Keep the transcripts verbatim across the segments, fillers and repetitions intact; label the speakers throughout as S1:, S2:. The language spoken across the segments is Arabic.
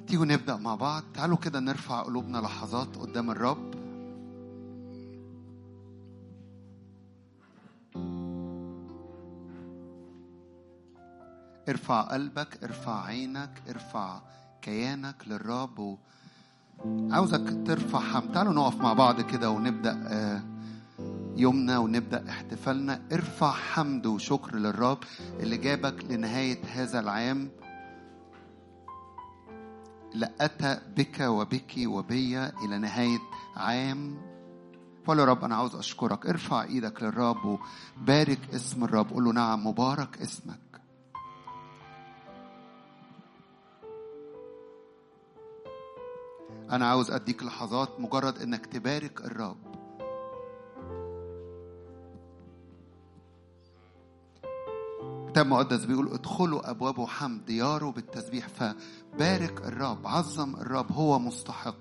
S1: تيجوا نبدأ مع بعض. تعالوا كده نرفع قلوبنا لحظات قدام الرب. ارفع قلبك، ارفع عينك، ارفع كيانك للرب. عاوزك ترفع حمد. تعالوا نقف مع بعض كده ونبدأ يومنا ونبدأ احتفالنا. ارفع حمد وشكر للرب اللي جابك لنهاية هذا العام، لأتى بك وبك وبي إلى نهاية عام. فقال يا رب أنا عاوز أشكرك. ارفع إيدك للرب وبارك اسم الرب. قل له نعم مبارك اسمك. أنا عاوز أديك لحظات مجرد إنك تبارك الرب. الكتاب المقدس بيقول ادخلوا أبوابه حمد دياره بالتسبيح. فبارك الرب، عظم الرب، هو مستحق.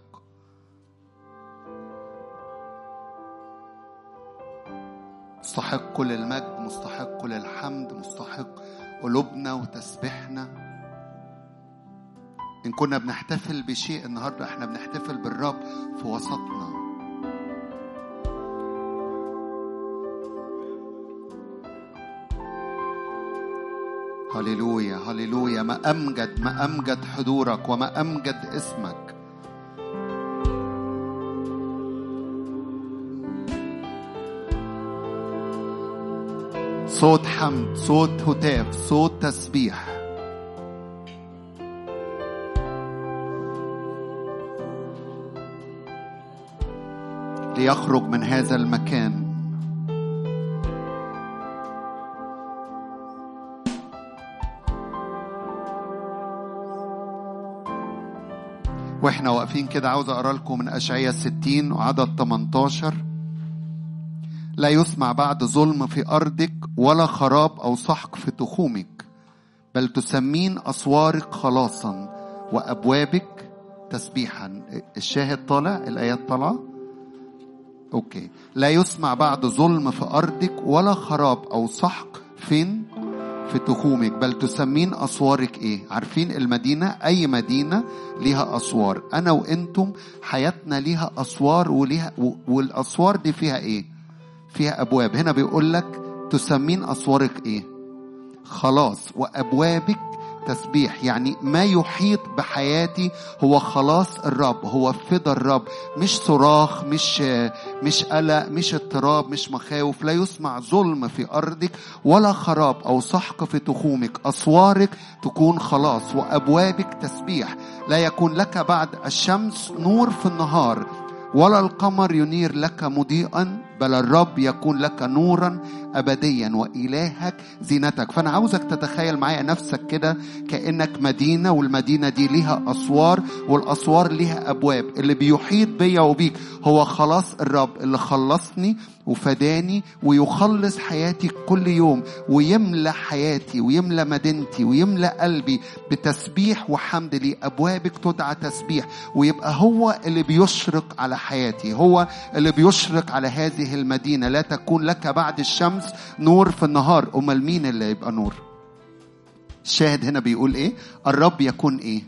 S1: مستحق كل المجد، مستحق كل الحمد، مستحق قلوبنا وتسبيحنا. إن كنا بنحتفل بشيء النهاردة احنا بنحتفل بالرب في وسطنا. هللويا هللويا. ما أمجد ما أمجد حضورك وما أمجد اسمك. صوت حمد، صوت هتاف، صوت تسبيح. ليخرج من هذا المكان. واحنا واقفين كده عاوز اقرا لكم من اشعياء ستين وعدد ثمانية عشر. لا يسمع بعد ظلم في ارضك ولا خراب او سحق في تخومك، بل تسمين اسوارك خلاصا وابوابك تسبيحا. الشاهد طالع، الايات طالعه. اوكي. لا يسمع بعد ظلم في ارضك ولا خراب او سحق فين؟ في تخومك، بل تسمين أسوارك إيه؟ عارفين المدينة، أي مدينة ليها أسوار. أنا وإنتم حياتنا ليها أسوار، وليها والأسوار دي فيها إيه؟ فيها أبواب. هنا بيقول لك تسمين أسوارك إيه؟ خلاص وأبوابك تسبيح. يعني ما يحيط بحياتي هو خلاص الرب، هو فدا الرب، مش صراخ، مش مش قلق، مش اضطراب، مش مخاوف. لا يسمع ظلم في أرضك ولا خراب أو سحق في تخومك. أسوارك تكون خلاص وأبوابك تسبيح. لا يكون لك بعد الشمس نور في النهار ولا القمر ينير لك مضيئا، بل الرب يكون لك نورا أبديا وإلهك زينتك. فأنا عاوزك تتخيل معايا نفسك كده كأنك مدينة، والمدينة دي ليها أسوار والأسوار ليها أبواب. اللي بيحيط بيا وبيك هو خلاص الرب اللي خلصني وفداني ويخلص حياتي كل يوم، ويملى حياتي ويملى مدينتي ويملى قلبي بتسبيح وحمد. لي أبوابك تدعى تسبيح، ويبقى هو اللي بيشرق على حياتي، هو اللي بيشرق على هذه المدينة. لا تكون لك بعد الشمس نور في النهار. أمال مين اللي يبقى نور؟ الشاهد هنا بيقول إيه؟ الرب يكون إيه؟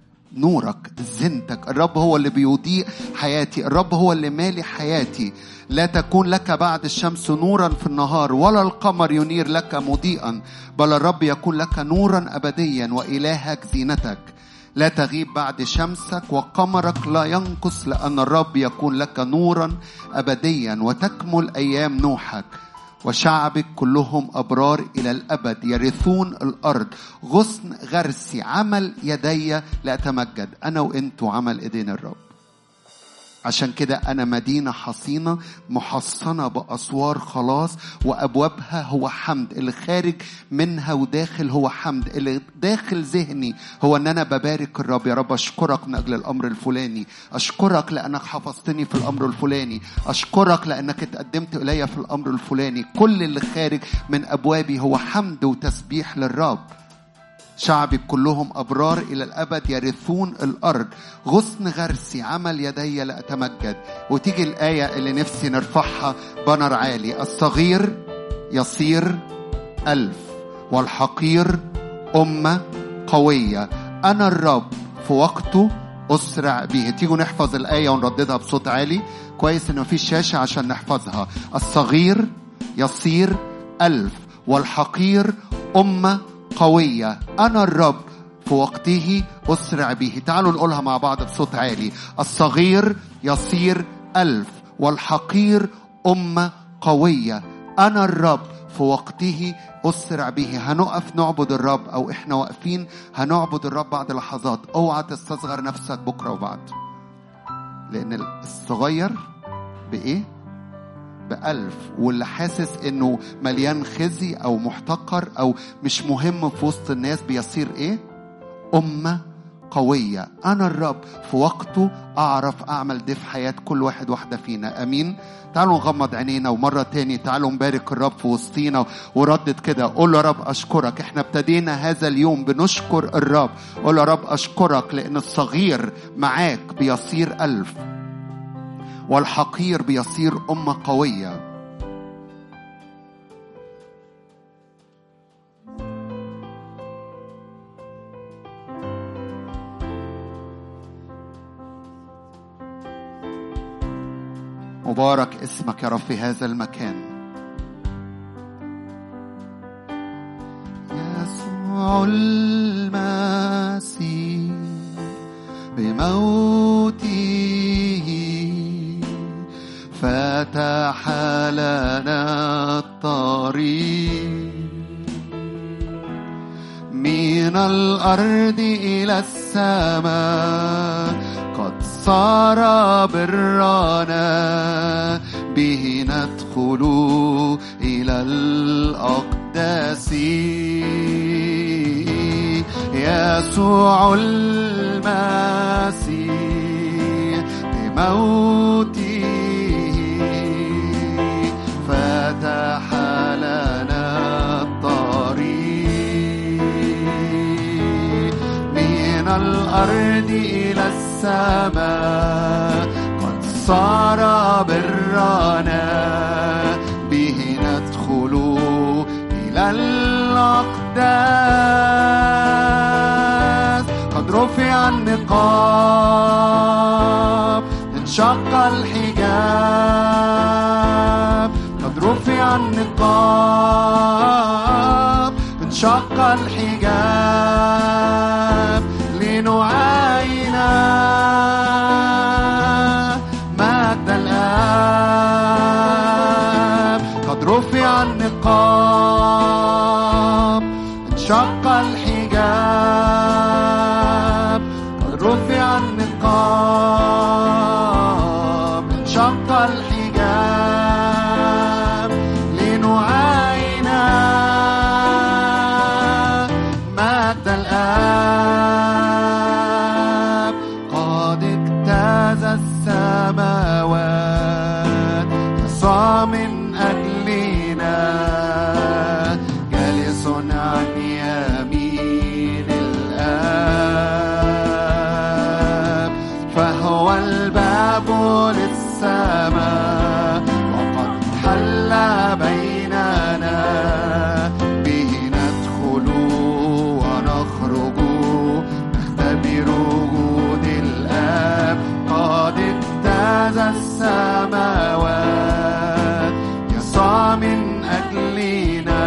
S1: نورك، زينتك. الرب هو اللي بيضيء حياتي، الرب هو اللي مالي حياتي. لا تكون لك بعد الشمس نورا في النهار ولا القمر ينير لك مضيئا، بل الرب يكون لك نورا أبديا وإلهك زينتك. لا تغيب بعد شمسك وقمرك لا ينقص، لأن الرب يكون لك نورا أبديا وتكمل أيام نوحك. وشعبك كلهم أبرار إلى الأبد يرثون الأرض. غصن غرسي عمل يدي لأتمجد. أنا وإنتوا عمل إيدين الرب. عشان كده أنا مدينة حصينة محصنة بأسوار خلاص وأبوابها هو حمد. اللي خارج منها وداخل هو حمد. اللي داخل ذهني هو أن أنا ببارك الرب. يا رب أشكرك من أجل الأمر الفلاني، أشكرك لأنك حفظتني في الأمر الفلاني، أشكرك لأنك اتقدمت إلي في الأمر الفلاني. كل اللي خارج من أبوابي هو حمد وتسبيح للرب. شعبي كلهم أبرار إلى الأبد يرثون الأرض. غصن غرسي عمل يدي لأتمجد. وتيجي الآية اللي نفسي نرفعها بنر عالي: الصغير يصير ألف والحقير أمة قوية. أنا الرب في وقته أسرع به. تيجوا نحفظ الآية ونرددها بصوت عالي. كويس إنه مفيش شاشة عشان نحفظها. الصغير يصير ألف والحقير أمة قوية، أنا الرب في وقته أسرع به. تعالوا نقولها مع بعض بصوت عالي. الصغير يصير ألف والحقير أمة قوية، أنا الرب في وقته أسرع به. هنقف نعبد الرب، أو إحنا واقفين هنعبد الرب بعد لحظات. اوعى تستصغر نفسك بكرة وبعد، لأن الصغير بإيه؟ بألف، واللي حاسس إنه مليان خزي أو محتقر أو مش مهم في وسط الناس بيصير إيه؟ أمة قوية. أنا الرب في وقته أعرف أعمل ده في حياة كل واحد واحدة فينا. أمين. تعالوا نغمض عينينا ومرة تاني تعالوا نبارك الرب في وسطينا وردد كده. قول له رب أشكرك، احنا ابتدينا هذا اليوم بنشكر الرب. قول له رب أشكرك لأن الصغير معاك بيصير ألف والحقير بيصير أمة قوية. مبارك اسمك يا رب في هذا المكان. يسوع المسيح بموته فتح لنا الطريق من الأرض إلى السماء. قد صار برنا به ندخل إلى الأقداس. يسوع المسيح بموته فتح لنا الطريق من الأرض إلى السماء. قد صار برنا به ندخل إلى الأقداس. قد رفع النقاب انشق الحجاب. قد رفع النقاب انشق الحجاب لنعاين مجد الآب. قد رفع النقاب انشق الحجاب. قد رفع النقاب انشق الحجاب لنعاين مجد الآب. قد اجتاز السماوات يسوع من أجلنا جالس عن يمين الآب. فهو الباب للسماء وقد حل بيننا به ندخل ونخرج نختبر وجود الآب. قد اجتاز السماوات يسوع من أجلنا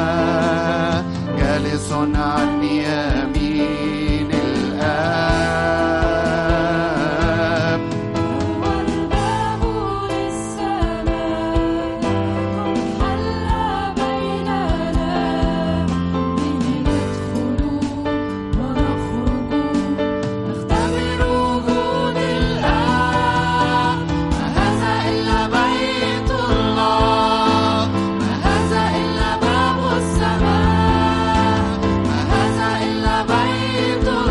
S1: جالس عن يمين الآب.
S2: هو الباب للسماء حل بيننا به ندخل ونخرج نختبر وجود الآب. ما هذا إلا بيت الله، ما هذا إلا باب السماء، ما هذا إلا بيت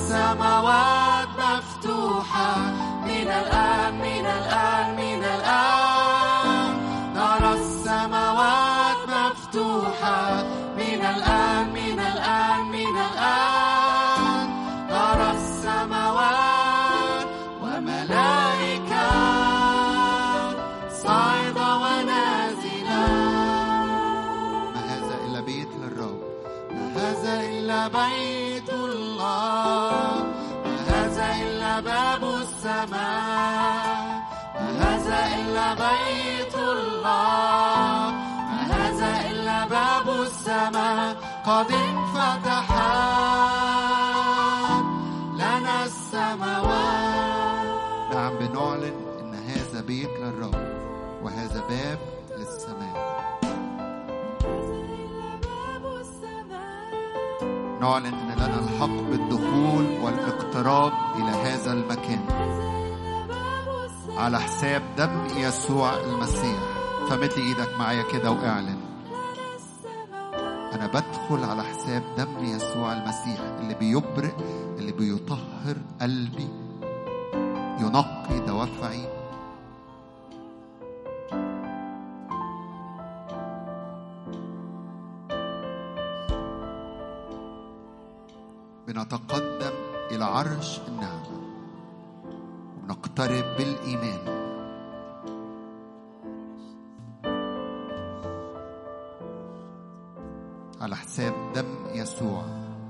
S1: السماوات مفتوحة من الآن من الآن من الآن. نرى السماوات مفتوحة من الآن من الآن من الآن. نرى السماوات وملائكة صاعدة ونازلة. ما هذا إلا بيت للرب، ما هذا إلا بيت الله، ما هذا إلا باب السماء، ما هذا إلا بيت الله، ما هذا إلا باب السماء. قد انفتحت لنا السماوات. نعم، بنعلن إن هذا بيت للرب وهذا باب للسماء. نعلن إن لنا الحق بالدخول والاقتراب إلى هذا المكان على حساب دم يسوع المسيح. فمد إيدك معايا كده واعلن: أنا بدخل على حساب دم يسوع المسيح اللي بيبرئ، اللي بيطهر قلبي، ينقي دوافعي. بنتقدم إلى عرش النعمة ونقترب بالإيمان على حساب دم يسوع.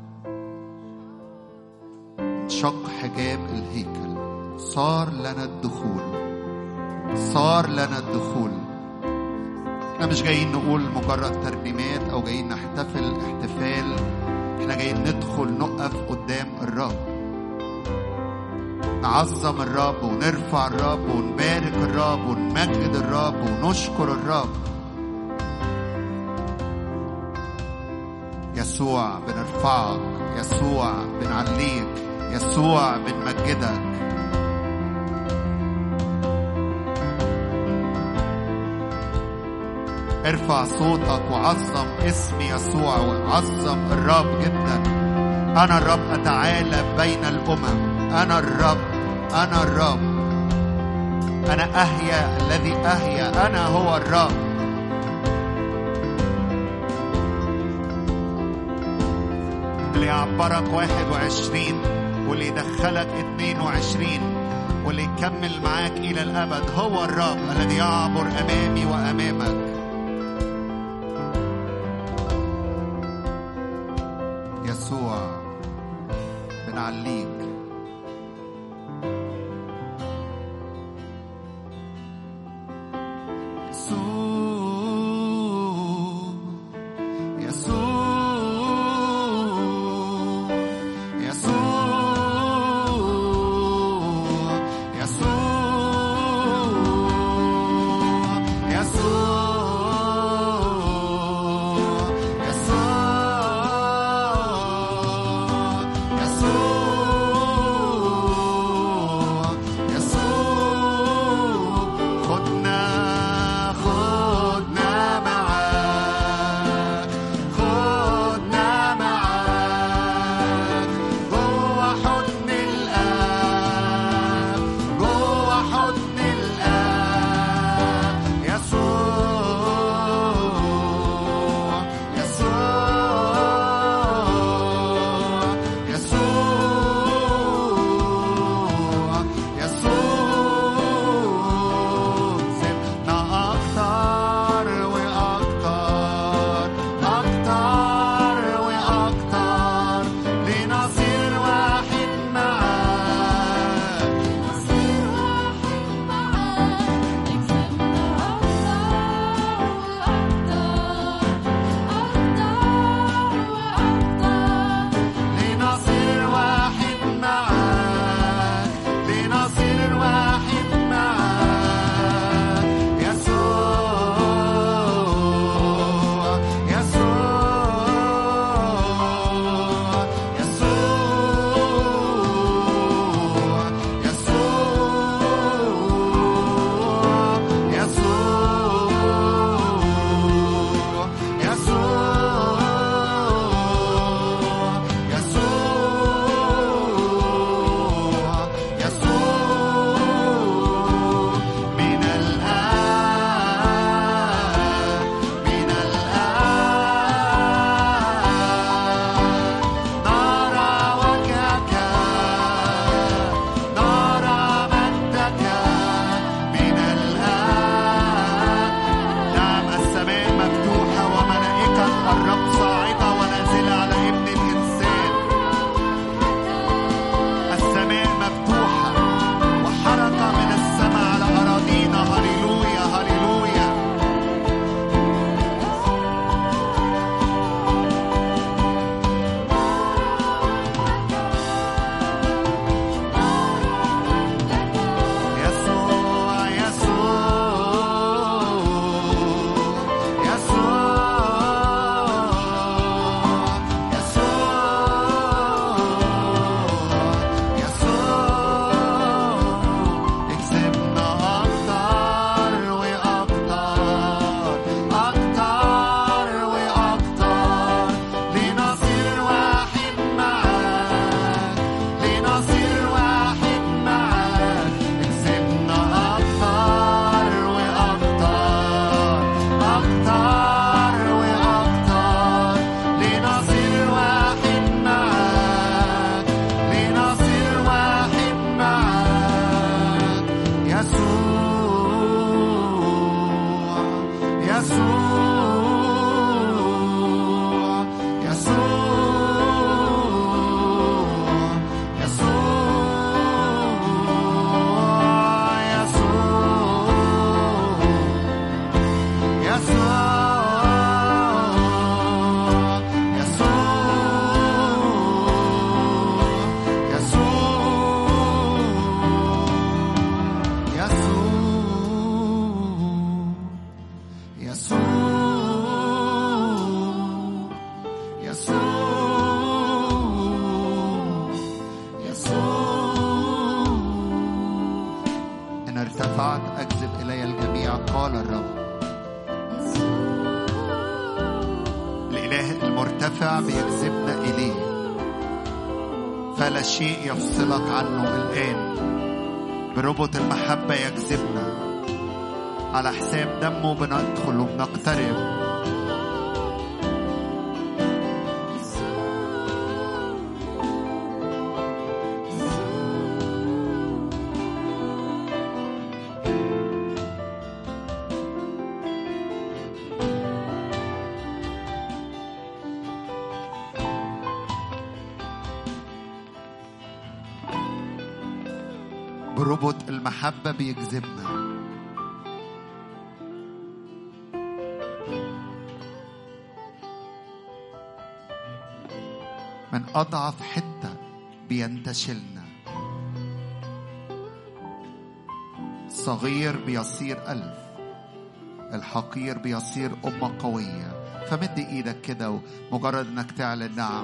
S1: انشق حجاب الهيكل، صار لنا الدخول، صار لنا الدخول. احنا مش جايين نقول مجرد ترنيمات أو جايين نحتفل احتفال، احنا جايين ندخل نقف قدام الرب، نعظم الرب ونرفع الرب ونبارك الرب ونمجد الرب ونشكر الرب. يسوع بنرفعك، يسوع بنعليك، يسوع بنمجدك. ارفع صوتك وعظم اسم يسوع وعظم الرب جدا. أنا الرب أتعالى بين الأمم، أنا الرب، أنا الرب، أنا أحيا الذي أحيا، أنا هو الرب. اللي يعبرك واحد وعشرين واللي يدخلك اتنين وعشرين واللي يكمل معاك إلى الأبد هو الرب الذي يعبر أمامي وأمامك. يسوع بنعليك. يسوع استطعت أجذب إلي الجميع، قال الرب. الإله المرتفع بيجذبنا إليه، فلا شيء يفصلك عنه الآن. بربط المحبة يجذبنا، على حساب دمه بندخل وبنقترب. بربط المحبة بيجذبنا. من أضعف حتة بينتشلنا. صغير بيصير ألف، الحقير بيصير أمة قوية. فمد إيدك كده ومجرد أنك تعلن نعم،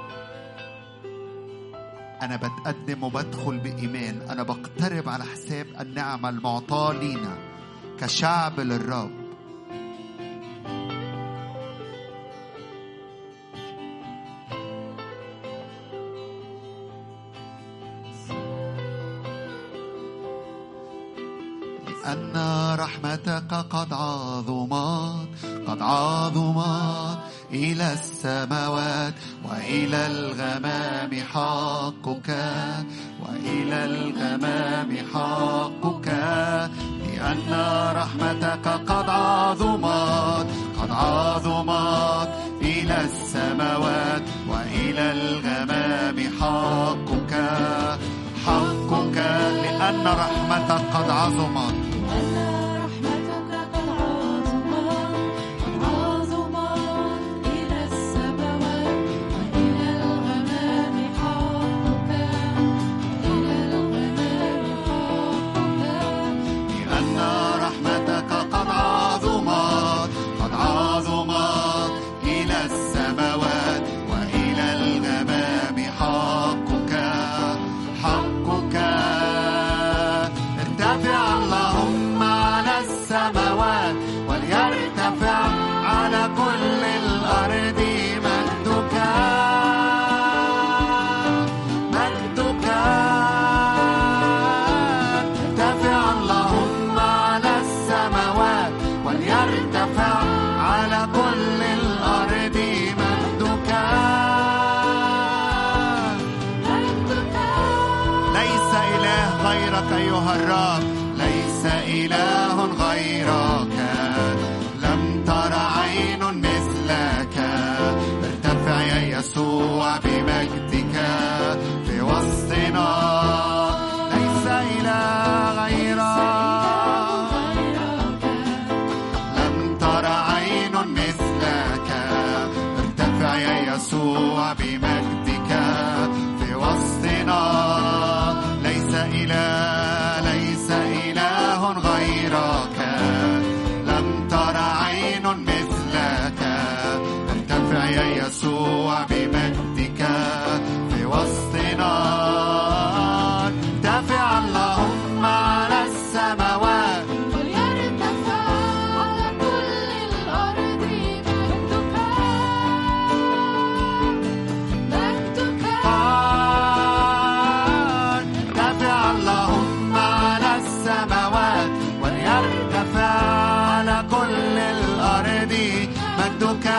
S1: أنا بتقدم وبدخل بإيمان، أنا بقترب على حساب النعمة المعطاة لينا كشعب للرب. لأن رحمتك قد عظمت، قد عظمت إلى السماوات، وإلى الغمام حقك، وإلى الغمام حقك. لأن رحمتك قد عظمت، قد عظمت إلى السماوات، وإلى الغمام حقك، حقك. لأن رحمتك قد عظمت، الرب ليس إله غيرك، لم تر عين مثلك. ارتفع يا يسوع بمجدك في وسطنا، ليس إله غيرك، لم تر عين مثلك. ارتفع يا يسوع بمجدك في وسطنا، ليس إله غيرك، لم تر عين مثلك. ارتفع يا يسوع بمجدك في وسطنا، ارتفع اللهم على السماوات،
S2: وليرتفع على كل الأرض مجدك، مجدك. ارتفع اللهم على السماوات، وليرتفع على كل الأرض مجدك،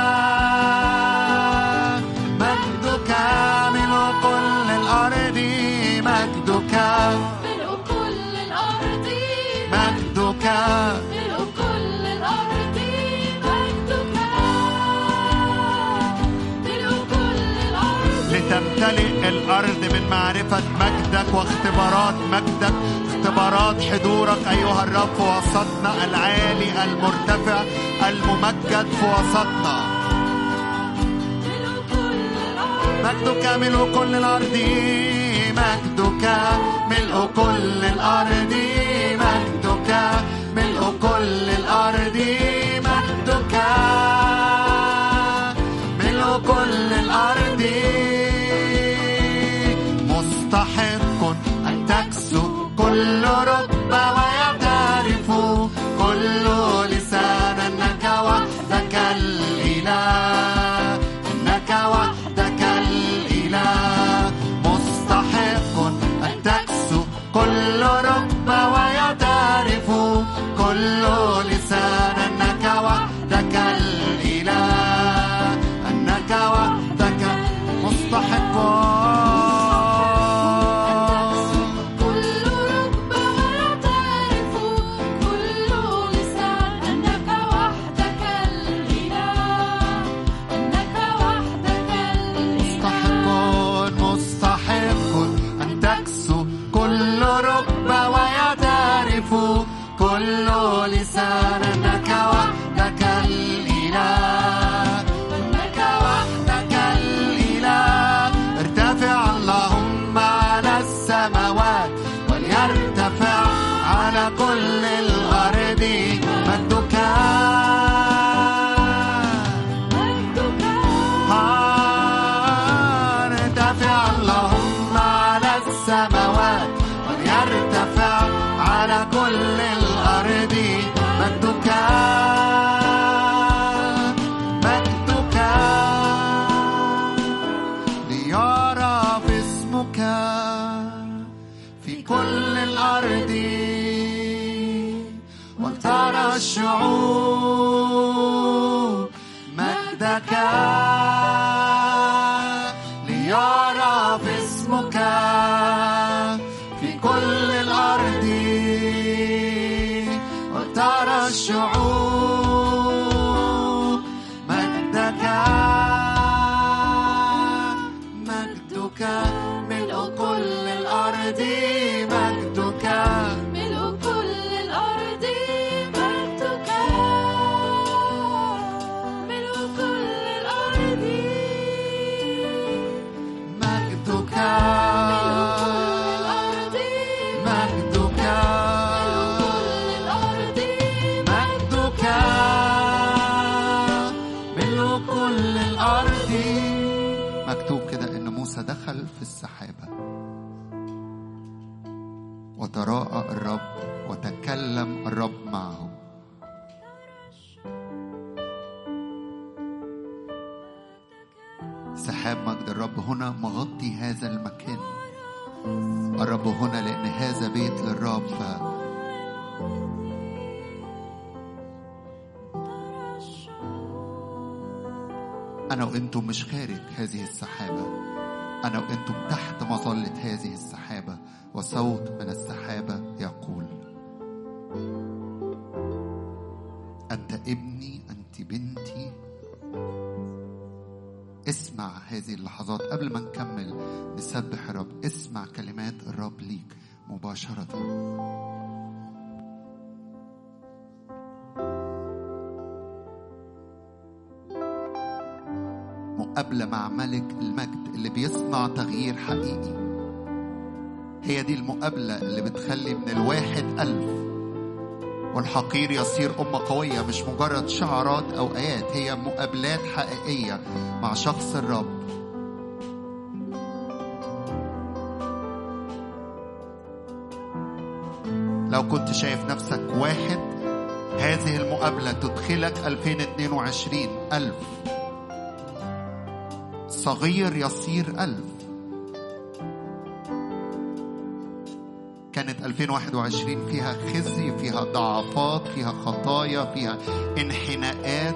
S2: مجدك. ملء كل الأرض مجدك، ملء كل الأرض مجدك، ملء كل الأرض مجدك، ملء كل الأرض.
S1: لتمتلئ الأرض من معرفة مجدك واختبارات مجدك، اختبارات حضورك أيها الرب في وسطنا، العالي المرتفع الممجد في وسطنا. مجدك ملء كل الأرض مجدك، ملء كل الأرض مجدك، ملء كل الأرض مجدك، ملء كل الأرض. مستحق أن تكسو كل ركبة ويد
S2: كل ركبة ويعترف كل لسان أنك وحدك الإله، أنك وحدك مستحق. الشعوب مجدك ليعرف اسمك في كل الأرض، وترى الشعوب مجدك مجدك ملء كل الأرض، مجدك
S3: ملء كل الأرض، مجدك ملء كل الأرض،
S2: مجدك
S1: دخل في السحابة وتراءى الرب وتكلم الرب معه. سحاب مجد الرب هنا مغطي هذا المكان. الرب هنا لأن هذا بيت للرب، ف أنا وإنتم مش خارج هذه السحابة، أنا وإنتم تحت مظلة هذه السحابة، وصوت من السحابة يقول: أنت ابني، أنت بنتي. اسمع هذه اللحظات قبل ما نكمل نسبح الرب. اسمع كلمات الرب ليك مباشرة. مقابلة مع ملك المجد اللي بيصنع تغيير حقيقي. هي دي المقابلة اللي بتخلي من الواحد ألف والحقير يصير أمة قوية، مش مجرد شعارات أو آيات، هي مقابلات حقيقية مع شخص الرب. لو كنت شايف نفسك واحد، هذه المقابلة تدخلك ألفين واثنين وعشرين ألف. صغير يصير ألف. كانت ألفين وواحد وعشرين فيها خزي، فيها ضعفات، فيها خطايا، فيها انحناءات،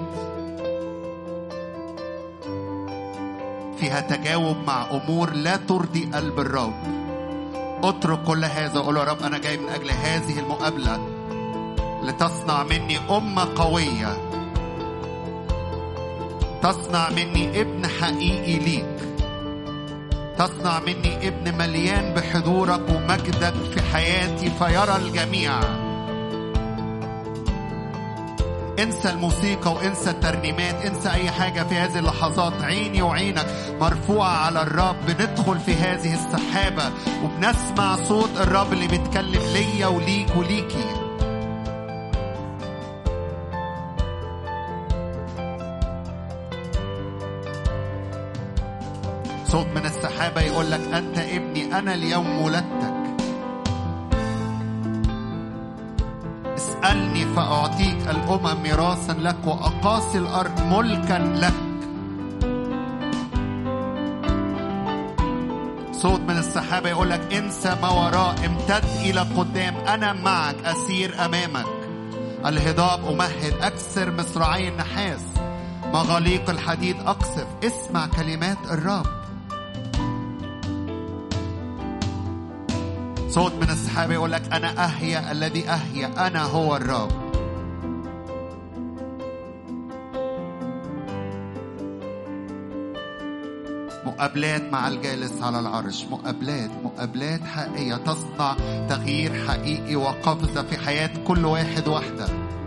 S1: فيها تجاوب مع أمور لا ترضي قلب الرب. اترك كل هذا وقول يا رب أنا جاي من أجل هذه المقابلة لتصنع مني أمة قوية، تصنع مني ابن حقيقي ليك، تصنع مني ابن مليان بحضورك ومجدك في حياتي فيرى الجميع. انسى الموسيقى وانسى الترنيمات، انسى اي حاجة في هذه اللحظات. عيني وعينك مرفوعة على الرب. بندخل في هذه السحابة وبنسمع صوت الرب اللي بيتكلم ليا وليك وليكي. صوت من السحابة يقول لك أنت ابني، أنا اليوم ولدتك. اسألني فأعطيك الأمم ميراثا لك وأقاصي الأرض ملكا لك. صوت من السحابة يقول لك انسى ما وراء، امتد إلى قدام، أنا معك أسير أمامك. الهضاب أمهد، أكسر مصراعي النحاس، مغاليق الحديد أقصف. اسمع كلمات الرب. صوت من السحابة يقول لك أنا أحيا الذي أحيا، أنا هو الرب. مقابلات مع الجالس على العرش، مقابلات مقابلات حقيقية تصنع تغيير حقيقي وقفزة في حياة كل واحد واحدة.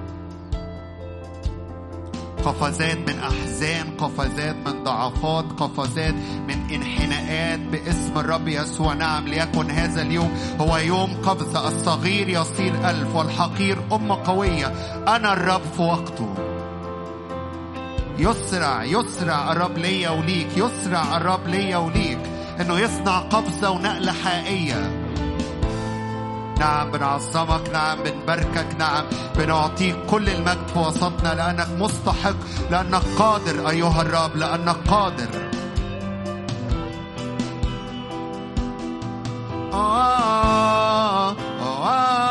S1: قفزات من أحزان، قفزات من ضعفات، قفزات من انحناءات باسم الرب يسوع. نعم، ليكن هذا اليوم هو يوم قفزة. الصغير يصير ألف والحقير أمة قوية. أنا الرب في وقته. يسرع يسرع الرب ليا وليك، يسرع الرب ليا وليك إنه يصنع قفزة ونقلة حقيقية. نعم بنعظمك، نعم بنباركك، نعم بنعطيك كل المجد في وسطنا، لأنك مستحق، لأنك قادر أيها الرب، لأنك قادر. آه آه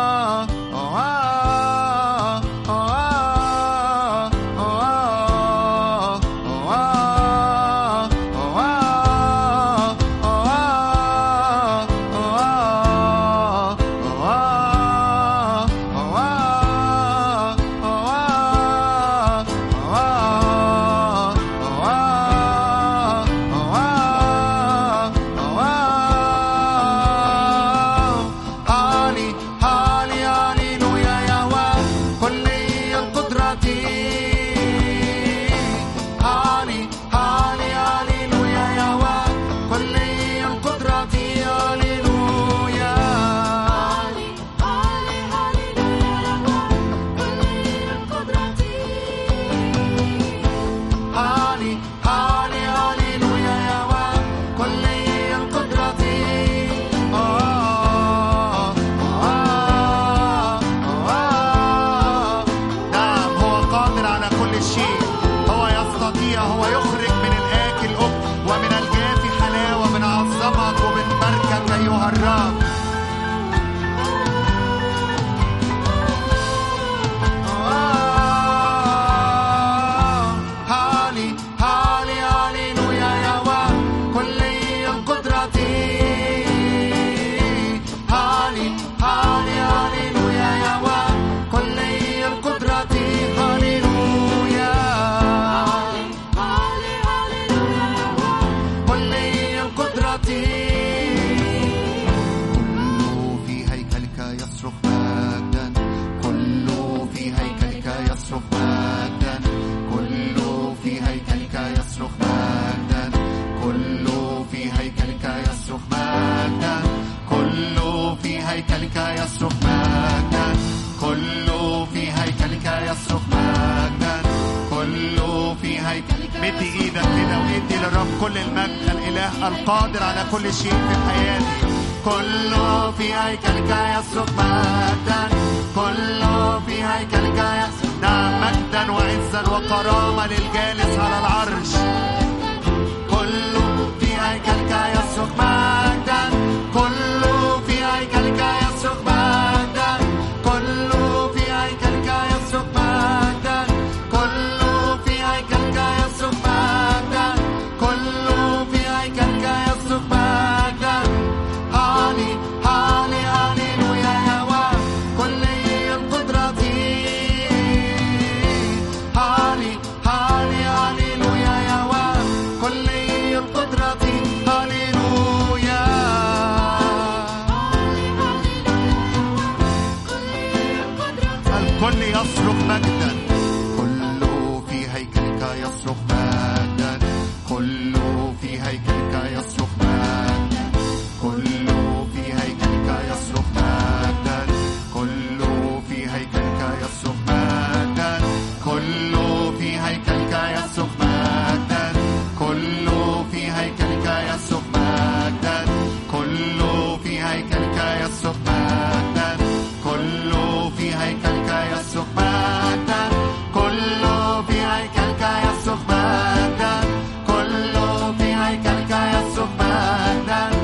S1: كل المجد. الإله القادر على كل شيء في حياتي. كله في هيكلك يصرخ مجدا، كله في هيكلك يصرخ. نعم مجدا وعزا وكرامة للجالس على العرش. كله في هيكلك يصرخ مجدا، كله في هيكلك يصرخ مجدا، كله في هيكلك يصرخ مجدا، كله في هيكلك يصرخ مجدا، كله في هيكلك يصرخ مجدا. هالي هالي هاليلويا يا كل القدرة. هالي هالي هاليلويا يا كل القدرة. هاليلويا. الكل يصرخ مجدا. كله في هيكلك يصرخ مجدا، كله في هيكلك يصرخ مجدا، كله في هيكلك يصرخ مجدا، كله في هيكلك يصرخ مجدا، كله في هيكلك يصرخ مجدا، كله في هيكلك يصرخ مجدا، كله في هيكلك يصرخ مجدا، كله في هيكلك يصرخ مجدا، كله في هيكلك يصرخ مجدا، كله في هيكلك يصرخ مجدا.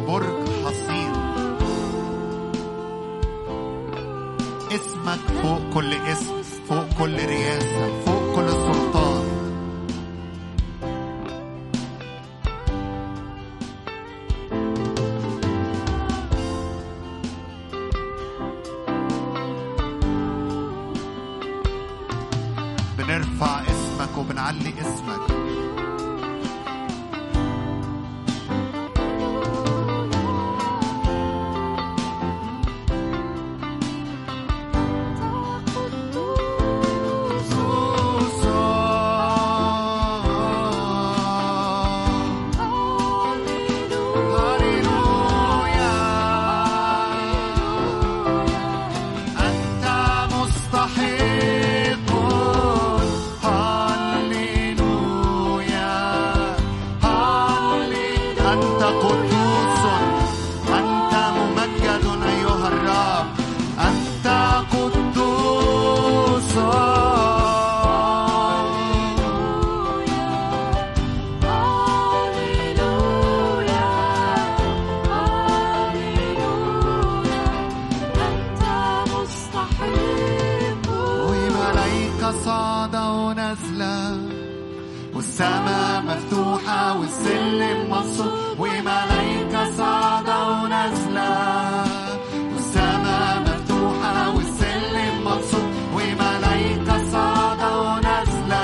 S1: برج حصين. اسمك فوق كل اسم، فوق كل رياسة، فوق كل سلطان. بنرفع اسمك وبنعلي اسمك. والسماء مفتوحة والسلم مصروف، وملايكة صاعدة ونازلة. والسماء مفتوحة والسلم مصروف، وملايكة صاعدة ونازلة.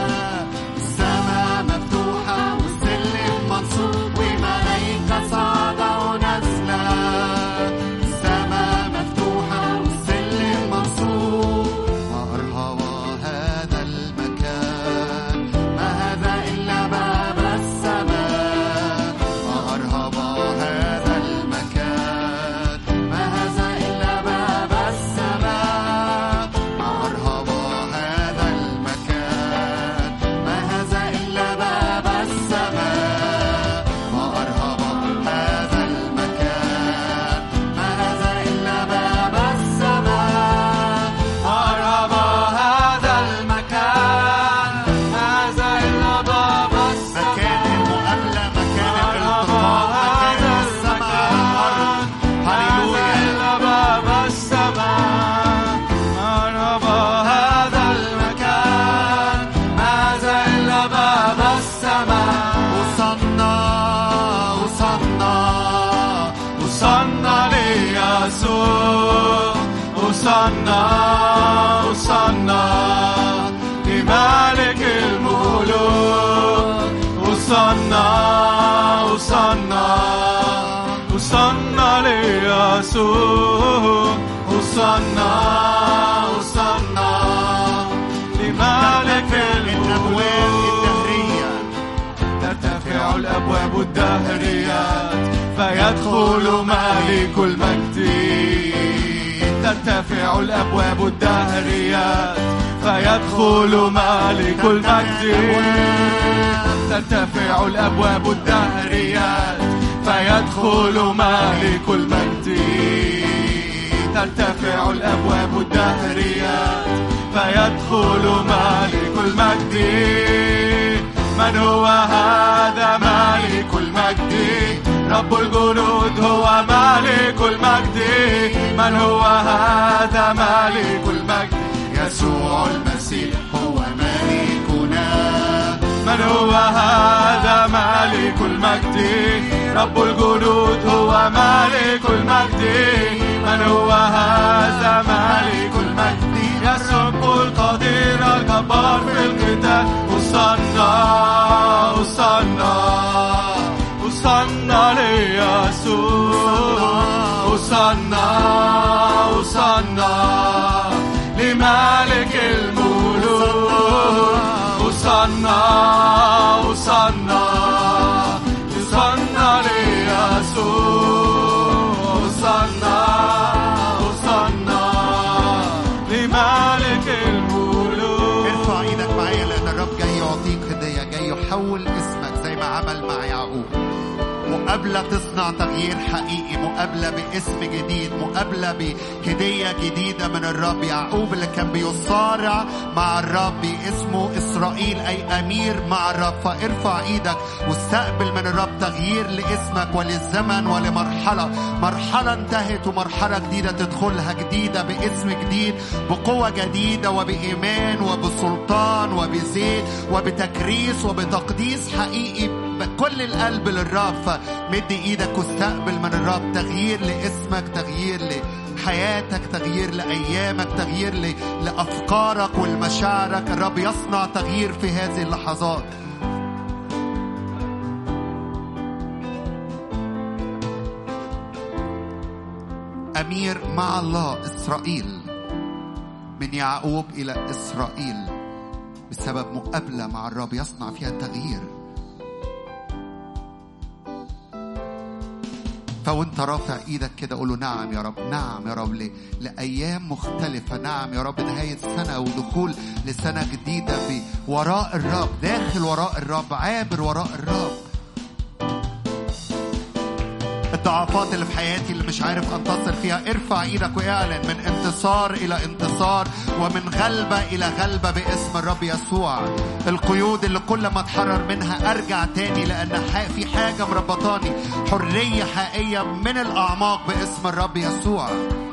S1: السماء مفتوحة والسلم مصروف، وملايكة صاعدة ونازلة. السماء مفتوحة والسلم مصروف. وأرهب هذا المكان، ما هذا إلا باب السماء. وأرهب هذا المكان، ما هذا إلا باب السماء. وأرهب هذا المكان، ما هذا إلا باب السماء. وأرهب هذا المكان، ما هذا إلا باب السماء. وأرهب هذا المكان، ما هذا إلا باب السماء. مكان المقابلة، مكان الالتقاء، مكان السماء والأرض. هللويا. إلا باب السماء. وأرهب هذا المكان، ما هذا إلا باب السماء. وصلنا وصلنا وصلنا ليسوع. وصلنا وصلنا لملك الملوك. وصلنا وصلنا وصلنا ليسوع. وصلنا وصلنا لملك الأبواب الدهرية. ترتفع الأبواب الدهريات فيدخل ملك المجد. ترتفع الأبواب الدهريات فيدخل ملك المجد. ترتفع الأبواب الدهريات فيدخل ملك المجد. ترتفع الأبواب الدهريات فيدخل ملك المجد. من هو هذا ملك المجد؟ رب الجنود هو ملك المجد. من هو هذا ملك المجد؟ يسوع المسيح هو ملكنا. من هو هذا ملك المجد؟ رب الجنود هو ملك المجد. من هو هذا ملك المجد؟ يسوع القدير الجبار في القتال. وصلنا وصلنا وصلنا ليسوع. وصلنا وصلنا لملك الملوك. وصلنا وصلنا وصلنا ليسوع. وصلنا وصلنا لملك الملوك. ارفع ايدك معايا لان الرب جاي يعطيك هدية، جاي يحول اسمك زي ما عمل مع يعقوب. وقبل مقابلة تصنع تغيير حقيقي، مقابلة باسم جديد، مقابلة بهدية جديدة من الرب. يعقوب اللي كان بيصارع مع الرب اسمه إسرائيل أي أمير مع الرب. فارفع إيدك واستقبل من الرب تغيير لاسمك وللزمن ولمرحلة. مرحلة انتهت ومرحلة جديدة تدخلها، جديدة باسم جديد، بقوة جديدة، وبإيمان وبسلطان وبزيت وبتكريس وبتقديس حقيقي بكل القلب للرب. فمد ايدك واستقبل من الرب تغيير لاسمك، تغيير لحياتك، تغيير لأيامك، تغيير لأفكارك والمشاعرك. الرب يصنع تغيير في هذه اللحظات. أمير مع الله إسرائيل، من يعقوب إلى إسرائيل، بسبب مقابلة مع الرب يصنع فيها تغيير. فوانت رافع ايدك كده قوله نعم يا رب، نعم يا رب لي لأيام مختلفة، نعم يا رب نهاية سنة ودخول لسنة جديدة بوراء الرب، داخل وراء الرب، عابر وراء الرب. الضعفات اللي في حياتي اللي مش عارف انتصر فيها، ارفع ايدك واعلن من انتصار الى انتصار ومن غلبة الى غلبة باسم الرب يسوع. القيود اللي كل ما اتحرر منها ارجع تاني، لان في حاجة مربطاني، حرية حقيقية من الاعماق باسم الرب يسوع.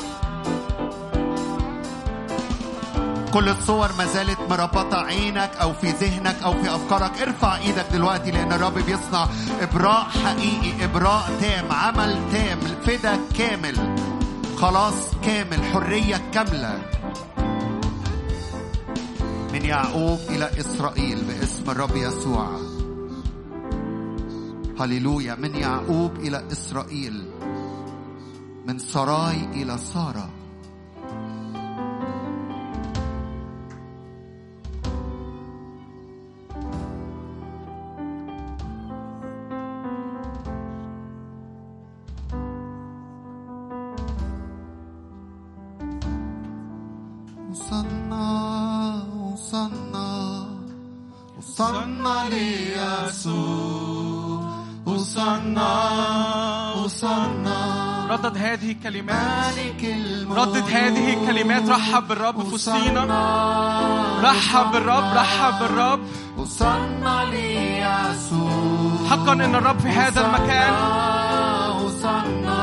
S1: كل الصور ما زالت مربطة عينك أو في ذهنك أو في أفكارك، ارفع إيدك دلوقتي، لأن الرب بيصنع إبراء حقيقي، إبراء تام، عمل تام، فدا كامل، خلاص كامل، حرية كاملة من يعقوب إلى إسرائيل باسم الرب يسوع. هللويا. من يعقوب إلى إسرائيل، من سراي إلى سارة.
S2: وصلنا ليسوع، وصلنا وصلنا.
S4: ردد هذه الكلمات، ردد هذه الكلمات. رحب بالرب في وسطينا، رحب بالرب، رحب بالرب.
S2: وصلنا ليسوع،
S4: حقا ان الرب في هذا المكان.
S2: وصلنا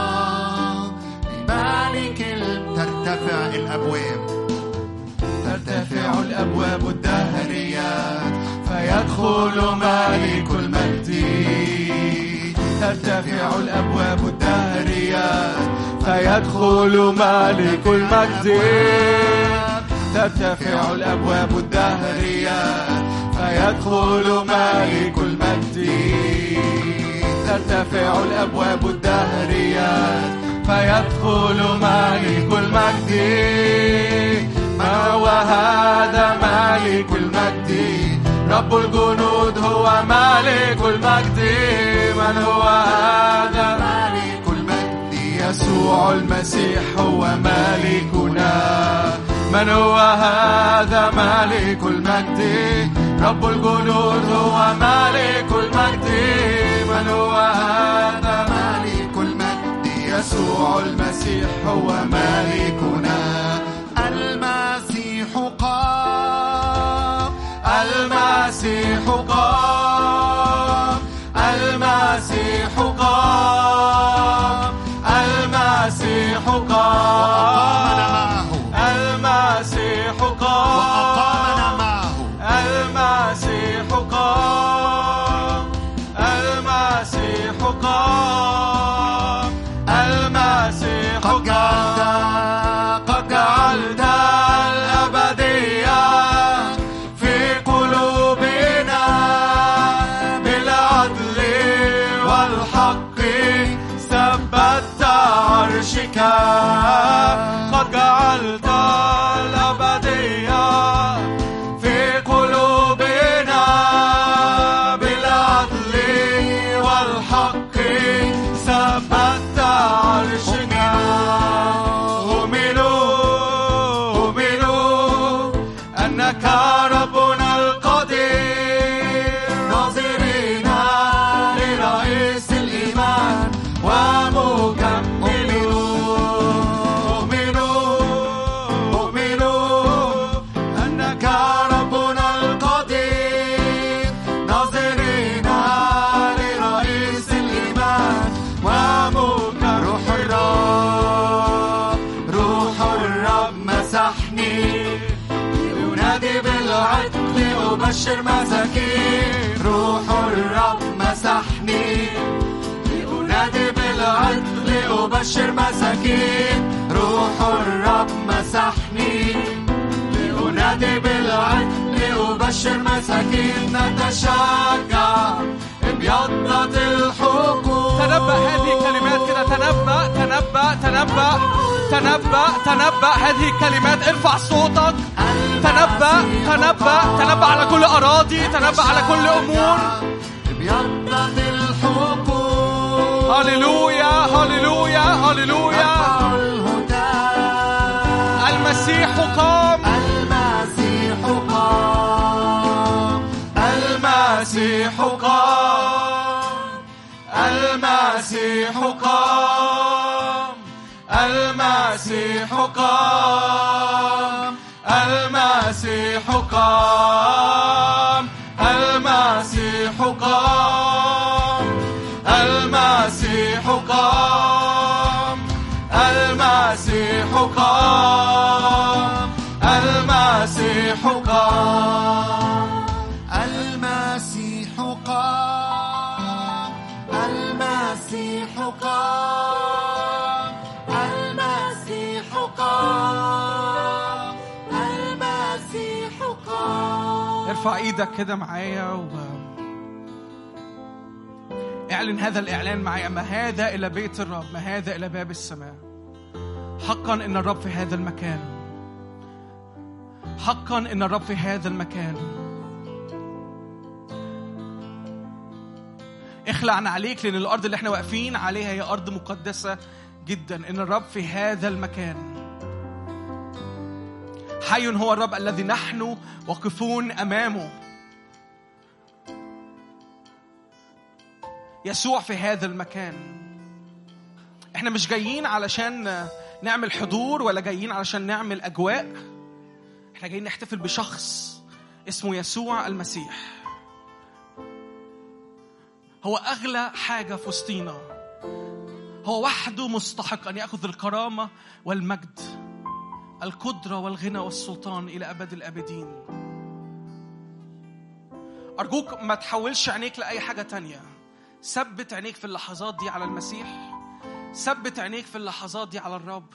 S2: لملك الملوك.
S1: ترتفع الابواب،
S2: ترتفع الأبواب الدهريات، فيدخل ملك المجد. ترتفع الأبواب الدهريات، فيدخل ملك المجد. ترتفع الأبواب الدهريات، فيدخل ملك المجد. ترتفع الأبواب الدهريات، فيدخل ملك المجد. ما هو هذا ملك المجد؟ رب الجنود هو ملك المجد. من هو هذا ملك المجد؟ يسوع المسيح هو ملكنا. من هو هذا ملك المجد؟ رب الجنود هو ملك المجد. من هو هذا ملك المجد؟ يسوع المسيح هو ملكنا.
S1: المسيح قام،
S2: المسيح قام، المسيح قام، المسيح قام، المسيح قام، المسيح قام، المسيح قام، المسيح قام. قد جعلت الأبدية في قلوبنا، بالعتق لأبشر مساكين. روح الرب مسحني لأنادي بالعتق لأبشر مساكين. روح الرب مسحني لأنادي بالعتق لأبشر مساكين. نتشجع ابيضت الحقوق.
S4: تنبأ هذه الكلمات كده، تنبأ تنبأ تنبأ تنبأ تنبأ هذه الكلمات. ارفع صوتك، تنبأ تنبأ تنبأ على كل أراضي، تنبأ على كل أمور.
S2: ابيضت الحقوق.
S4: هللويا هللويا هللويا. المسيح قام،
S2: المسيح قام، المسيح قام، المسيح قام، المسيح قام، المسيح قام، المسيح قام، المسيح قام، المسيح قام، المسيح قام،
S1: المسيح قام، المسيح قام، المسيح قام، المسيح قام.
S4: ارفع ايدك كده معايا و اعلن هذا الإعلان معي. أما هذا إلى بيت الرب، ما هذا إلى باب السماء. حقا إن الرب في هذا المكان، حقا إن الرب في هذا المكان. اخلعنا عليك، لأن الأرض اللي احنا واقفين عليها هي أرض مقدسة جدا. إن الرب في هذا المكان. حي هو الرب الذي نحن واقفون أمامه. يسوع في هذا المكان. احنا مش جايين علشان نعمل حضور ولا جايين علشان نعمل أجواء. احنا جايين نحتفل بشخص اسمه يسوع المسيح. هو أغلى حاجة في وسطينا. هو وحده مستحق أن يأخذ الكرامة والمجد، القدرة والغنى والسلطان إلى أبد الأبدين. أرجوك ما تحولش عينيك لأي حاجة تانية. ثبت عينيك في اللحظات دي على المسيح. ثبت عينيك في اللحظات دي على الرب.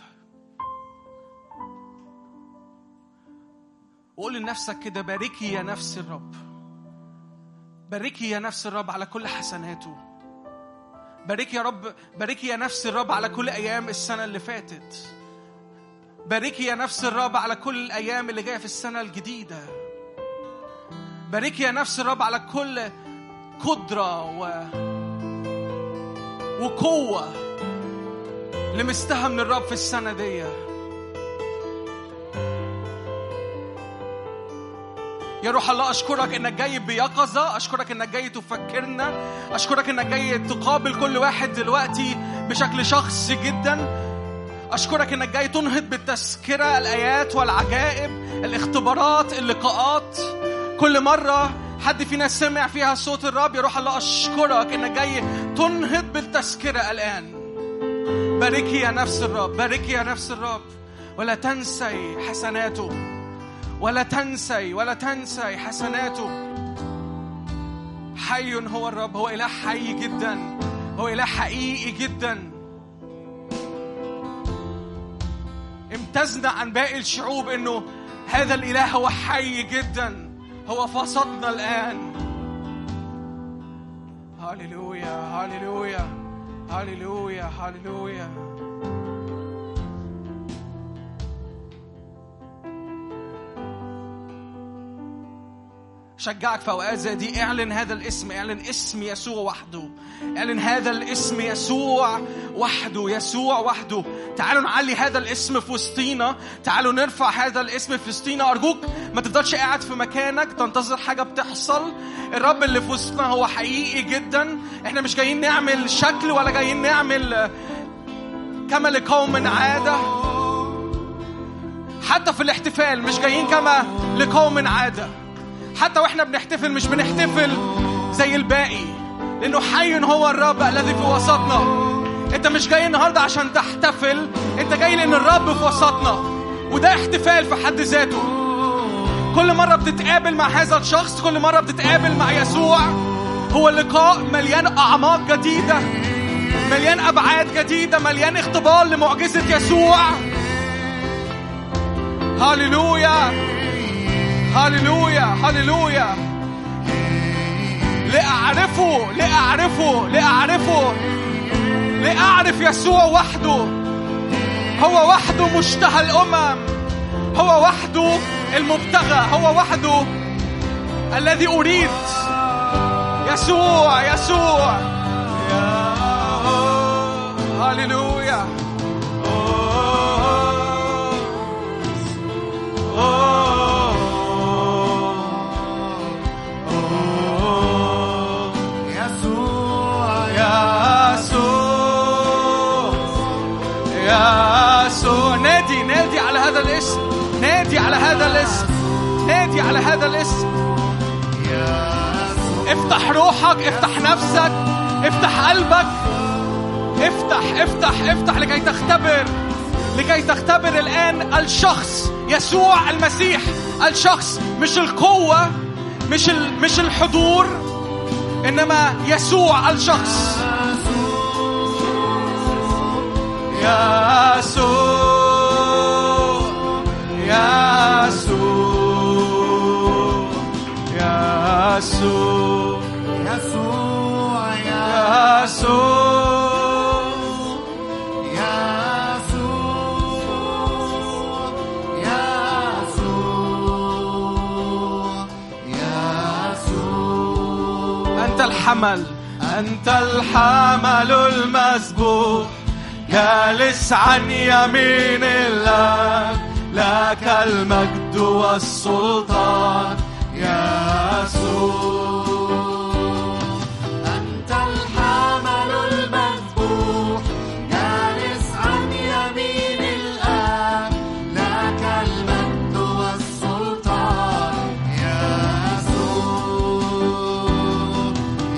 S4: وقول لنفسك كده: باركي يا نفس الرب، باركي يا نفس الرب على كل حسناته. باركي يا رب، باركي يا نفس الرب على كل أيام السنة اللي فاتت. باركي يا نفس الرب على كل الأيام اللي جاية في السنة الجديدة. باركي يا نفس الرب على كل قدرة و... وقوة لمستها من الرب في السنة دي. يا روح الله، أشكرك إنك جاي بيقظة. أشكرك إنك جاي تفكرنا. أشكرك إنك جاي تقابل كل واحد دلوقتي بشكل شخصي جدا. أشكرك إنك جاي تنهض بالتذكرة، الآيات والعجائب، الاختبارات، اللقاءات. كل مرة حد فينا سمع فيها صوت الرب، يا روح الله أشكرك إنك جاي تنهض بالتذكرة الآن. باركي يا نفس الرب، باركي يا نفس الرب، ولا تنسي حسناته، ولا تنسي ولا تنسي حسناته. حي هو الرب، هو إله حي جدا، هو إله حقيقي جدا. امتزنا عن باقي الشعوب إنه هذا الإله هو حي جدا، هو في وسطنا الآن. هاليلويا هاليلويا هاليلويا هاليلويا. شجعك في أوقات زي دي، اعلن هذا الاسم، اعلن اسم يسوع وحده، اعلن هذا الاسم يسوع وحده، يسوع وحده. تعالوا نعلي هذا الاسم في وسطينا، تعالوا نرفع هذا الاسم في وسطينا. أرجوك ما تفضلش قاعد في مكانك تنتظر حاجة بتحصل. الرب اللي في وسطنا هو حقيقي جدا. احنا مش جايين نعمل شكل ولا جايين نعمل كما لقوم عادة. حتى في الاحتفال مش جايين كما لقوم عادة. حتى واحنا بنحتفل مش بنحتفل زي الباقي، لأنه حي هو الرب الذي في وسطنا. انت مش جاي النهاردة عشان تحتفل، انت جاي لأن الرب في وسطنا، وده احتفال في حد ذاته. كل مرة بتتقابل مع هذا الشخص، كل مرة بتتقابل مع يسوع، هو لقاء مليان أعماق جديدة، مليان أبعاد جديدة، مليان اختبار لمعجزة يسوع. هاليلويا هاليلويا هاليلويا. لأعرفه لأعرفه لأعرفه لأعرف يسوع وحده. هو وحده مشتهى الأمم، هو وحده المبتغى، هو وحده الذي أريد. يسوع يسوع. هاليلويا. يسوع. نادي نادي على هذا الاسم، نادي على هذا الاسم، نادي على هذا الاسم. افتح روحك، افتح نفسك، افتح قلبك، افتح افتح افتح لكي تختبر لكي تختبر الآن الشخص يسوع المسيح. الشخص، مش القوة، مش ال... مش الحضور، إنما يسوع الشخص. يسوع يسوع يسوع يسوع يسوع. أنت الحمل، أنت الحمل المسبوح، جالس عن يمين الله، لك المجد والسلطان يسوع.
S3: أنت الحمل المذبوح، جالس عن يمين الآب، لك المجد والسلطان يسوع.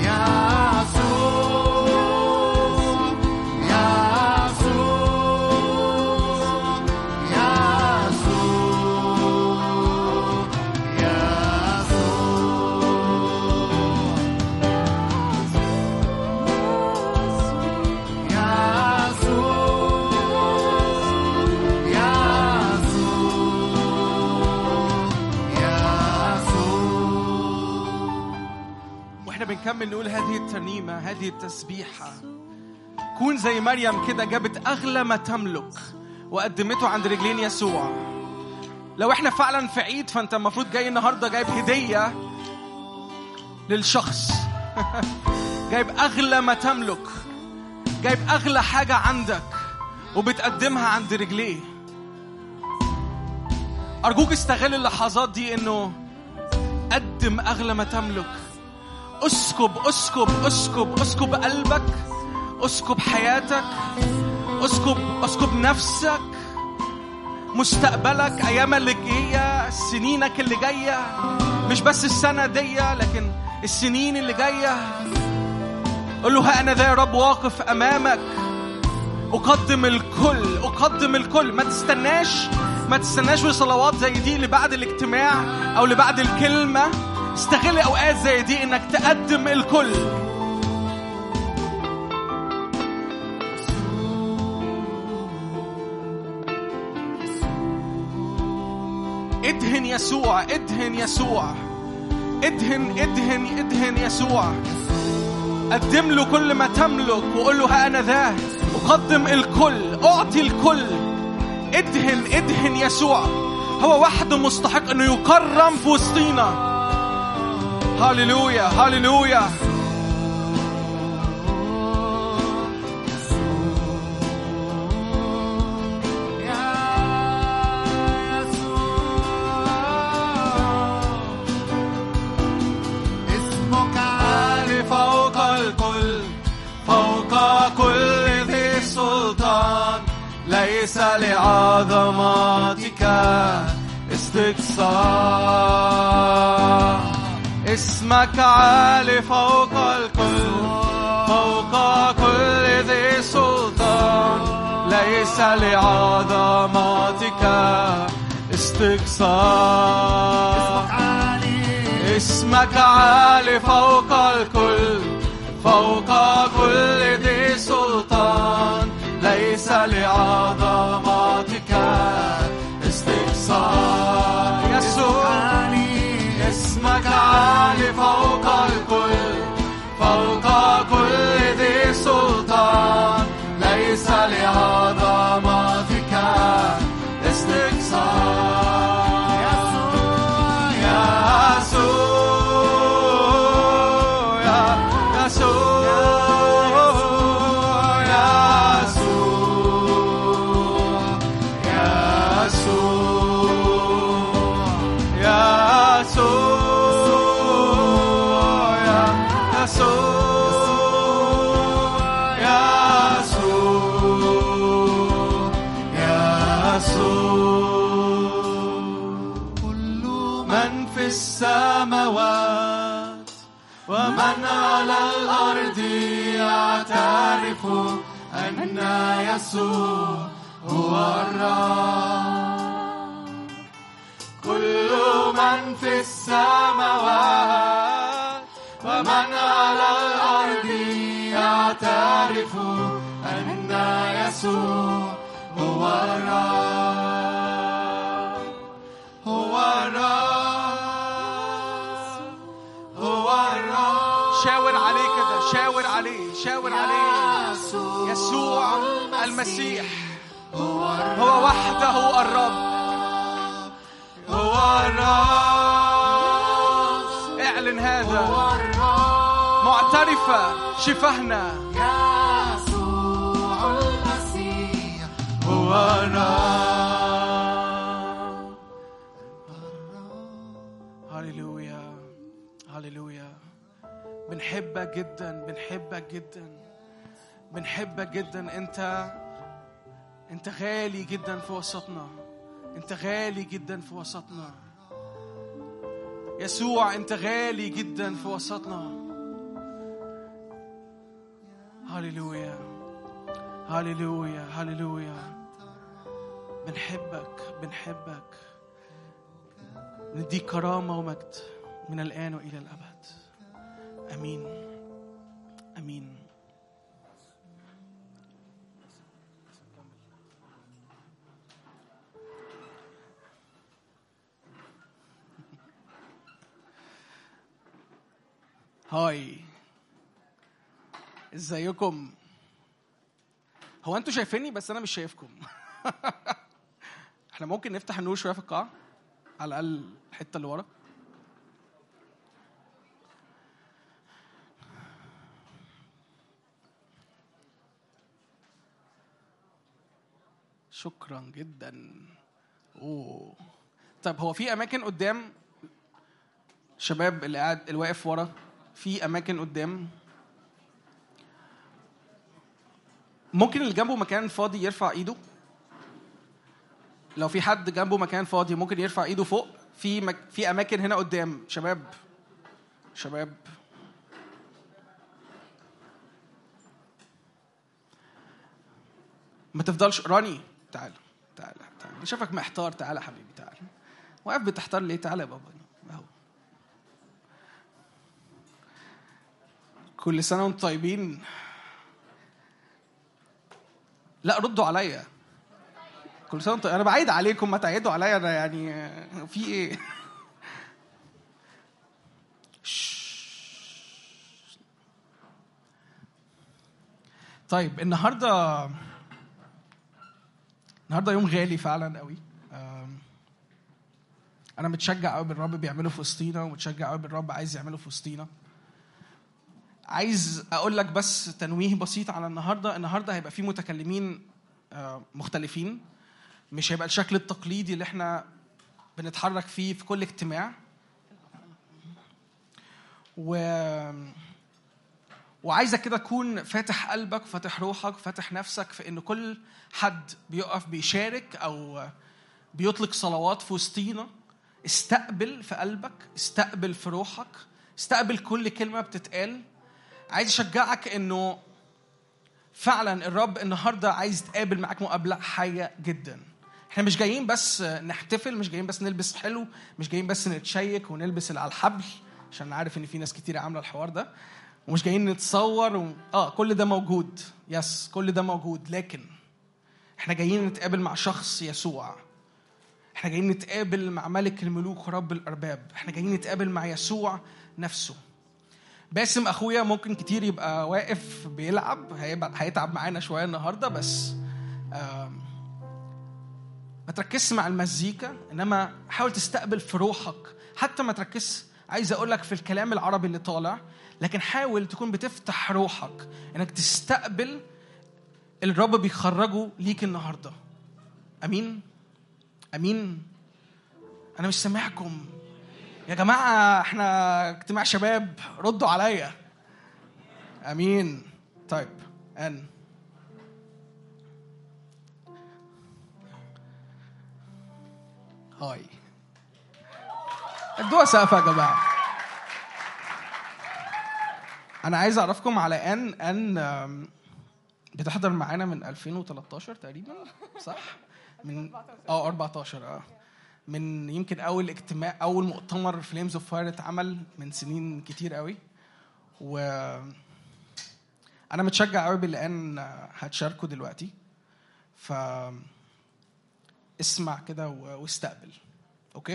S4: بنكمل نقول هذه الترنيمة، هذه التسبيحة. كون زي مريم كده، جابت أغلى ما تملك وقدمته عند رجلين يسوع. لو احنا فعلا في عيد، فانت المفروض جاي النهاردة جايب هدية للشخص. جايب أغلى ما تملك، جايب أغلى حاجة عندك وبتقدمها عند رجليه. أرجوك استغل اللحظات دي إنه قدم أغلى ما تملك. اسكب اسكب اسكب اسكب قلبك، اسكب حياتك، اسكب اسكب نفسك، مستقبلك، أيام اللي جاية، سنينك اللي جاية، مش بس السنة دي لكن السنين اللي جاية. قل له ها أنا ذا يا رب واقف أمامك، أقدم الكل أقدم الكل. ما تستناش ما تستناش بصلوات زي دي لبعد الاجتماع أو لبعد الكلمة. استغل أوقات زي دي إنك تقدم الكل. ادهن يسوع، ادهن يسوع، ادهن ادهن ادهن يسوع. قدم له كل ما تملك وقول له ها أنا ذا أقدم الكل، أعطي الكل. ادهن ادهن يسوع، هو وحده مستحق أنه يكرم في وسطينا. هاليلويا هاليلويا.
S2: اسمك عالي فوق الكل، فوق كل ذي سلطان، ليس لعظمتك استقصاء. اسمك عالي فوق الكل، فوق كل ذي سلطان، ليس لعظمتك استقصاء.
S4: اسمك عالي فوق الكل، فوق كل ذي سلطان، ليس لعظمتك استقصاء. يسوع اسمك عالي فوق الكل، فوق كل ذي سلطان، ليس لعظمتك استقصاء. يسوع يسوع يسوع السماوات ومن على الأرض يعترف أن يسوع هو الرب. كل من في السماوات ومن على الأرض يعترف أن يسوع هو الرب، هو الرب. شاور عليه كده، شاور عليه، شاور عليه. يسوع المسيح هو وحده الرب، هو الرب. اعلن هذا معترفة شفهنا.
S3: يسوع المسيح
S4: هو الرب. هللويا هللويا. بنحبك جدا، بنحبك جدا، بنحبك جدا. انت انت غالي جدا في وسطنا، انت غالي جدا في وسطنا. يسوع انت غالي جدا في وسطنا. هللويا هللويا هللويا. بنحبك بنحبك. نديك كرامة ومجد من الآن وإلى الأبد. أمين أمين. هاي، ازيكم؟ هو انتوا شايفيني بس انا مش شايفكم. احنا ممكن نفتح النور شويه في القاعه، على الاقل الحته اللي ورا. شكرا جدا. اوه طب هو في اماكن قدام شباب اللي قاعد اللي واقف ورا؟ في اماكن قدام؟ ممكن اللي جنبه مكان فاضي يرفع ايده. لو في حد جنبه مكان فاضي ممكن يرفع ايده فوق. في مك... في اماكن هنا قدام. شباب شباب ما تفضلش. راني تعال تعال تعال. شافك محتار. تعال يا حبيبي تعال. واقف بتحتار ليه؟ تعال يا بابا اهو. كل سنه وانتم طيبين. لا ردوا عليا. كل سنه وانتم. انا بعيد عليكم، ما تعيدوا عليا. انا يعني في ايه؟ طيب النهارده النهارده يوم غالي فعلا قوي. انا متشجع قوي بالرب بيعمله في وسطينا، ومتشجع قوي بالرب عايز يعمله في وسطينا. عايز اقول لك بس تنويه بسيط على النهارده. النهارده هيبقى فيه متكلمين مختلفين، مش هيبقى الشكل التقليدي اللي احنا بنتحرك فيه في كل اجتماع. و وعايزك كده تكون فاتح قلبك وفاتح روحك وفاتح نفسك في ان كل حد بيقف بيشارك او بيطلق صلوات في وسطينا، استقبل في قلبك، استقبل في روحك، استقبل كل كلمة بتتقال. عايز اشجعك انه فعلا الرب النهاردة عايز يتقابل معاك مقابلة حية جدا. احنا مش جايين بس نحتفل، مش جايين بس نلبس حلو، مش جايين بس نتشيك ونلبس اللي على الحبل. عشان عارف ان في ناس كتير عامله الحوار ده ومش جايين نتصور و... اه كل ده موجود. يس كل ده موجود، لكن احنا جايين نتقابل مع شخص يسوع. احنا جايين نتقابل مع ملك الملوك ورب الارباب. احنا جايين نتقابل مع يسوع نفسه. باسم اخويا ممكن كتير يبقى واقف بيلعب، هيبقى هيتعب معانا شويه النهارده، بس ما تركزش مع المزيكا، انما حاول تستقبل في روحك. حتى ما تركزش، عايز اقول لك في الكلام العربي اللي طالع، لكن حاول تكون بتفتح روحك انك تستقبل الرب بيخرجه ليك النهارده. امين امين. انا مش سامعكم يا جماعه، احنا اجتماع شباب، ردوا عليا. امين. طيب ان هاي ادوها سقفه يا جماعه. انا عايز اعرفكم على ان ان بتحضر معانا من ألفين وثلاثة عشر تقريبا، صح؟ من اه أربعتاشر اه من يمكن اول اجتماع، اول مؤتمر فليمز اوف فاير اتعمل من سنين كتير قوي. و انا متشجع قوي بالان هتشاركوا دلوقتي، ف اسمع كده واستقبل. اوكي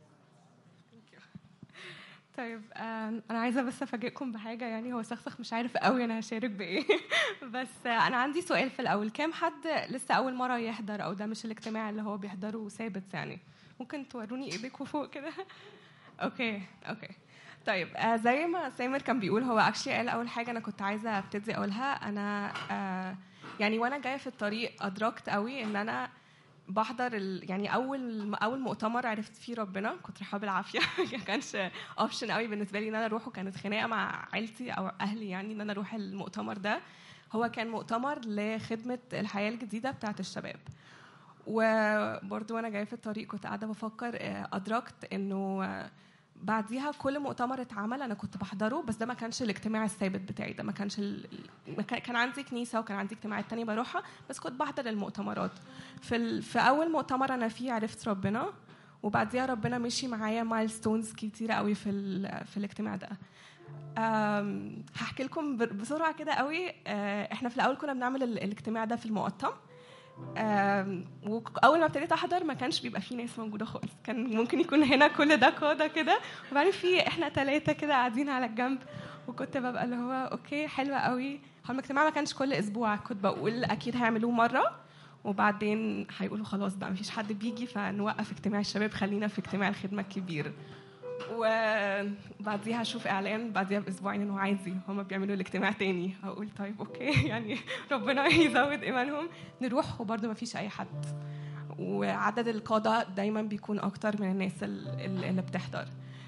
S5: طيب انا عايزه بس افاجئكم بحاجه، يعني هو سخسخ مش عارف قوي انا هشارك بايه بس انا عندي سؤال في الاول. كام حد لسه اول مره يحضر، او ده مش الاجتماع اللي هو بيحضره ثابت؟ يعني ممكن توروني ايديكم فوق كده اوكي اوكي طيب آه زي ما سامر كان بيقول، هو اكشلي قال اول حاجه انا كنت عايزه ابتدي اقولها. انا آه يعني وانا جايه في الطريق ادركت قوي ان انا بحضر ال... يعني اول اول مؤتمر عرفت فيه ربنا كنت رايحه بالعافيه ما كانش اوبشن قوي بالنسبه لي ان انا اروح، وكانت خناقه مع عيلتي او اهلي يعني ان انا اروح المؤتمر ده. هو كان مؤتمر لخدمه الحياه الجديده بتاعه الشباب. وبرضه وانا جايه في الطريق كنت قاعده بفكر، ادركت انه بعديها كل مؤتمر اتعمل انا كنت بحضره، بس ده ما كانش الاجتماع الثابت بتاعي. ده ما كانش ال... كان عندي كنيسه وكان عندي اجتماعات تانية بروحها، بس كنت بحضر المؤتمرات. في ال... في اول مؤتمر انا فيه عرفت ربنا، وبعديها ربنا مشي معايا مايلستونز كتير قوي في ال... في الاجتماع ده. أم... هحكي لكم بسرعه كده قوي. احنا في الاول كنا بنعمل ال... الاجتماع ده في المقطم. واول ما ابتديت احضر ما كانش بيبقى فيه ناس موجوده خالص، كان ممكن يكون هنا كل ده قاده كده، وبعدين في احنا ثلاثه كده قاعدين على الجنب. وكنت ببقى اللي هو اوكي حلوه قوي. هو الاجتماع ما كانش كل اسبوع، كنت بقول اكيد هيعملوه مره وبعدين هيقولوا خلاص بقى مفيش حد بيجي فنوقف اجتماع الشباب، خلينا في اجتماع الخدمه الكبير. وبعديها اشوف اعلان بعديها باسبوعين انه عايزي هما بيعملوا الاجتماع تاني، هقول طيب اوكي يعني ربنا يزود ايمانهم. نروح وبرده ما فيش اي حد، وعدد القاده دايما بيكون اكتر من الناس اللي بتحضر.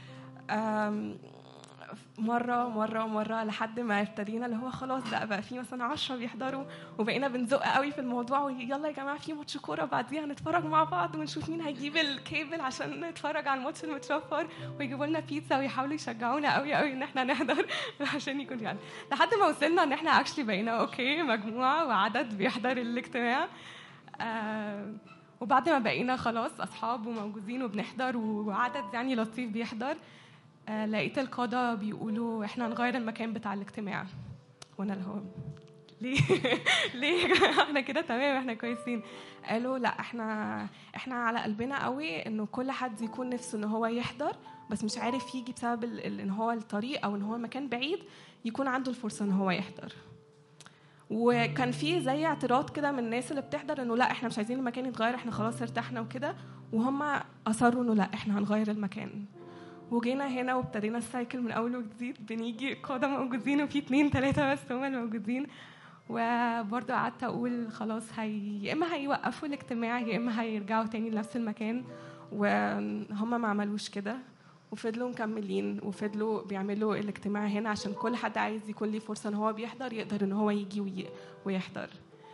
S5: مرة مرة مرة لحد ما ابتدينا اللي هو خلاص بقى بقى في مثلا عشرة بيحضروا، وبقينا بنزق قوي في الموضوع، ويلا يا جماعة في ماتش كورة بعديها نتفرج مع بعض ونشوف مين هيجيب الكيبل عشان نتفرج على الماتش المتشفر، ويجيبوا لنا بيتزا ويحاولوا يشجعونا قوي قوي ان احنا نحضر عشان يكون يعني لحد ما وصلنا ان احنا اكشلي بقينا اوكي مجموعة وعدد بيحضر الاجتماع. آه وبعد ما بقينا خلاص اصحاب وموجودين وبنحضر وعدد يعني لطيف بيحضر، آه لقيت القادة بيقولوا احنا هنغير المكان بتاع الاجتماع. وانا اللي هو ليه ليه احنا كده تمام احنا كويسين. قالوا لا احنا احنا على قلبنا قوي انه كل حد يكون نفسه ان هو يحضر بس مش عارف يجي بسبب ان هو الطريق او ان هو المكان بعيد، يكون عنده الفرصة ان هو يحضر. وكان في زي اعتراض كده من الناس اللي بتحضر انه لا احنا مش عايزين المكان يتغير، احنا خلاص ارتحنا وكده، وهم اصروا انه لا احنا هنغير المكان. وجينا هنا وابتدينا السايكل من اول وجديد، بنيجي قادة موجودين وفي اتنين تلاتة بس هم الموجودين. وبرضه قعدت اقول خلاص هي يا اما هيوقفوا الاجتماع يا اما هيرجعوا تاني لنفس المكان، وهم ما عملوش كده وفضلوا مكملين وفضلوا بيعملوا الاجتماع هنا عشان كل حد عايز يكون ليه فرصة ان هو بيحضر يقدر ان هو يجي ويحضر.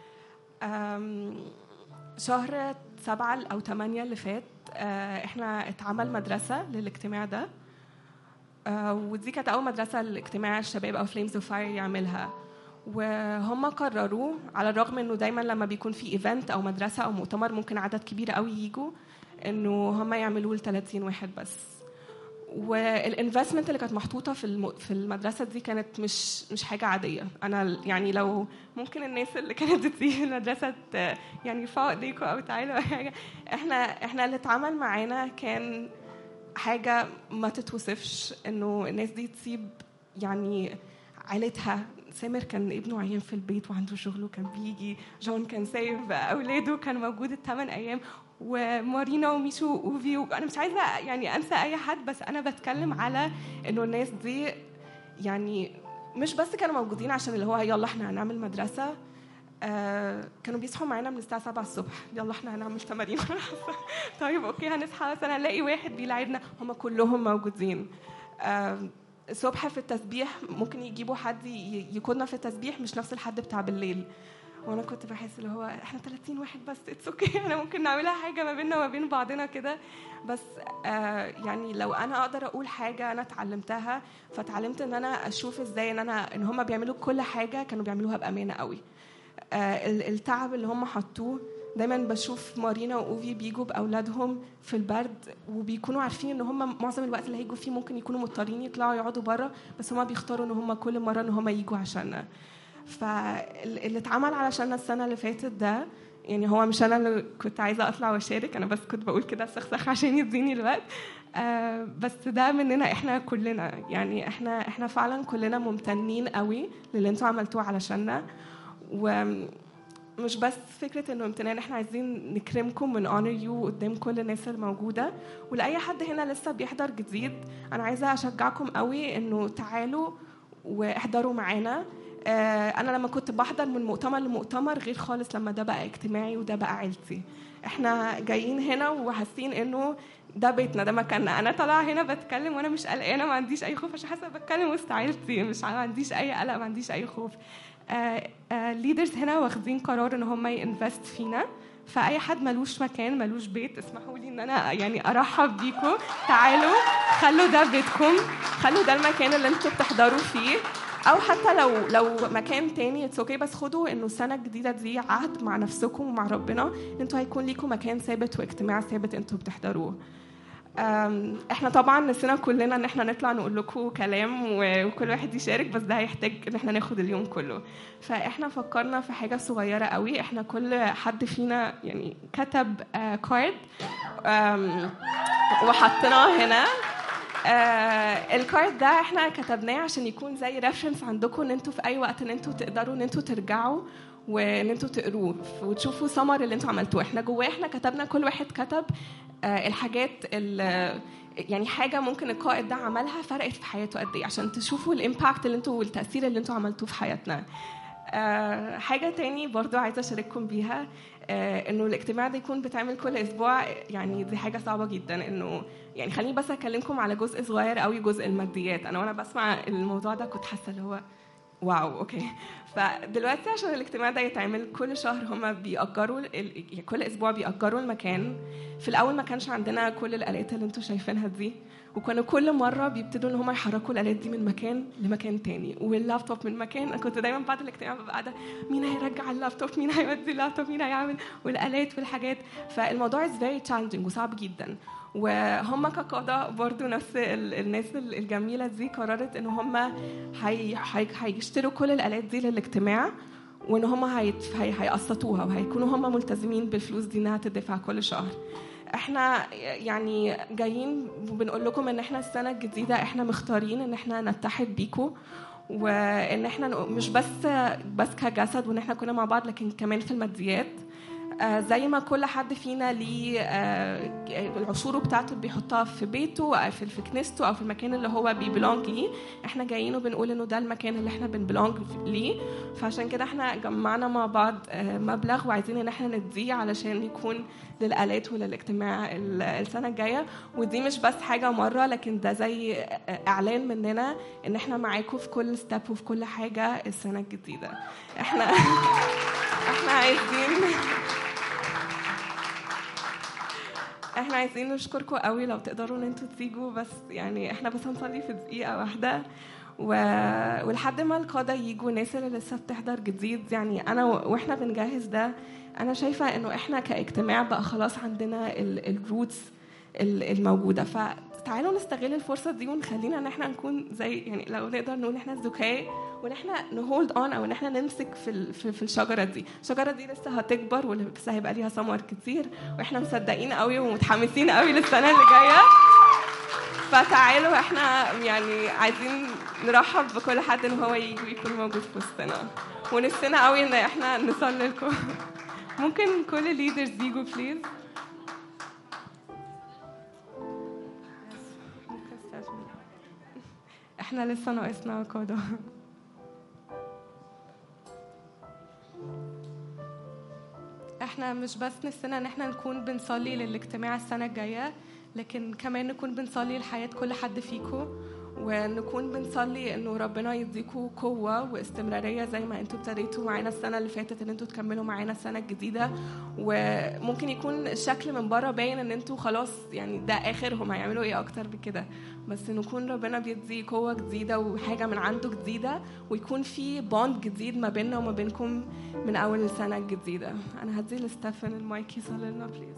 S5: شهر سبعة او ثمانية اللي فات احنا اتعمل مدرسة للاجتماع ده، ودي كانت اول مدرسة لاجتماع الشباب او فليمز اوف فاير يعملها. وهم قرروا على الرغم انه دايما لما بيكون في ايفنت او مدرسة او مؤتمر ممكن عدد كبير قوي يجوا، انه هم يعملوه ل ثلاثين واحد بس. والانفستمنت اللي كانت محطوطه في الم... في المدرسه دي كانت مش مش حاجه عاديه. انا يعني لو ممكن الناس اللي كانت بتيجي المدرسه يعني يرفعوا ايديكم او تعالوا حاجه، احنا احنا اللي اتعمل معانا كان حاجه ما تتوصفش، انه الناس دي تسيب يعني عائلتها. سامر كان ابنه عيان في البيت وعنده شغل وكان بيجي، جون كان سايب اولاده كان موجود الثمان ايام، ومارينا وميشو وأوفي، وأنا مش عايزة يعني أنسى أي حد، بس أنا بتكلم على إنه الناس دي يعني مش بس كانوا موجودين عشان اللي هو يلا إحنا هنعمل مدرسة، آه كانوا بيصحوا معانا من الساعة سبعة الصبح، يلا إحنا هنعمل تمارين. طيب أوكي هنصحى مثلا نلاقي واحد بيلاعبنا، هم كلهم موجودين. آه الصبح في التسبيح ممكن يجيبوا حد يكوننا في التسبيح مش نفس الحد بتاع بالليل، وانا كنت بحس اللي هو احنا ثلاثين واحد بس اتس اوكي، احنا ممكن نعملها حاجه ما بيننا وما بين بعضنا كده. بس آه يعني لو انا اقدر اقول حاجه انا اتعلمتها، فتعلمت ان انا اشوف ازاي ان انا ان هم بيعملوا كل حاجه كانوا بيعملوها بامانه قوي. آه التعب اللي هم حطوه، دايما بشوف مارينا واوفي بيجوا باولادهم في البرد وبيكونوا عارفين ان هم معظم الوقت اللي هيجوا فيه ممكن يكونوا مضطرين يطلعوا يقعدوا بره، بس هم بيختاروا ان هم كل مره ان هم يجوا عشاننا. فاللي اتعمل علشان السنة اللي فاتت ده، يعني هو مش أنا اللي كنت عايزة أطلع وأشارك، أنا بس كنت بقول كده سخسخ عشان يديني الوقت، آه بس ده مننا إحنا كلنا، يعني إحنا إحنا فعلا كلنا ممتنين قوي للي أنتوا عملتوه علشاننا. ومش بس فكرة إنه امتنان، إحنا عايزين نكرمكم من honor you قدام كل الناس الموجودة. ولأي حد هنا لسه بيحضر جديد، أنا عايزة أشجعكم قوي إنه تعالوا واحضروا معانا. أنا لما كنت بحضر من مؤتمر لمؤتمر غير خالص لما ده بقى اجتماعي وده بقى عيلتي. احنا جايين هنا وحاسين انه ده بيتنا، ده مكاننا. انا طالعه هنا بتكلم وانا مش قلقانه، ما عنديش اي خوف عشان حاسه بتكلم وسط عيلتي، مش ما عنديش اي قلق، ما عنديش اي خوف. ليدرز هنا واخدين قرار ان هم ينفست فينا، فاي حد ملوش مكان ملوش بيت، اسمحوا لي ان انا يعني ارحب بيكم. تعالوا خلوا ده بيتكم، خلوا ده المكان اللي انتوا بتحضروا فيه، او حتى لو لو مكان تاني اتس اوكي، بس خدوا انه السنه الجديده دي عهد مع نفسكم ومع ربنا ان انتوا هيكون ليكم مكان ثابت واجتماع ثابت انتوا بتحضروه. احنا طبعا نسينا كلنا ان احنا نطلع نقول لكم كلام وكل واحد يشارك، بس ده هيحتاج ان احنا ناخد اليوم كله. فاحنا فكرنا في حاجه صغيره قوي، احنا كل حد فينا يعني كتب كارد وحطيناه هنا. آه الكارد ده احنا كتبناه عشان يكون زي ريفرنس عندكم ان انتوا في اي وقت ان انتوا تقدروا ان انتوا ترجعوا وان انتوا تقروه وتشوفوا سمر اللي انتوا عملتوه. احنا جواه احنا كتبنا كل واحد كتب آه الحاجات يعني حاجه ممكن القائد ده عملها فرقت في حياته قد ايه، عشان تشوفوا الامباكت اللي انتوا والتاثير اللي انتوا عملتوه في حياتنا. آه حاجه تاني برضو عايزه اشارككم بيها، آه انه الاجتماع ده يكون بتعمل كل اسبوع، يعني دي حاجه صعبه جدا. انه يعني خليني بس اكلمكم على جزء صغير قوي، جزء الماديات. انا وانا بسمع الموضوع ده كنت حاسه اللي هو واو اوكي. فدلوقتي عشان الاجتماع ده يتعمل كل شهر هم بيأجروا كل اسبوع بيأجروا المكان. في الاول ما كانش عندنا كل الآلات اللي انتوا شايفينها دي، وكانوا كل مره بيبتدوا ان هم يحركوا الآلات دي من مكان لمكان تاني، واللابتوب من مكان. انا كنت دايما بعد الاجتماع ببقى قاعده مين هيرجع اللابتوب، مين هيودي اللابتوب، مين هيعمل، والآلات والحاجات. فالموضوع is very challenging وصعب جدا. وهم كقادة برضو نفس الناس الجميلة دي قررت ان هم هيشتروا كل الآلات دي للاجتماع، وان هم هيقسطوها وهيكونوا هم ملتزمين بالفلوس دي انها تدفع كل شهر. احنا يعني جايين وبنقول لكم ان احنا السنة الجديدة احنا مختارين ان احنا نتحد بيكم، وان احنا مش بس بس كجسد وان احنا كنا مع بعض، لكن كمان في الماديات. آه زي ما كل حد فينا ليه آه العشور بتاعته بيحطها في بيته أو في, في كنيسته أو في المكان اللي هو بيبلونج ليه، احنا جايين وبنقول انه ده المكان اللي احنا بنبلونج ليه. فعشان كده احنا جمعنا مع بعض آه مبلغ وعايزين ان احنا نديه علشان يكون للآلات وللاجتماع السنة الجاية. ودي مش بس حاجة مرة، لكن ده زي اعلان مننا ان احنا معاكم في كل ستيب وفي كل حاجة السنة الجديدة. احنا احنا عايزين احنا عايزين نشكركم قوي لو تقدروا ان انتوا تيجوا، بس يعني احنا بس هنصلي في دقيقه واحده و... ولحد ما القاده يجوا، الناس اللي لسه بتحضر جديد. يعني انا و... واحنا بنجهز ده، انا شايفه انه احنا كاجتماع بقى خلاص عندنا الروتس الموجوده. ف تعالوا نستغل الفرصة دي ونخلينا ان احنا نكون زي يعني لو نقدر نقول احنا الذكاء وان احنا نهولد اون او ان احنا نمسك في ال- في في الشجرة دي. الشجرة دي لسه هتكبر ولسه هيبقى ليها ثمر كتير واحنا مصدقين قوي ومتحمسين قوي للسنة اللي جاية. فتعالوا احنا يعني عايزين نرحب بكل حد ان هو يجي ويكون موجود في وسطنا ونفسنا قوي ان احنا نصلي لكم. ممكن كل الليدرز يجوا بليز. احنا لسه ناقصنا قادة. احنا مش بس نفسنا ان احنا نكون بنصلي للاجتماع السنة الجاية لكن كمان نكون بنصلي لحياة كل حد فيكم ونكون بنصلي انه ربنا يديكوا قوة واستمرارية زي ما انتوا ابتديتوا معانا السنة اللي فاتت ان انتوا تكملوا معانا السنة الجديدة. وممكن يكون الشكل من بره باين ان انتوا خلاص يعني ده اخرهم هيعملوا ايه اكتر بكده بس نكون ربنا بيدي قوة جديدة وحاجة من عنده جديدة ويكون في بوند جديد ما بيننا وما بينكم من اول السنة الجديدة. انا هدي لستيفن المايك يصلي لنا بليز.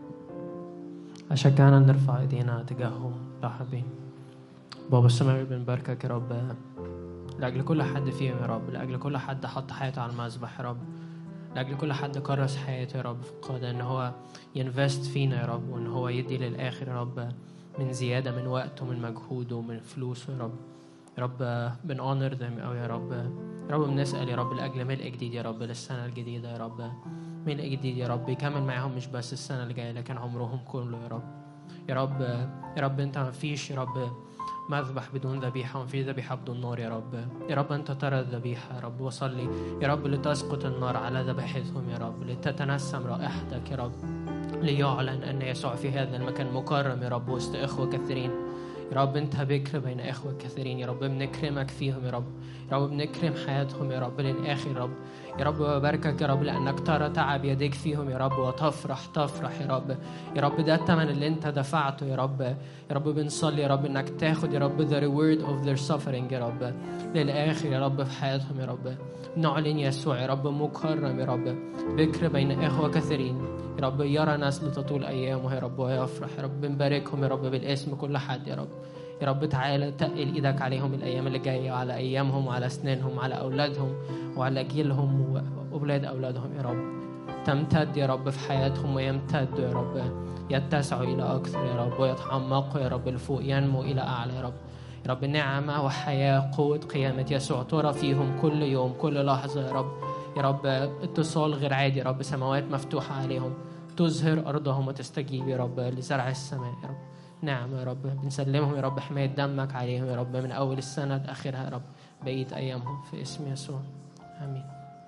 S6: أشجعنا نرفع ايدينا تجاههم يا حبيبي. بابا السماوي بنباركك يا رب لأجل كل حد فيهم يا رب، لأجل كل حد حط حياته على المذبح يا رب، لأجل كل حد كرس حياته يا رب في القادة إن هو ينفست فينا يا رب وإن هو يدي للآخر يا رب من زيادة من وقته ومن مجهوده ومن فلوسه يا رب. يا رب بنhonor them أو يا رب يا رب بنسأل يا رب لأجل ملء جديد يا رب للسنة الجديدة يا رب، ملء جديد يا رب يكمل معاهم مش بس السنة اللي جاية لكن عمرهم كله يا رب. يا رب يا رب أنت ما فيش يا رب مذبح بدون ذبيحة وما في ذبيحة بدون نار يا رب. يا رب أنت ترى الذبيحة يا رب وصلي يا رب لتسقط النار على ذبيحتهم يا رب لتتنسم رائحتك يا رب ليعلن أن يسوع في هذا المكان مكرم يا رب وسط إخوة كثيرين. يا رب أنت بكر بين إخوة كثيرين يا رب بنكرمك فيهم يا رب. يا رب بنكرم حياتهم يا رب للآخر يا رب. يا رب بباركك يا رب لأنك ترى تعب يديك فيهم يا رب وتفرح تفرح يا رب. يا رب ده الثمن اللي أنت دفعته يا رب. يا رب بنصلي يا رب أنك تاخد يا رب the reward of their suffering يا رب للآخر يا رب في حياتهم يا رب. نعلن يسوع يا رب مكرم يا رب بكر بين إخوة كثيرين يا رب يرى نسل تطول أيامه يا رب ويفرح يا رب. بنباركهم يا رب بالاسم كل حد يا رب. يا رب تعالى تقل إيدك عليهم الأيام اللي جاية وعلى أيامهم وعلى أسنانهم وعلى أولادهم وعلى جيلهم وأولاد أولادهم يا رب. تمتد يا رب في حياتهم ويمتد يا رب يتسعوا إلى أكثر يا رب ويتعمقوا يا رب لفوق ينمو إلى أعلى يا رب. يا رب نعمة وحياة قوة قيامة يسوع ترى فيهم كل يوم كل لحظة يا رب. يا رب اتصال غير عادي يا رب سماوات مفتوحة عليهم تزهر أرضهم وتستجيب يا رب لزرع السماء يا رب. نعم يا رب بنسلمهم يا رب حماية دمك عليهم يا رب من أول السنة لآخرها يا رب بقية أيامهم في اسم يسوع آمين.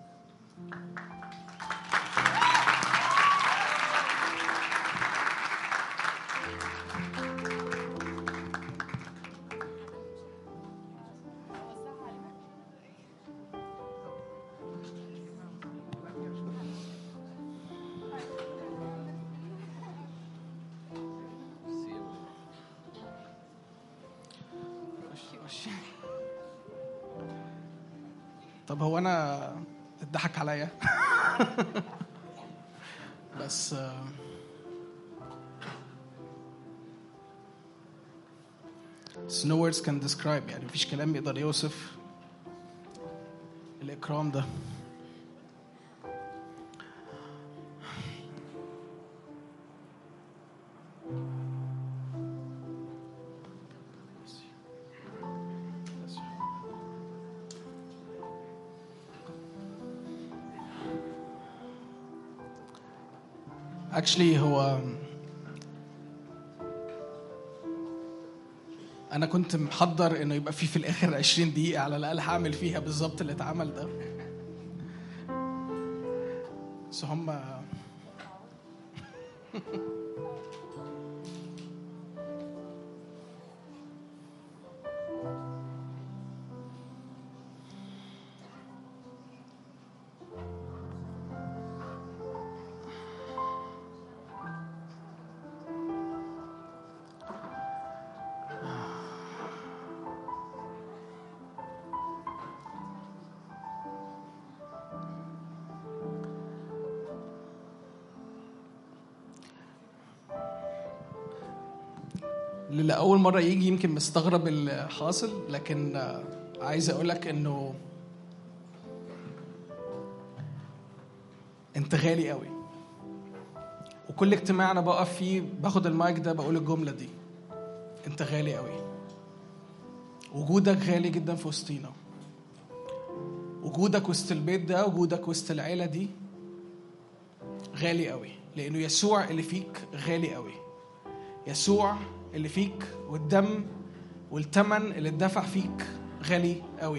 S4: طب هو انا اتضحك عليا بس no words can describe يعني مفيش كلام يقدر يوصف الإكرام ده. actually هو أنا كنت محضر إنه يبقى فيه في الآخر عشرين دقيقة على الأقل هعمل فيها بالظبط اللي اتعمل ده. بس هم
S7: اللي أول مرة يجي يمكن مستغرب الحاصل، لكن عايز أقولك إنه أنت غالي قوي. وكل اجتماع أنا بقف فيه باخد المايك ده بقول الجملة دي، أنت غالي قوي. وجودك غالي جدا في وسطينا، وجودك وسط البيت ده، وجودك وسط العيلة دي غالي قوي، لأنه يسوع اللي فيك غالي قوي. يسوع اللي فيك والدم والثمن اللي اتدفع فيك غالي قوي.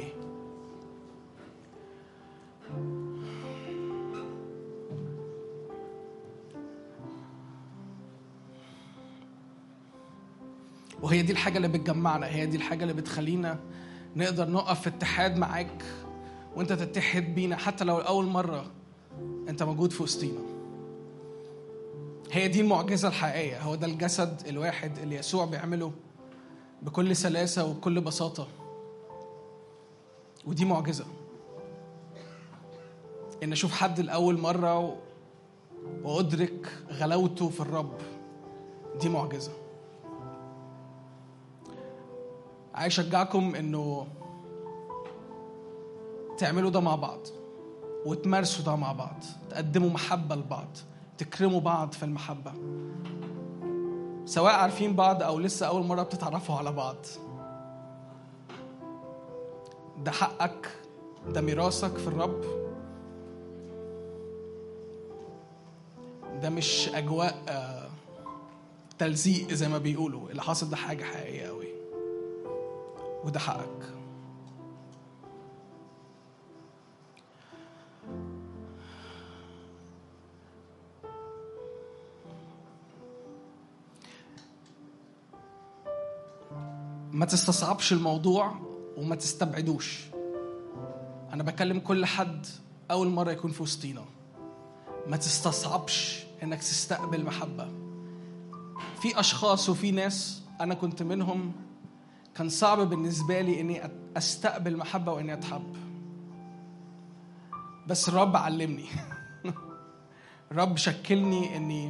S7: وهي دي الحاجة اللي بتجمعنا، هي دي الحاجة اللي بتخلينا نقدر نقف في اتحاد معاك وانت تتحد بينا حتى لو أول مرة انت موجود في وسطينا. هي دي المعجزة الحقيقية، هو ده الجسد الواحد اللي يسوع بيعمله بكل سلاسة وبكل بساطة. ودي معجزة إن أشوف حد الأول مرة وأدرك غلاوته في الرب، دي معجزة. عايز أشجعكم إنه تعملوا ده مع بعض وتمارسوا ده مع بعض، تقدموا محبة لبعض، تكرموا بعض في المحبة، سواء عارفين بعض أو لسه أول مرة بتتعرفوا على بعض. ده حقك، ده ميراثك في الرب. ده مش أجواء تلزيق زي ما بيقولوا، اللي حاصل ده حاجة حقيقية قوي، وده حقك. ما تستصعبش الموضوع وما تستبعدوش. أنا بكلم كل حد أول مرة يكون في وسطينا، ما تستصعبش إنك تستقبل محبة. في أشخاص وفي ناس أنا كنت منهم كان صعب بالنسبة لي إني أستقبل محبة وإني أتحب، بس الرب علمني الرب شكلني إني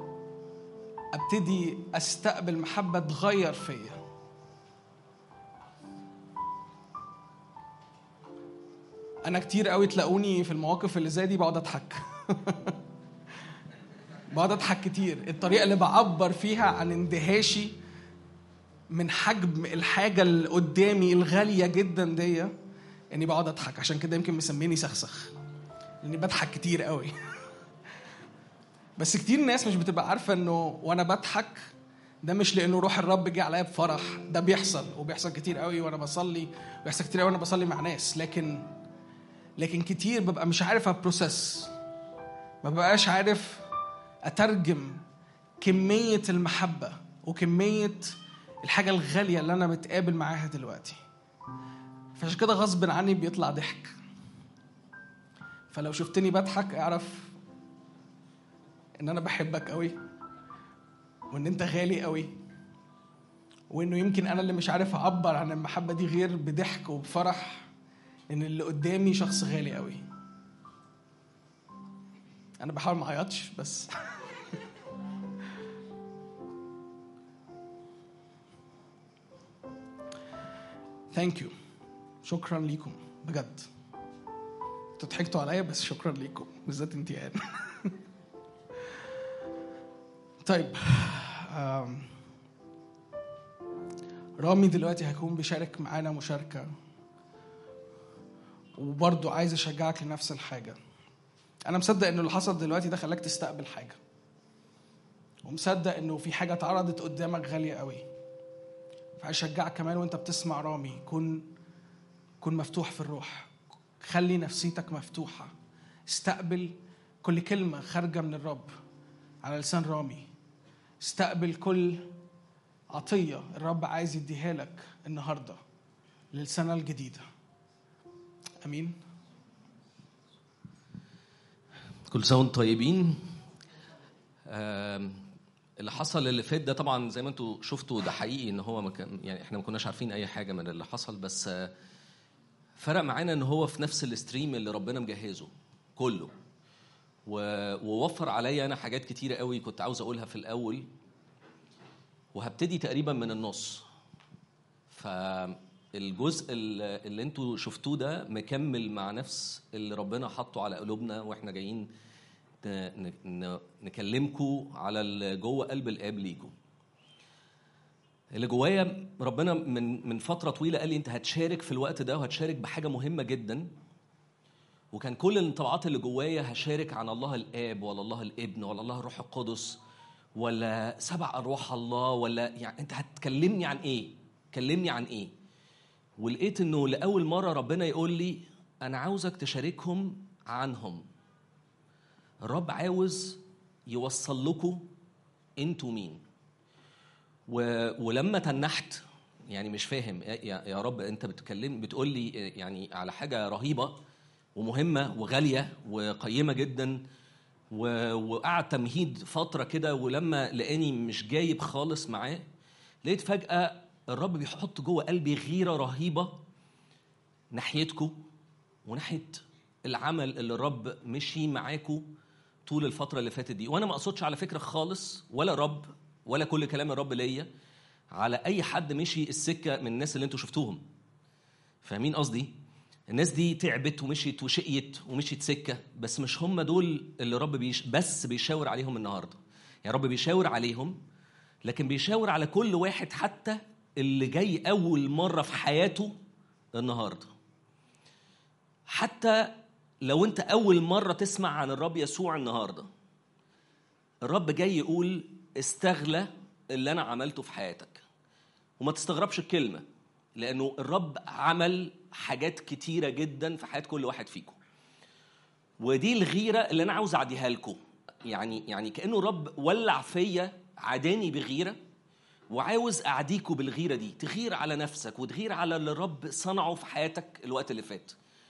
S7: أبتدي أستقبل محبة تغير فيا. أنا كتير قوي تلاقوني في المواقف اللي زي دي بقعد أضحك بقعد أضحك كتير. الطريقة اللي بعبر فيها عن اندهاشي من حجم الحاجة اللي قدامي الغالية جدا دي إني بقعد أضحك. عشان كده يمكن مسميني سخسخ، لأني بضحك كتير قوي بس كتير ناس مش بتبقى عارفة إنه وأنا بضحك ده مش لأنه روح الرب جه عليا بفرح. ده بيحصل وبيحصل كتير قوي وأنا بصلي، وبيحصل كتير قوي وأنا بصلي مع ناس، لكن لكن كتير ببقى مش عارف أبروسس، ما ببقاش عارف أترجم كمية المحبة وكمية الحاجة الغالية اللي أنا بتقابل معاها دلوقتي. فعشان كده غصب عني بيطلع ضحك. فلو شفتني بضحك اعرف إن أنا بحبك قوي، وإن أنت غالي قوي، وإنه يمكن أنا اللي مش عارف أعبر عن المحبة دي غير بضحك وبفرح إن اللي قدامي شخص غالي قوي. أنا بحاول ما أعيطش بس ثانك يو. شكرا ليكم بجد. انتوا ضحكتوا عليا بس شكرا ليكم، بالذات انتي يعني طيب رامي دلوقتي هيكون بيشارك معانا مشاركة، وبرضو عايز أشجعك لنفس الحاجة. أنا مصدق إنه اللي حصل دلوقتي ده خلاك تستقبل حاجة، ومصدق إنه في حاجة اتعرضت قدامك غالية قوي. فأشجعك كمان وإنت بتسمع رامي، كن كن مفتوح في الروح، خلي نفسيتك مفتوحة، استقبل كل كلمة خارجة من الرب على لسان رامي، استقبل كل عطية الرب عايز يديها لك النهاردة للسنة الجديدة. أمين.
S8: كل سنة وانتم طيبين. اللي حصل اللي فات ده طبعا زي ما انتم شفتوا ده حقيقي ان هو ما كان، يعني احنا ما كناش عارفين اي حاجة من اللي حصل، بس فرق معانا ان هو في نفس الاستريم اللي ربنا مجهزه كله، ووفر عليا انا حاجات كتيرة قوي كنت عاوز اقولها في الاول، وهبتدي تقريبا من النص. فالجزء اللي انتوا شفتوه ده مكمل مع نفس اللي ربنا حطه على قلوبنا واحنا جايين نكلمكم على اللي جوه قلب الاب ليكم. اللي جوايا ربنا من من فتره طويله قال لي انت هتشارك في الوقت ده وهتشارك بحاجه مهمه جدا. وكان كل الانطباعات اللي جوايا هشارك عن الله الاب ولا الله الابن ولا الله الروح القدس ولا سبع ارواح الله، ولا يعني انت هتكلمني عن ايه؟ كلمني عن ايه؟ ولقيت انه لاول مره ربنا يقول لي انا عاوزك تشاركهم عنهم. الرب عاوز يوصل لكم انتوا مين. و... ولما تنحت يعني مش فاهم يا... يا رب انت بتكلم بتقول لي يعني على حاجه رهيبه ومهمه وغاليه وقيمه جدا، و... وقعد تمهيد فتره كده، ولما لقاني مش جايب خالص معاه لقيت فجاه الرب بيحط جوه قلبي غيره رهيبه ناحيتكم وناحيه العمل اللي الرب مشي معاكم طول الفتره اللي فاتت دي. وانا ما اقصدش على فكره خالص ولا رب ولا كل كلام الرب ليا على اي حد مشي السكه من الناس اللي انتوا شفتوهم. فاهمين قصدي؟ الناس دي تعبت ومشيت وشقيت ومشيت سكه، بس مش هم دول اللي الرب بيش بس بيشاور عليهم النهارده. يعني الرب بيشاور عليهم، لكن بيشاور على كل واحد حتى اللي جاي اول مره في حياته النهارده. حتى لو انت اول مره تسمع عن الرب يسوع النهارده، الرب جاي يقول استغلى اللي انا عملته في حياتك. وما تستغربش الكلمه، لانه الرب عمل حاجات كتيره جدا في حياه كل واحد فيكم. ودي الغيره اللي انا عاوز اعديها لكم. يعني يعني كانه الرب ولع فيا، عداني بغيره، وعاوز اعديكم بالغيره دي. تغير على نفسك وتغير على اللي الرب صنعه في حياتك الوقت اللي فات.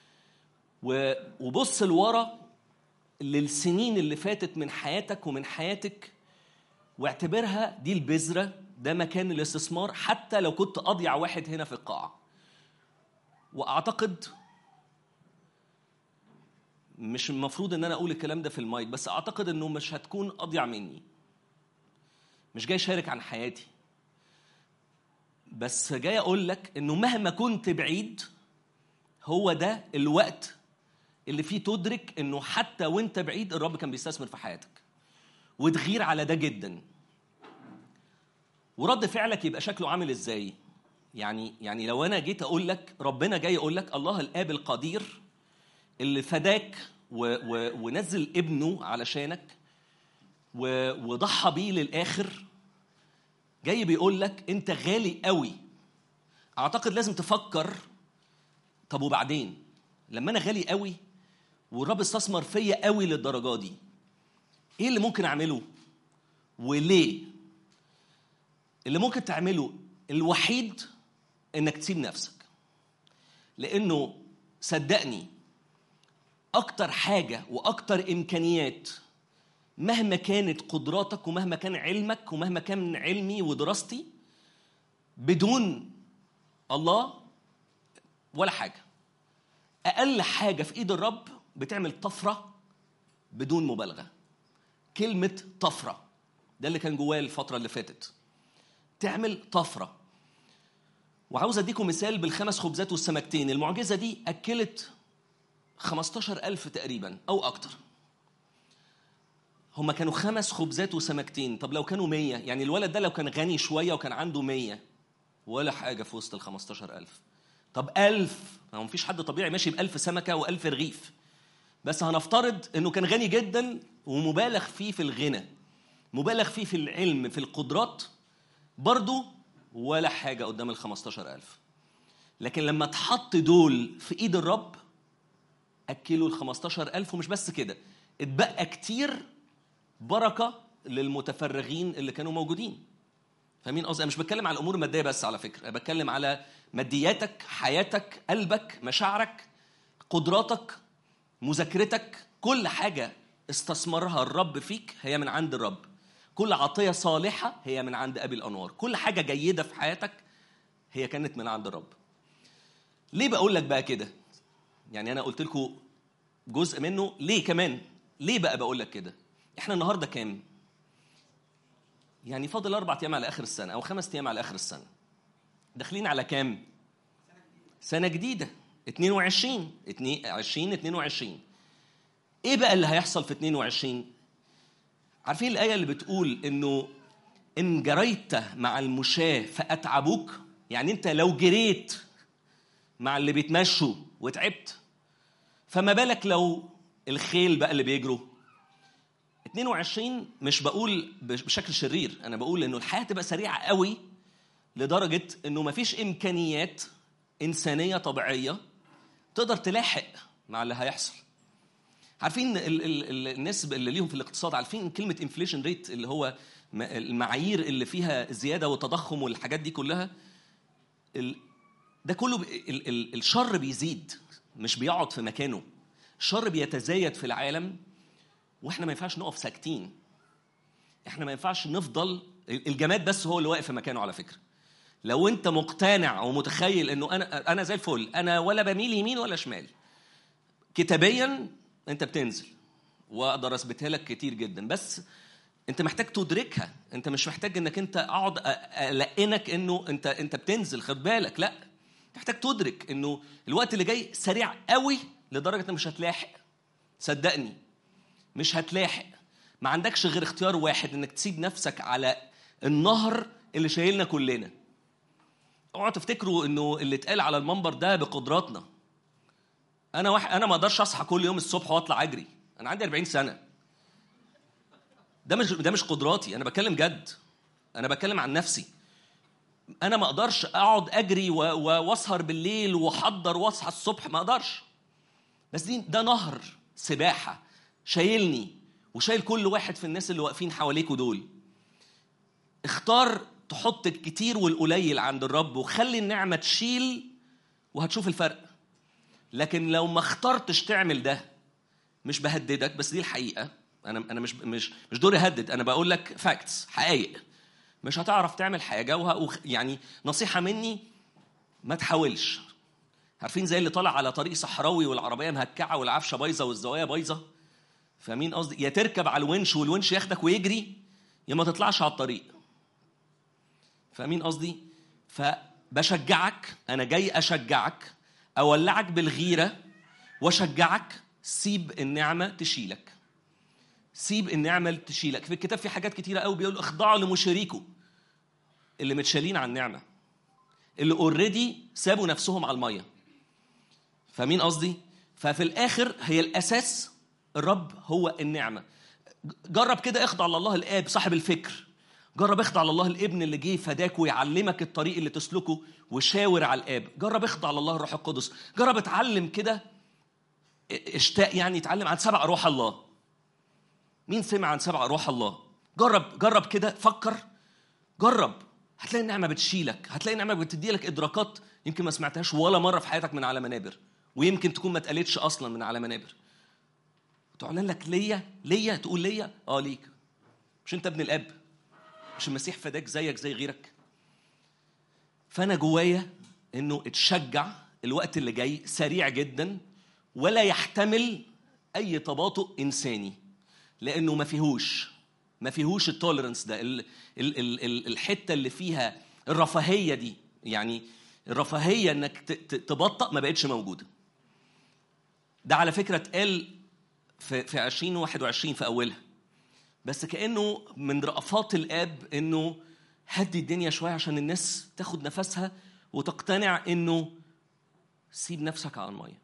S8: وبص لورا للسنين اللي فاتت من حياتك ومن حياتك، واعتبرها دي البذرة، ده مكان الاستثمار، حتى لو كنت أضيع واحد هنا في القاعة. وأعتقد مش المفروض أن أنا أقول الكلام ده في المايك، بس أعتقد أنه مش هتكون أضيع مني. مش جاي أشارك عن حياتي، بس جاي أقول لك أنه مهما كنت بعيد، هو ده الوقت اللي فيه تدرك أنه حتى وانت بعيد الرب كان بيستثمر في حياتك، وتغير على ده جدا. ورد فعلك يبقى شكله عامل ازاي؟ يعني يعني لو انا جيت اقول لك ربنا جاي يقول لك الله الاب القدير اللي فداك و و ونزل ابنه علشانك و وضحى بيه للاخر، جاي بيقول لك انت غالي قوي. اعتقد لازم تفكر، طب وبعدين لما انا غالي قوي والرب استثمر فيا قوي للدرجه دي، ايه اللي ممكن اعمله وليه؟ اللي ممكن تعمله الوحيد انك تسيب نفسك. لانه صدقني اكتر حاجه واكتر امكانيات مهما كانت قدراتك ومهما كان علمك ومهما كان علمي ودراستي، بدون الله ولا حاجه. اقل حاجه في ايد الرب بتعمل طفره بدون مبالغه. كلمة طفرة ده اللي كان جوايا الفترة اللي فاتت، تعمل طفرة. وعاوز أديكم مثال بالخمس خبزات والسمكتين. المعجزة دي أكلت خمستاشر ألف تقريبا أو أكتر. هما كانوا خمس خبزات وسمكتين. طب لو كانوا مية، يعني الولد ده لو كان غني شوية وكان عنده مية، ولا حاجة في وسط الخمستاشر ألف. طب ألف، ما مفيش حد طبيعي ماشي بألف سمكة وألف رغيف. بس هنفترض انه كان غني جدا ومبالغ فيه في الغنى، مبالغ فيه في العلم، في القدرات، برضو ولا حاجة قدام الخمستاشر ألف. لكن لما تحط دول في ايد الرب اكلوا الخمستاشر ألف. ومش بس كده، اتبقى كتير بركة للمتفرغين اللي كانوا موجودين. فاهمين قصدي؟ انا مش بتكلم على الامور المادية بس على فكرة، انا بتكلم على مادياتك، حياتك، قلبك، مشاعرك، قدراتك، مذاكرتك. كل حاجة استثمرها الرب فيك هي من عند الرب. كل عطية صالحة هي من عند أبي الأنوار. كل حاجة جيدة في حياتك هي كانت من عند الرب. ليه بقول لك بقى كده؟ يعني أنا قلت لكم جزء منه. ليه كمان؟ ليه بقى بقول لك كده؟ إحنا النهاردة كام؟ يعني فاضل أربع أيام على آخر السنة أو خمس أيام على آخر السنة. داخلين على كام؟ سنة جديدة اتنين وعشرين عشرين اتنين وعشرين. إيه بقى اللي هيحصل في اتنين وعشرين؟ عارفين الآية اللي بتقول إنه إن جريت مع المشاة فأتعبوك؟ يعني أنت لو جريت مع اللي بيتمشوا وتعبت، فما بالك لو الخيل بقى اللي بيجروا. اتنين وعشرين مش بقول بشكل شرير، أنا بقول إنه الحياة تبقى سريعة قوي لدرجة إنه مفيش إمكانيات إنسانية طبيعية تقدر تلاحق مع اللي هيحصل. عارفين ال ال الناس اللي ليهم في الاقتصاد عارفين كلمة inflation rate اللي هو المعايير اللي فيها زيادة وتضخم والحاجات دي كلها. ده كله ال ال الشر بيزيد مش بيقعد في مكانه. الشر بيتزايد في العالم واحنا ما ينفعش نقف ساكتين. احنا ما ينفعش نفضل الجماد بس هو اللي واقف في مكانه. على فكرة لو انت مقتنع ومتخيل انه انا انا زي الفل، انا ولا بميل يمين ولا شمال، كتابيا انت بتنزل واقدر اثبتها لك كتير جدا، بس انت محتاج تدركها. انت مش محتاج انك انت اقعد القنك انه انت انت بتنزل، خد بالك، لا، محتاج تدرك انه الوقت اللي جاي سريع قوي لدرجه انك مش هتلاحق. صدقني مش هتلاحق. ما عندكش غير اختيار واحد، انك تسيب نفسك على النهر اللي شايلنا كلنا. اوعوا تفتكروا انه اللي اتقال على المنبر ده بقدراتنا. انا واحد انا ما اقدرش اصحى كل يوم الصبح واطلع اجري. انا عندي أربعين سنة. ده مش ده مش قدراتي. انا بتكلم جد، انا بتكلم عن نفسي. انا ما اقدرش اقعد اجري واسهر بالليل واحضر واصحى الصبح، ما اقدرش. بس دي ده نهر سباحه شايلني وشايل كل واحد في الناس اللي واقفين حواليكوا دول. اختار تحط الكتير والقليل عند الرب وخلي النعمه تشيل وهتشوف الفرق. لكن لو ما اخترتش تعمل ده، مش بهددك بس دي الحقيقه، انا انا مش مش مش دوري اهدد، انا بقول لك فاكتس، حقائق. مش هتعرف تعمل حاجه وه... يعني نصيحه مني ما تحاولش. عارفين زي اللي طالع على طريق صحراوي والعربيه مهكعه والعفشه بايظه والزوايا بايظه؟ فاهمين قصدي؟ يا تركب على الونش والونش ياخدك ويجري، يا ما تطلعش على الطريق. فاهمين قصدي؟ فبشجعك، انا جاي اشجعك، اولعك بالغيره واشجعك. سيب النعمه تشيلك، سيب النعمه تشيلك. في الكتاب في حاجات كتيره قوي بيقول اخضعوا لمشاريكوا اللي متشالين عن النعمه، اللي اوريدي سابوا نفسهم على الميه. فاهمين قصدي؟ ففي الاخر هي الاساس الرب هو النعمه. جرب كده اخضع لله الاب صاحب الفكر. جرب اخضع لله الابن اللي جه فداك ويعلمك الطريق اللي تسلكه وشاور على الاب. جرب اخضع لله الروح القدس. جرب اتعلم كده، اشتاق يعني اتعلم عن سبع اروح الله. مين سمع عن سبع اروح الله؟ جرب جرب كده، فكر، جرب. هتلاقي النعمه بتشيلك، هتلاقي النعمه بتدي لك ادراكات يمكن ما سمعتهاش ولا مره في حياتك من على منابر، ويمكن تكون ما اتقالتش اصلا من على منابر. تعلن لك ليا ليا تقول ليا اه ليك. مش انت ابن الاب؟ مش المسيح فداك زيك زي غيرك؟ فانا جوايا انه اتشجع. الوقت اللي جاي سريع جدا ولا يحتمل اي تباطؤ انساني، لانه ما فيهوش ما فيهوش التوليرنس ده، ال ال ال الحته اللي فيها الرفاهيه دي. يعني الرفاهيه انك تبطأ ما بقتش موجوده. ده على فكره اتقال في في عشرين واحد وعشرين في اولها، بس كانه من رأفات الاب انه هدي الدنيا شويه عشان الناس تاخد نفسها وتقتنع انه سيب نفسك على الميه.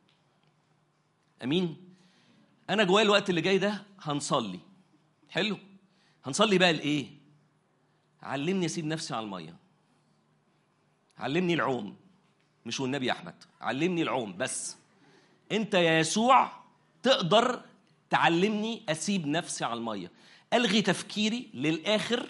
S8: امين. انا جوايا الوقت اللي جاي ده هنصلي. حلو. هنصلي بقى لايه؟ علمني اسيب نفسي على الميه. علمني العوم، مش والنبي احمد، علمني العوم بس. انت يا يسوع تقدر تعلمني اسيب نفسي على الميه. الغي تفكيري للاخر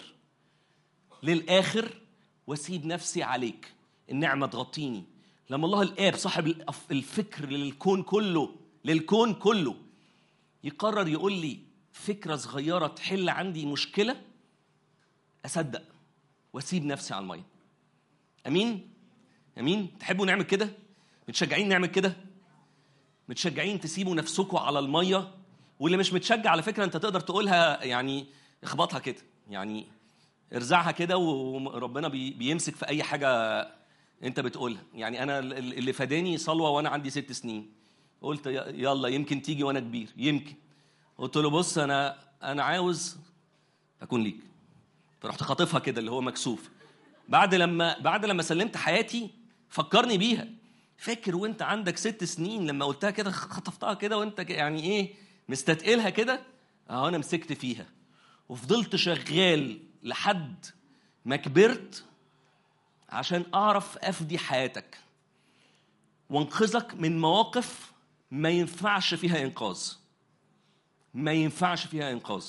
S8: للاخر واسيب نفسي عليك. النعمه تغطيني. لما الله الاب صاحب الفكر للكون كله للكون كله يقرر يقول لي فكره صغيره تحل عندي مشكله، اصدق واسيب نفسي على الميه. امين امين. تحبوا نعمل كده؟ متشجعين نعمل كده؟ متشجعين تسيبوا نفسكم على الميه؟ واللي مش متشجع على فكره انت تقدر تقولها، يعني اخبطها كده، يعني ارزعها كده وربنا بي بيمسك في اي حاجه انت بتقولها. يعني انا اللي فاداني صلوه وانا عندي ست سنين، قلت يلا يمكن تيجي وانا كبير، يمكن. قلت له بص انا انا عاوز اكون ليك. فرحت خاطفها كده اللي هو مكسوف. بعد لما بعد لما سلمت حياتي فكرني بيها. فاكر وانت عندك ست سنين لما قلتها كده، خطفتها كده وانت يعني ايه مستتقلها كده؟ اهو انا مسكت فيها وفضلت شغال لحد ما كبرت عشان اعرف افدي حياتك وانقذك من مواقف ما ينفعش فيها انقاذ، ما ينفعش فيها انقاذ.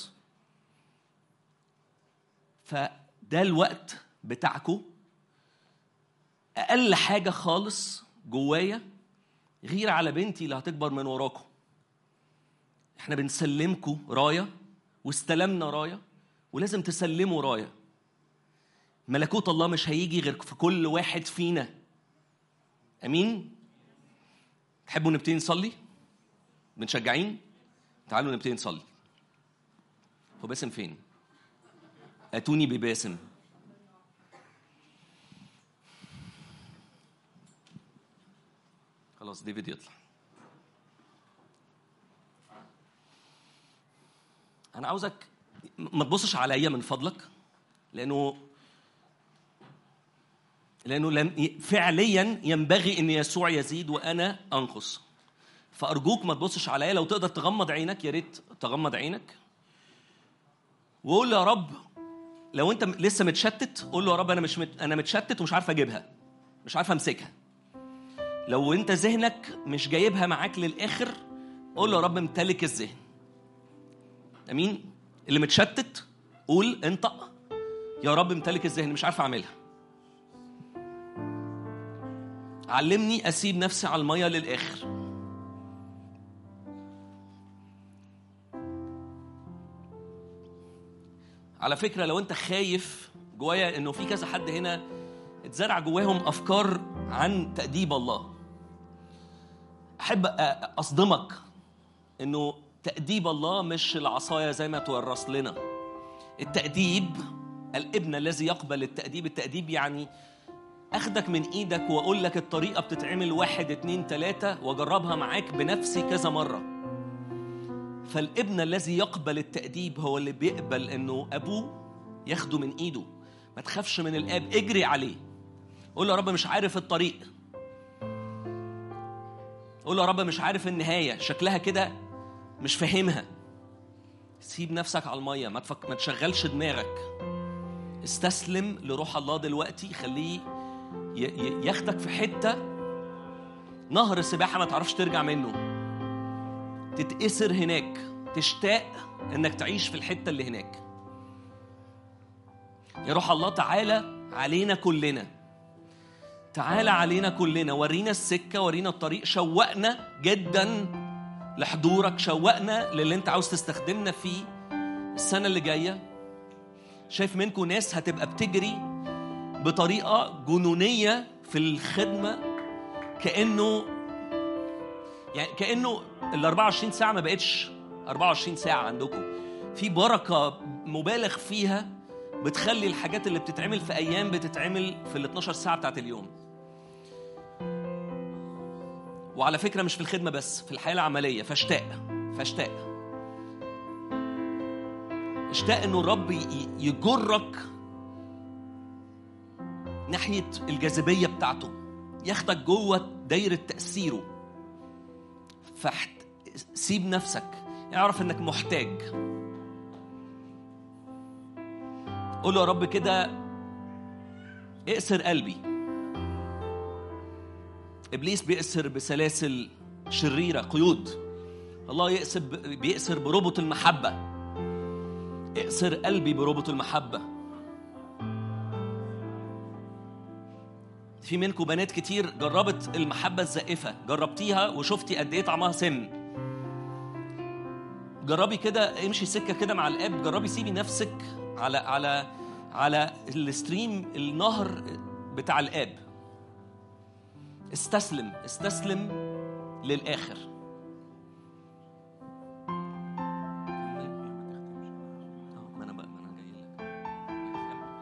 S8: فده الوقت بتاعكم. اقل حاجه خالص جوايا غير على بنتي اللي هتكبر من وراكم. احنا بنسلمكم رايه واستلمنا رايه ولازم تسلموا رايه. ملكوت الله مش هيجي غير في كل واحد فينا. امين. تحبوا نبتدي نصلي؟ بنشجعين؟ تعالوا نبتدي نصلي. هو باسم فين؟ اتوني بباسم. خلاص ديفيد يطلع. انا عاوزك ما تبصش عليا من فضلك، لانه لانه لم فعليا ينبغي ان يسوع يزيد وانا انقص. فارجوك ما تبصش عليا. لو تقدر تغمض عينك يا ريت تغمض عينك وقول يا رب. لو انت لسه متشتت قول له يا رب انا مش مت... انا متشتت ومش عارف اجيبها، مش عارف امسكها. لو انت ذهنك مش جايبها معاك للاخر قول له يا رب امتلك الذهن. امين. اللي متشتت قول انطق يا رب امتلك الذهن، مش عارف اعملها. علمني اسيب نفسي على الميه للاخر. على فكره لو انت خايف جوايا انه في كذا حد هنا اتزرع جواهم افكار عن تأديب الله، احب اصدمك انه تأديب الله مش العصايه زي ما تورث لنا. التأديب الابن الذي يقبل التأديب. التأديب يعني اخدك من ايدك واقول لك الطريقه بتتعمل واحد اتنين تلاته واجربها معاك بنفسي كذا مره. فالابن الذي يقبل التأديب هو اللي بيقبل انه ابوه ياخده من ايده. ما تخافش من الاب، اجري عليه. قول له يا رب مش عارف الطريق. قول له يا رب مش عارف النهايه شكلها كده، مش فاهمها. سيب نفسك على الميه، ما تفك... ما تشغلش دماغك. استسلم لروح الله دلوقتي. خليه ي... ي... ياخدك في حته نهر السباحه ما تعرفش ترجع منه. تتأثر هناك، تشتاق انك تعيش في الحته اللي هناك. يا روح الله تعالى علينا كلنا، تعالى علينا كلنا. ورينا السكه، ورينا الطريق. شوقنا جدا لحضورك، شوقنا للي انت عاوز تستخدمنا فيه السنه اللي جايه. شايف منكم ناس هتبقى بتجري بطريقه جنونيه في الخدمه، كانه يعني كانه ال أربعة وعشرين ساعه ما بقتش أربعة وعشرين ساعه عندكم. في بركه مبالغ فيها بتخلي الحاجات اللي بتتعمل في ايام بتتعمل في ال اتناشر ساعه بتاعت اليوم. وعلى فكره مش في الخدمه بس، في الحياه العمليه. فاشتاق فاشتاق اشتاق انه الرب يجرك ناحيه الجاذبيه بتاعته، ياخدك جوه دايره تاثيره. فسيب نفسك، اعرف انك محتاج. قول له يا رب كده اقسر قلبي. ابليس بيأسر بسلاسل شريره، قيود. الله يأسر بيأسر بربط المحبه. اقسر قلبي بربط المحبه. في منكم بنات كتير جربت المحبه الزائفه، جربتيها وشفتي قد ايه طعمها سم. جربي كده، امشي سكه كده مع الاب. جربي سيبي نفسك على على على الستريم، النهر بتاع الاب. استسلم استسلم للاخر. ما انا بقى ما انا جاي لك.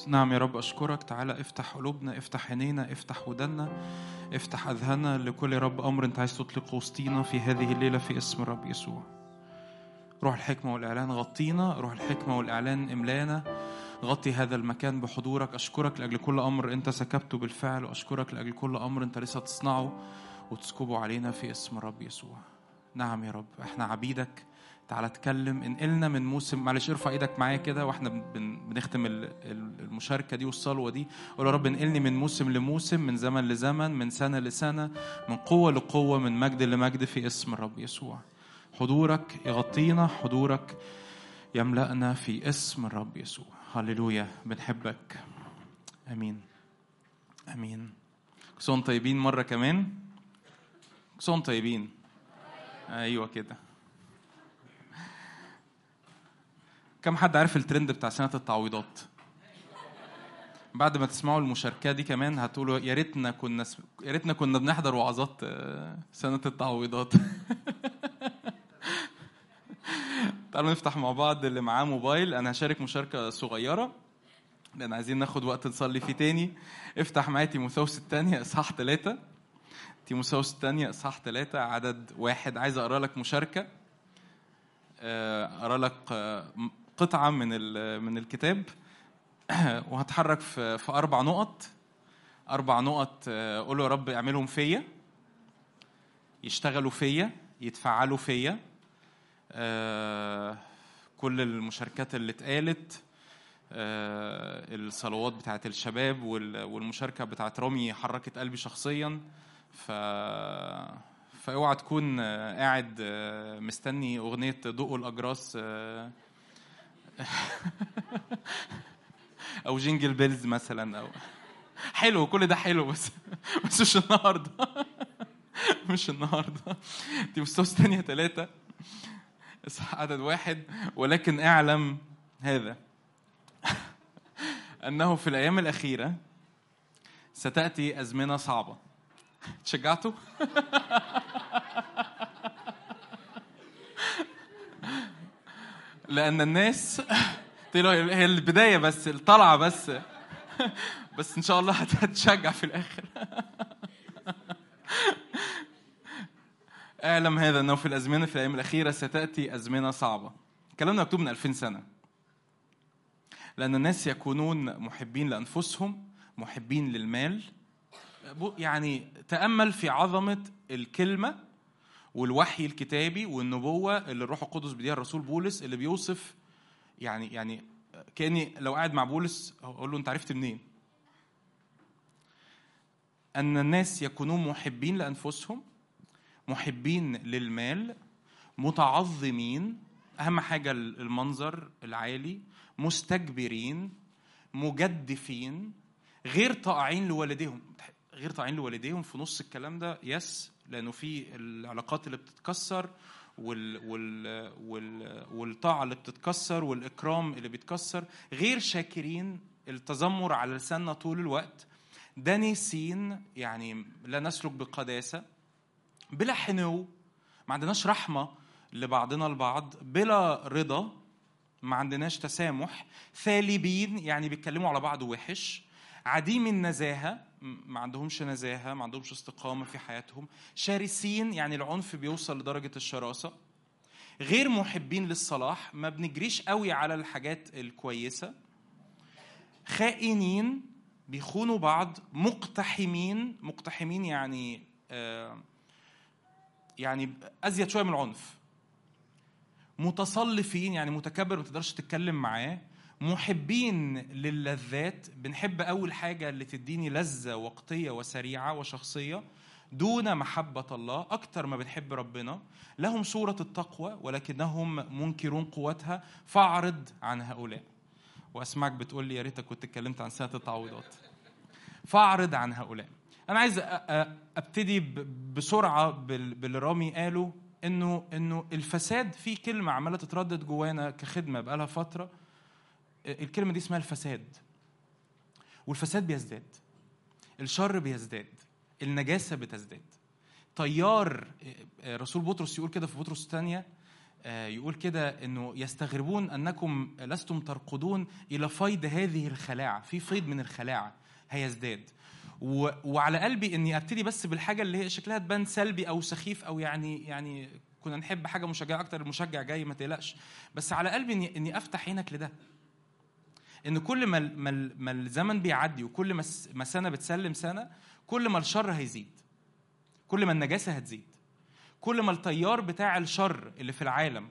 S9: نعم يا رب أشكرك. تعالى افتح قلوبنا، افتح عينينا، افتح ودنا، افتح أذهاننا لكل يا رب أمر أنت عايز تطلق وسطينا في هذه الليلة في اسم الرب يسوع. روح الحكمة والإعلان غطينا، روح الحكمة والإعلان إملانا، غطي هذا المكان بحضورك. أشكرك لأجل كل أمر أنت سكبته بالفعل، وأشكرك لأجل كل أمر أنت لسه تصنعه وتسكبه علينا في اسم الرب يسوع. نعم يا رب احنا عبيدك، تعالى اتكلم، انقلنا من موسم. معلش ارفع ايدك معايا كده واحنا بنختم المشاركة دي والصلوة دي. قول يا رب انقلني من موسم لموسم، من زمن لزمن، من سنة لسنة، من قوة لقوة، من مجد لمجد في اسم الرب يسوع. حضورك يغطينا، حضورك يملأنا في اسم الرب يسوع. هللويا، بنحبك. امين امين. كسون طيبين مرة كمان، كسون طيبين. ايوه كده. كم حد عارف الترند بتاع سنة التعويضات؟ بعد ما تسمعوا المشاركة دي كمان هتقولوا يا ريتنا كنا يا ريتنا كنا بنحضر وعظات سنة التعويضات. تعالوا نفتح مع بعض اللي معاه موبايل. أنا هشارك مشاركة صغيرة لأن عايزين ناخد وقت نصلي فيه تاني. افتح معايا تيموثاوس الثانية إصحاح ثلاثة. تيموثاوس الثانية إصحاح ثلاثة عدد واحد. عايز أقرأ لك مشاركة، أقرأ لك قطعة من من الكتاب، وهتحرك في في أربع نقط. أربع نقط قولوا يا رب اعملهم فيا، يشتغلوا فيا، يتفعلوا فيا. كل المشاركات اللي اتقالت، الصلوات بتاعت الشباب والمشاركة بتاعت رامي حركت قلبي شخصيا. ف فاوعى تكون قاعد مستني أغنية ضوء الأجراس أو جينجل بيلز مثلا، أو حلو كل ده حلو، بس بس مش النهاردة. مش النهاردة. تيموثاوس الثانية ثلاثة عدد واحد. ولكن اعلم هذا أنه في الأيام الأخيرة ستأتي أزمنة صعبة. تشجعتوا؟ لأن الناس هي البداية بس، الطلعة بس، بس إن شاء الله هتشجع في الآخر. اعلم هذا أنه في الأزمنة في الأيام الأخيرة ستأتي أزمنة صعبة. كلامنا مكتوب من ألفين سنة. لأن الناس يكونون محبين لأنفسهم، محبين للمال. يعني تأمل في عظمة الكلمة والوحي الكتابي والنبوة اللي الروح القدس بديها الرسول بولس، اللي بيوصف يعني يعني كأني لو قاعد مع بولس أقول له أنت عرفت منين؟ أن الناس يكونون محبين لأنفسهم، محبين للمال، متعظمين، أهم حاجة المنظر العالي، مستكبرين، مجدفين، غير طائعين لوالديهم. غير طائعين لوالديهم في نص الكلام ده يس، لأنه في العلاقات اللي بتتكسر وال وال وال والطاعة اللي بتتكسر والإكرام اللي بيتكسر. غير شاكرين، التذمر على لساننا طول الوقت. دانسين، يعني لا نسلك بقداسة. بلا حنو، ما عندناش رحمة لبعضنا البعض. بلا رضا، ما عندناش تسامح. ثالبين، يعني بيتكلموا على بعض وحش. عديم النزاهة، ما عندهمش نزاهة، ما عندهمش استقامة في حياتهم. شارسين، يعني العنف بيوصل لدرجة الشراسة. غير محبين للصلاح، ما بنجريش قوي على الحاجات الكويسة. خائنين، بيخونوا بعض. مقتحمين، مقتحمين يعني آه يعني أزيد شوية من العنف. متصلفين، يعني متكبر ما تقدرش تتكلم معاه. محبين للذات، بنحب أول حاجة اللي تديني لذة وقتية وسريعة وشخصية دون محبة الله أكتر ما بنحب ربنا. لهم صورة التقوى ولكنهم منكرون قوتها، فاعرض عن هؤلاء. وأسمعك بتقول لي يا ريتك كنت اتكلمت عن سنة التعويضات. فاعرض عن هؤلاء. أنا عايز أبتدي بسرعة باللي رامي قاله، إنه إنه الفساد في كلمة عمالة تتردد جوانا كخدمة بقالها فترة. الكلمة دي اسمها الفساد. والفساد بيزداد، الشر بيزداد، النجاسة بتزداد. طيار رسول بطرس يقول كده في بطرس الثانية يقول كده انه يستغربون انكم لستم ترقدون الى فيض هذه الخلاعه. في فيض من الخلاعه هيزداد. وعلى قلبي اني ابتدي بس بالحاجه اللي هي شكلها تبان سلبي او سخيف او يعني يعني كنا نحب حاجه مشجعه اكتر. المشجع جاي ما تقلقش، بس على قلبي اني اني افتح عينك لده، ان كل ما ما الزمن بيعدي وكل ما سنه بتسلم سنه كل ما الشر هيزيد، كل ما النجاسه هتزيد، كل ما التيار بتاع الشر اللي في العالم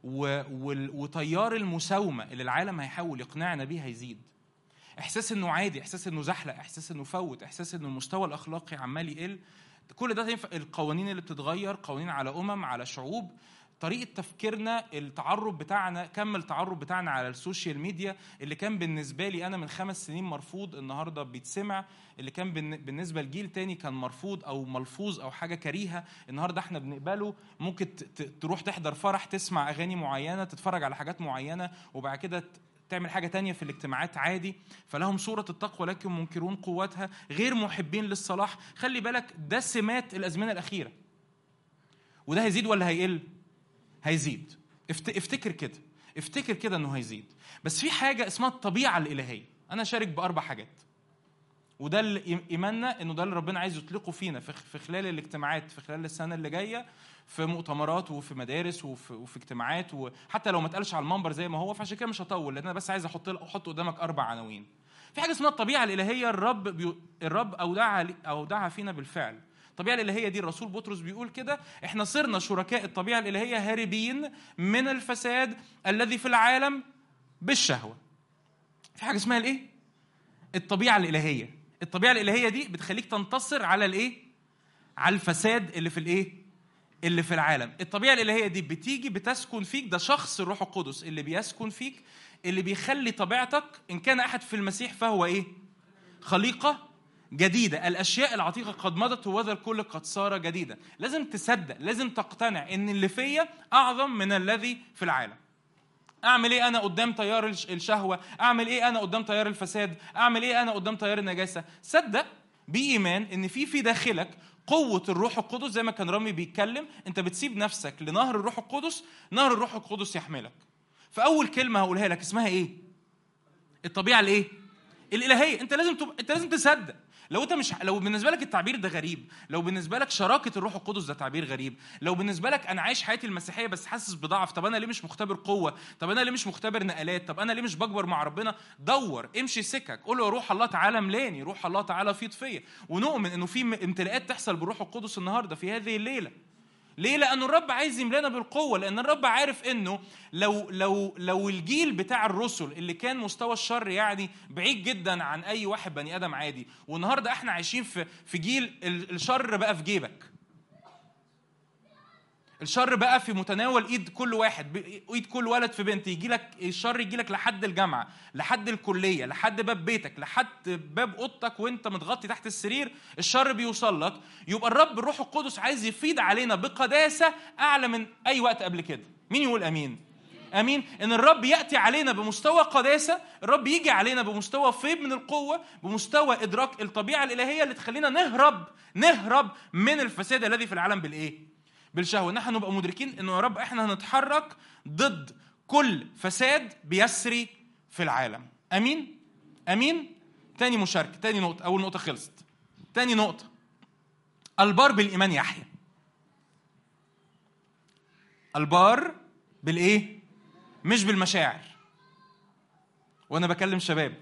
S9: وتيار المساومه اللي العالم هيحاول يقنعنا بيه هيزيد. احساس انه عادي، احساس انه زحلق، احساس انه فوت، احساس انه المستوى الاخلاقي عمال يقل. كل ده القوانين اللي بتتغير، قوانين على امم، على شعوب، طريقه تفكيرنا، التعرب بتاعنا، كم التعرب بتاعنا على السوشيال ميديا اللي كان بالنسبه لي انا من خمس سنين مرفوض النهارده بيتسمع، اللي كان بالنسبه لجيل تاني كان مرفوض او ملفوظ او حاجه كريهه النهارده احنا بنقبله. ممكن تروح تحضر فرح تسمع اغاني معينه، تتفرج على حاجات معينه، وبعد كده تعمل حاجة تانية في الاجتماعات عادي. فلهم صورة التقوى لكن منكرون قوتها، غير محبين للصلاح. خلي بالك ده سمات الأزمنة الأخيرة، وده هيزيد ولا هيقل؟ هيزيد. افتكر كده، افتكر كده انه هيزيد. بس في حاجة اسمها الطبيعة الإلهية. أنا شارك بأربع حاجات، وده اللي إيماننا انه ده اللي ربنا عايز يطلقه فينا في خلال الاجتماعات، في خلال السنة اللي جاية، في مؤتمرات وفي مدارس وفي, وفي اجتماعات، وحتى لو ما اتقالش على المنبر زي ما هو، فعشان كده مش هطول، لان انا بس عايز احط احط قدامك اربع عناوين. في حاجه اسمها الطبيعه الالهيه. الرب بي... الرب اودعها اودعها فينا بالفعل. الطبيعه الالهيه دي الرسول بطرس بيقول كده: احنا صرنا شركاء الطبيعه الالهيه هاربين من الفساد الذي في العالم بالشهوه. في حاجه اسمها الايه؟ الطبيعه الالهيه. الطبيعه الالهيه دي بتخليك تنتصر على الايه؟ على الفساد اللي في الايه؟ اللي في العالم. الطبيعة الإلهية دي بتيجي بتسكن فيك، ده شخص الروح القدس اللي بيسكن فيك، اللي بيخلي طبيعتك إن كان أحد في المسيح فهو إيه؟ خليقة جديدة، الأشياء العتيقة قد مضت وذا الكل قد صار جديدا. لازم تصدق، لازم تقتنع إن اللي فيا أعظم من الذي في العالم. أعمل إيه أنا قدام تيار الشهوة؟ أعمل إيه أنا قدام تيار الفساد؟ أعمل إيه أنا قدام تيار النجاسة؟ صدق بإيمان إن في في داخلك قوة الروح القدس. زي ما كان رامي بيتكلم، انت بتسيب نفسك لنهر الروح القدس، نهر الروح القدس يحملك. فأول كلمة هقولها لك اسمها ايه؟ الطبيعة الايه؟ الإلهية. انت لازم تب... انت لازم تصدق. لو انت مش لو بالنسبه لك التعبير ده غريب، لو بالنسبه لك شراكه الروح القدس ده تعبير غريب، لو بالنسبه لك انا عايش حياتي المسيحيه بس حاسس بضعف، طب انا ليه مش مختبر قوه؟ طب انا ليه مش مختبر نقلات؟ طب انا ليه مش بكبر مع ربنا؟ دور، امشي سكك، قول له روح الله تعالى ملاني، روح الله تعالى فيض فيا. ونؤمن انه في امتلاءات تحصل بالروح القدس النهارده في هذه الليله. ليه؟ لأن الرب عايز يملانا بالقوة، لأن الرب عارف إنه لو لو لو الجيل بتاع الرسل اللي كان مستوى الشر يعني بعيد جدا عن أي واحد بني آدم عادي، والنهاردة إحنا عايشين في في جيل الشر بقى في جيبك. الشر بقى في متناول ايد كل واحد، ايد كل ولد في بنت. يجي لك الشر، يجي لك لحد الجامعه، لحد الكليه، لحد باب بيتك، لحد باب اوضتك وانت متغطي تحت السرير الشر بيوصل لك. يبقى الرب الروح القدس عايز يفيض علينا بقداسه اعلى من اي وقت قبل كده. مين يقول امين؟ امين. ان الرب ياتي علينا بمستوى قداسه، الرب يجي علينا بمستوى فيض من القوه، بمستوى ادراك الطبيعه الالهيه اللي تخلينا نهرب نهرب من الفساد الذي في العالم بالايه؟ بالشهوة. نحن نبقى مدركين انه يا رب احنا هنتحرك ضد كل فساد بيسري في العالم. امين امين. تاني مشاركة، تاني نقطة. اول نقطة خلصت. تاني نقطة، البار بالايمان يحيى. البار بالايه؟ مش بالمشاعر. وانا بكلم شباب،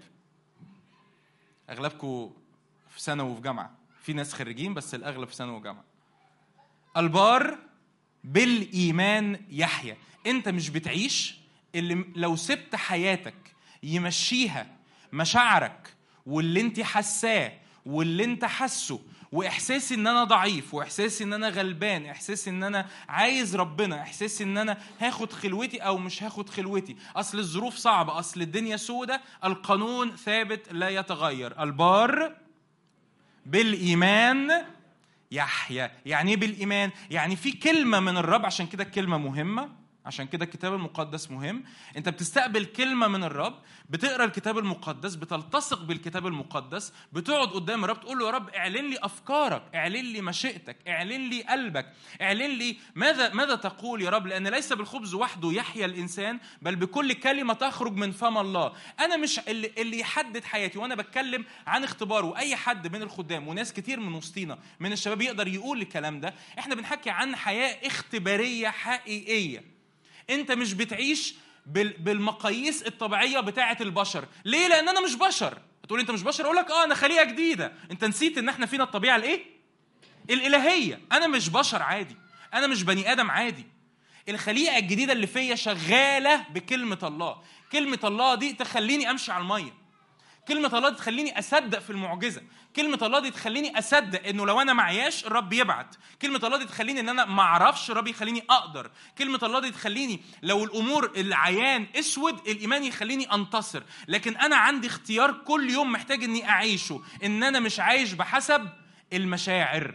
S9: اغلبكم في ثانوي وفي جامعة، في ناس خريجين بس الاغلب في ثانوي وجامعة. البار بالإيمان يحيى. أنت مش بتعيش اللي لو سبت حياتك يمشيها مشاعرك واللي أنت حساه واللي أنت حسه، وإحساسي إن أنا ضعيف، وإحساسي إن أنا غلبان، إحساسي إن أنا عايز ربنا، إحساسي إن أنا هاخد خلوتي أو مش هاخد خلوتي، أصل الظروف صعبة، أصل الدنيا سودة. القانون ثابت لا يتغير. البار بالإيمان يحيى. يعني ايه بالإيمان؟ يعني في كلمة من الرب، عشان كده الكلمة مهمة. عشان كده الكتاب المقدس مهم. انت بتستقبل كلمة من الرب، بتقرأ الكتاب المقدس، بتلتصق بالكتاب المقدس، بتقعد قدام الرب تقول له يا رب اعلن لي أفكارك، اعلن لي مشيئتك، اعلن لي قلبك، اعلن لي ماذا ماذا تقول يا رب، لأن ليس بالخبز وحده يحيا الإنسان بل بكل كلمة تخرج من فم الله. أنا مش اللي, اللي يحدد حياتي، وأنا بتكلم عن اختبار، وأي حد من الخدام وناس كتير من وسطينا من الشباب يقدر يقول الكلام ده. احنا بنحكي عن حياة اختبارية حقيقية. انت مش بتعيش بالمقاييس الطبيعيه بتاعه البشر. ليه؟ لان انا مش بشر. تقول انت مش بشر، اقول لك اه انا خليقه جديده. انت نسيت ان احنا فينا الطبيعه الايه الالهيه. انا مش بشر عادي، انا مش بني ادم عادي. الخليقه الجديده اللي فيا شغاله بكلمه الله. كلمه الله دي تخليني امشي على الميه، كلمه الله دي تخليني اصدق في المعجزه، كلمه الله دي تخليني اصدق انه لو انا معياش الرب يبعت، كلمه الله دي تخليني ان انا ما اعرفش الرب يخليني اقدر، كلمه الله دي تخليني لو الامور العيان اسود الايمان يخليني انتصر. لكن انا عندي اختيار كل يوم محتاج اني اعيشه، ان انا مش عايش بحسب المشاعر.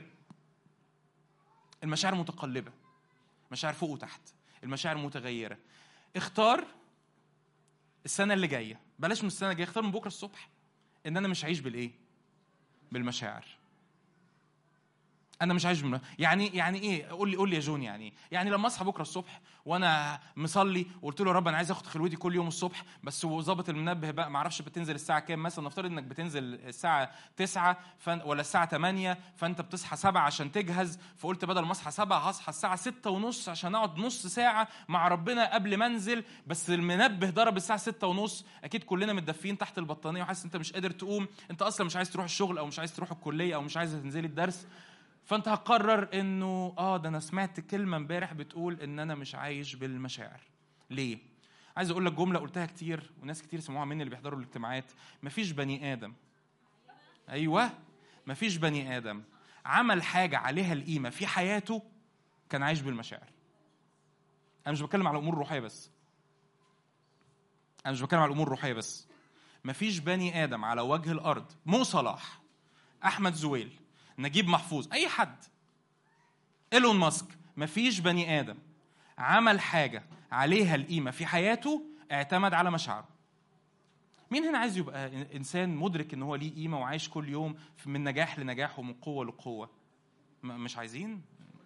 S9: المشاعر متقلبه، مشاعر فوق وتحت، المشاعر متغيره. اختار السنه اللي جايه، بلاش من السنه الجايه، اختار من بكره الصبح ان انا مش عايش بالايه بالمشاعر. انا مش عايش بالمشاعر. يعني يعني ايه؟ قول لي قول لي يا جون. يعني يعني لما اصحى بكره الصبح وانا مصلي وقلت له يا رب انا عايز اخد خلوتي كل يوم الصبح، بس وظابط المنبه بقى ما اعرفش بتنزل الساعه كام، مثلا نفترض انك بتنزل الساعه تسعة ولا الساعه ثمانية، فانت بتصحى سبعة عشان تجهز، فقلت بدل ما اصحى سبعة هصحى الساعه ستة ونص عشان اقعد نص ساعه مع ربنا قبل ما انزل. بس المنبه ضرب الساعه ستة ونص، اكيد كلنا متدفين تحت البطانيه وحاسس انت مش قادر تقوم، انت اصلا مش عايز تروح الشغل او مش عايز تروح الكليه او مش عايز تنزل الدرس. فانت هتقرر انه اه ده انا سمعت كلمه امبارح بتقول ان انا مش عايش بالمشاعر. ليه؟ عايز اقول لك جمله قلتها كتير وناس كتير سمعوها مني اللي بيحضروا الاجتماعات. مفيش بني ادم، ايوه مفيش بني ادم عمل حاجه عليها القيمه في حياته كان عايش بالمشاعر. انا مش بتكلم على الامور الروحيه بس، انا مش بتكلم على الامور الروحيه بس. مفيش بني ادم على وجه الارض، مو صلاح، احمد زويل، نجيب محفوظ، اي حد، إيلون ماسك، مفيش بني آدم عمل حاجة عليها القيمة في حياته اعتمد على مشاعره. مين هنا عايز يبقى إنسان مدرك إن هو ليه قيمة وعايش كل يوم من نجاح لنجاح ومن قوة لقوة؟ مش عايزين؟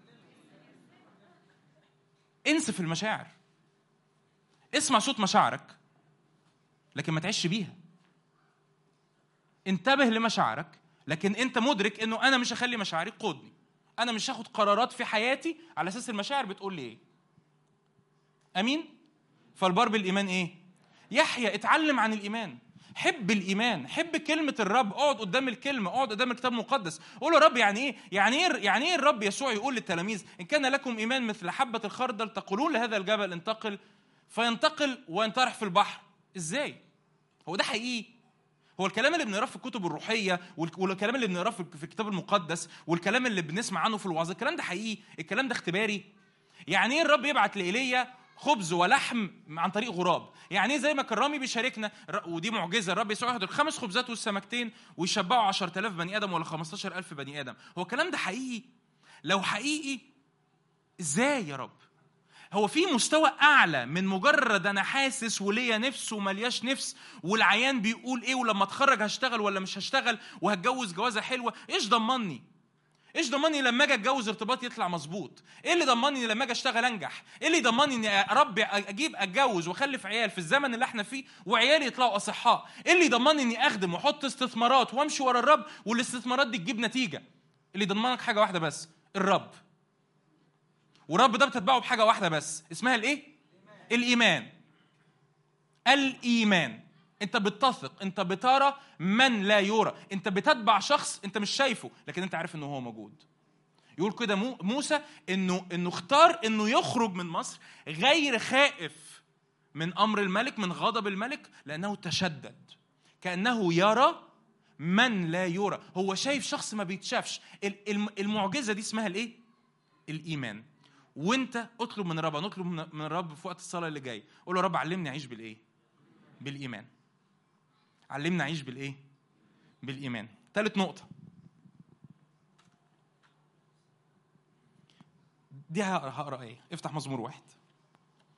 S9: انسف المشاعر، اسمع صوت مشاعرك لكن ما تعيش بيها. انتبه لمشاعرك لكن انت مدرك انه انا مش هخلي مشاعري تقودني، انا مش هاخد قرارات في حياتي على اساس المشاعر بتقول لي ايه. امين. فالبار بالايمان ايه؟ يحيى. اتعلم عن الايمان، حب الايمان، حب كلمه الرب، اقعد قدام الكلمه، اقعد قدام الكتاب المقدس، قول يا رب يعني ايه يعني ايه يعني ايه الرب يسوع يقول للتلاميذ ان كان لكم ايمان مثل حبه الخردل تقولون لهذا الجبل انتقل فينتقل وينطرح في البحر. ازاي؟ هو ده حقيقي؟ هو الكلام اللي بنقراه في الكتب الروحيه والكلام اللي بنقراه في الكتاب المقدس والكلام اللي بنسمع عنه في الوعظ، الكلام ده حقيقي؟ الكلام ده اختباري؟ يعني ايه الرب يبعت لإيليا خبز ولحم عن طريق غراب؟ يعني ايه زي ما كرامي بيشاركنا ودي معجزه، الرب يسوع ياخد الخمس خبزات والسمكتين ويشبعوا عشرة آلاف بني ادم ولا خمستاشر ألف بني ادم؟ هو الكلام ده حقيقي؟ لو حقيقي ازاي يا رب؟ هو في مستوى اعلى من مجرد انا حاسس وليا نفس وملياش نفس والعيان بيقول ايه ولما اتخرج هشتغل ولا مش هشتغل وهتجوز جوازه حلوه؟ ايش ضمني؟ ايش ضمني لما اجي اتجوز ارتباط يطلع مظبوط؟ ايه اللي ضمني لما اجي اشتغل انجح؟ ايه اللي ضمني اني ربي اجيب اتجوز واخلف عيال في الزمن اللي احنا فيه وعيالي يطلعوا اصحاء؟ ايه اللي ضمني اني اخدم واحط استثمارات وامشي ورا الرب والاستثمارات دي تجيب نتيجه؟ اللي ضمنك حاجه واحده بس، الرب. والرب ده بتتبعه بحاجه واحده بس، اسمها الايه؟ الايمان. الايمان. انت بتثق، انت بترى من لا يرى، انت بتتبع شخص انت مش شايفه لكن انت عارف انه هو موجود. يقول كده موسى انه انه اختار انه يخرج من مصر غير خائف من امر الملك، من غضب الملك، لانه تشدد كانه يرى من لا يرى. هو شايف شخص ما بيتشافش. المعجزه دي اسمها الايه؟ الايمان. وانت اطلب من الرب، نطلب من الرب في وقت الصلاه اللي جاي، قول له رب علمني اعيش بالايه؟ بالايمان. علمنا اعيش بالايه؟ بالايمان. ثالث نقطه دي هقرا ايه؟ افتح مزمور واحد.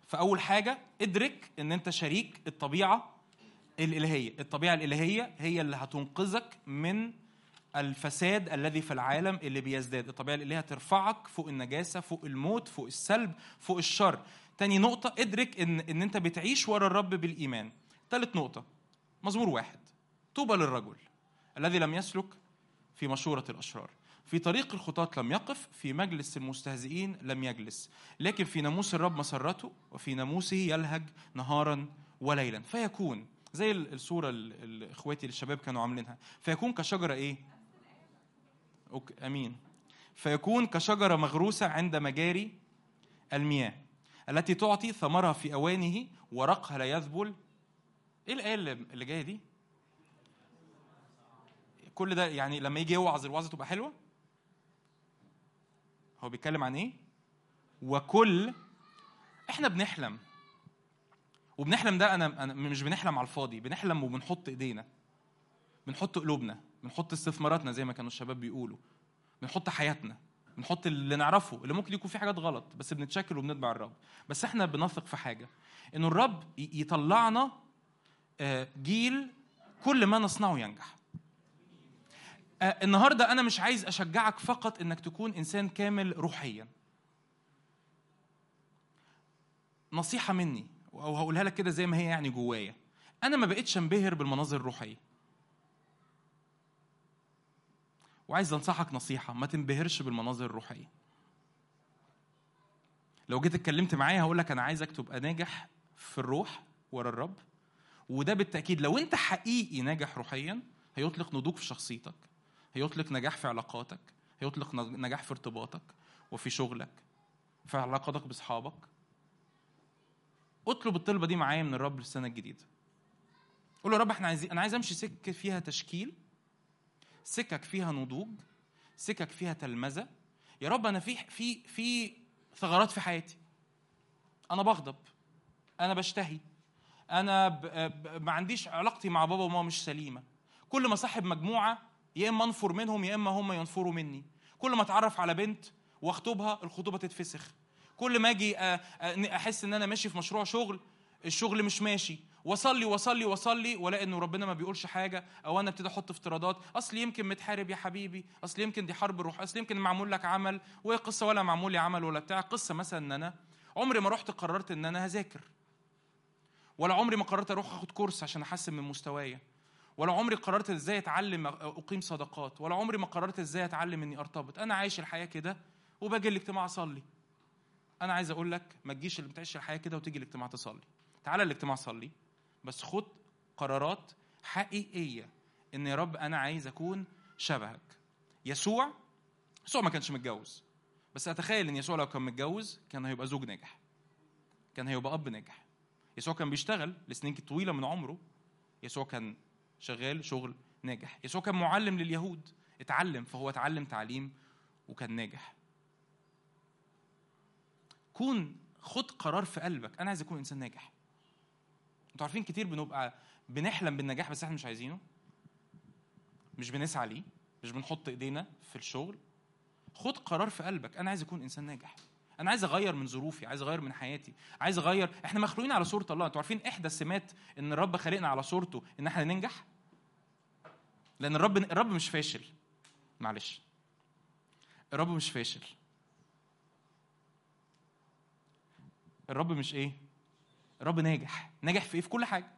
S9: فاول حاجه ادرك ان انت شريك الطبيعه الالهيه. الطبيعه الالهيه هي اللي هتنقذك من الفساد الذي في العالم اللي بيزداد. الطبيعه الالهيه ترفعك فوق النجاسه، فوق الموت، فوق السلب، فوق الشر. تاني نقطه، ادرك ان ان انت بتعيش ورا الرب بالايمان. ثالث نقطه، مزمور واحد، طوبى للرجل الذي لم يسلك في مشورة الأشرار، في طريق الخطاة لم يقف، في مجلس المستهزئين لم يجلس، لكن في ناموس الرب مسرته، وفي ناموسه يلهج نهارا وليلا. فيكون زي الصورة اللي إخواتي الشباب كانوا عاملينها، فيكون كشجرة إيه؟ أوكي. أمين. فيكون كشجرة مغروسة عند مجاري المياه التي تعطي ثمرها في أوانه، ورقها لا يذبل. إيه الآية اللي جاية دي؟ كل ده يعني لما يجي يوعظ الوعظة تبقى حلوة. هو بيتكلم عن ايه؟ وكل احنا بنحلم، وبنحلم ده انا انا مش بنحلم على الفاضي، بنحلم وبنحط ايدينا، بنحط قلوبنا، بنحط استثماراتنا زي ما كانوا الشباب بيقولوا، بنحط حياتنا، بنحط اللي نعرفه، اللي ممكن يكون في حاجات غلط بس بنتشكل وبنتبع الرب. بس احنا بنثق في حاجة، انه الرب يطلعنا جيل كل ما نصنعه ينجح. النهاردة أنا مش عايز أشجعك فقط إنك تكون إنسان كامل روحيا. نصيحة مني أو هقولها لك كده زي ما هي يعني جوايا، أنا ما بقيتش انبهر بالمناظر الروحية، وعايز أنصحك نصيحة، ما تنبهرش بالمناظر الروحية. لو جيت اتكلمت معايا هقول لك أنا عايزك تبقى ناجح في الروح ورا الرب، وده بالتأكيد لو أنت حقيقي ناجح روحيا هيطلق نضوج في شخصيتك، هيطلق نجاح في علاقاتك، هيطلق نجاح في ارتباطك وفي شغلك، في علاقاتك بأصحابك. اطلب الطلبة دي معايا من الرب للسنة الجديدة. قول له يا رب احنا عايزين، انا عايز امشي سكة فيها تشكيل، سكك فيها نضوج، سكك فيها تلمذة. يا رب انا في في في ثغرات في حياتي، انا بغضب، انا بشتهي، انا ب ب ما عنديش علاقتي مع بابا وماما مش سليمة. كل ما صاحب مجموعة يا اما انفر منهم يا اما هم ينفروا مني. كل ما اتعرف على بنت واخطبها الخطوبه تتفسخ. كل ما اجي احس ان انا ماشي في مشروع شغل الشغل مش ماشي، وصلي وصلي وصلي ولا انه ربنا ما بيقولش حاجه، او انا ابتدي احط افتراضات، اصل يمكن متحارب يا حبيبي، اصل يمكن دي حرب روح، اصل يمكن معمول لك عمل، وهي قصه ولا معمول لي عمل ولا بتاع. قصه مثلا ان انا عمري ما رحت قررت ان انا هذاكر، ولا عمري ما قررت اروح اخد كورس عشان احسن من مستوايا، ولا عمري قررت ازاي اتعلم اقيم صداقات، ولا عمري ما قررت ازاي اتعلم اني ارتبط. انا عايش الحياه كده وباجي الاجتماع اصلي. انا عايز اقول لك ما تجيش اللي بتعيش الحياه كده وتيجي الاجتماع تصلي. تعالى الاجتماع صلي، بس خد قرارات حقيقيه ان يا رب انا عايز اكون شبهك. يسوع يسوع ما كانش متجوز، بس اتخيل ان يسوع لو كان متجوز كان هيبقى زوج ناجح، كان هيبقى اب ناجح. يسوع كان بيشتغل لسنين طويله من عمره، يسوع كان شغال شغل ناجح. يسوع كان معلم لليهود، اتعلم، فهو اتعلم تعليم وكان ناجح. كون خد قرار في قلبك، انا عايز اكون انسان ناجح. انتوا عارفين كتير بنبقى بنحلم بالنجاح بس احنا مش عايزينه، مش بنسعى ليه، مش بنحط ايدينا في الشغل. خد قرار في قلبك، انا عايز اكون انسان ناجح، انا عايز اغير من ظروفي، عايز اغير من حياتي، عايز اغير. احنا مخلوقين على صورة الله. انتوا عارفين احدى السمات ان الرب خلقنا على صورته ان احنا ننجح، لان الرب الرب مش فاشل. معلش، الرب مش فاشل، الرب مش ايه، الرب ناجح. ناجح في ايه؟ في كل حاجه.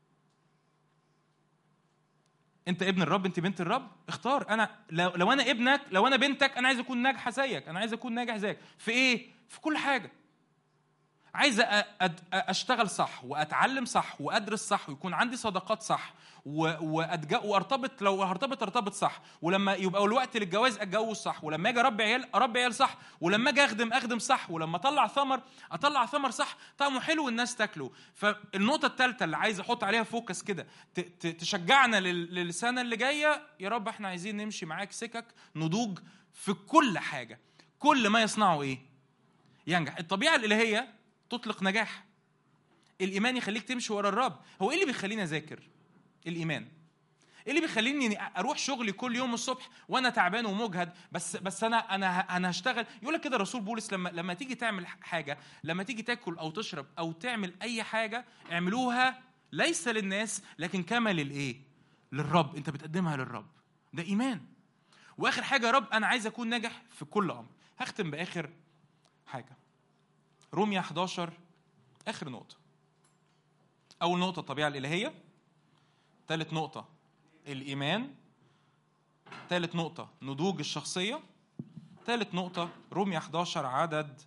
S9: انت ابن الرب، انت بنت الرب، اختار. انا لو, لو انا ابنك، لو انا بنتك، انا عايز اكون ناجحه زيك، انا عايز اكون ناجح زيك في ايه؟ في كل حاجه. عايز اشتغل صح واتعلم صح وادرس صح ويكون عندي صداقات صح وارتبط، لو هرتبط ارتبط صح، ولما يبقى الوقت للجواز اتجوز صح، ولما اجي اربي عيال اربي عيال صح، ولما اجي اخدم اخدم صح، ولما اطلع ثمر اطلع ثمر صح طعمه حلو والناس تاكله. فالنقطه الثالثه اللي عايز احط عليها فوكس كده تشجعنا للسنه اللي جايه، يا رب احنا عايزين نمشي معاك سكك نضوج في كل حاجه، كل ما يصنعه ايه ينجح. الطبيعه الالهيه تطلق نجاح. الإيمان يخليك تمشي ورا الرب. هو إيه اللي بيخليني أذاكر؟ الإيمان. ايه اللي بيخليني اروح شغلي كل يوم الصبح وانا تعبان ومجهد؟ بس بس انا انا انا هشتغل. يقول لك كده الرسول بولس، لما لما تيجي تعمل حاجه، لما تيجي تاكل او تشرب او تعمل اي حاجه، اعملوها ليس للناس لكن كما للايه؟ للرب. انت بتقدمها للرب. ده ايمان. واخر حاجه يا رب انا عايز اكون ناجح في كل امر. هختم باخر حاجه، رومية احد عشر، اخر نقطه. اول نقطه الطبيعه الالهيه، ثالث نقطه الإيمان، ثالث نقطة نضوج الشخصية، ثالث نقطة رومية احد عشر عدد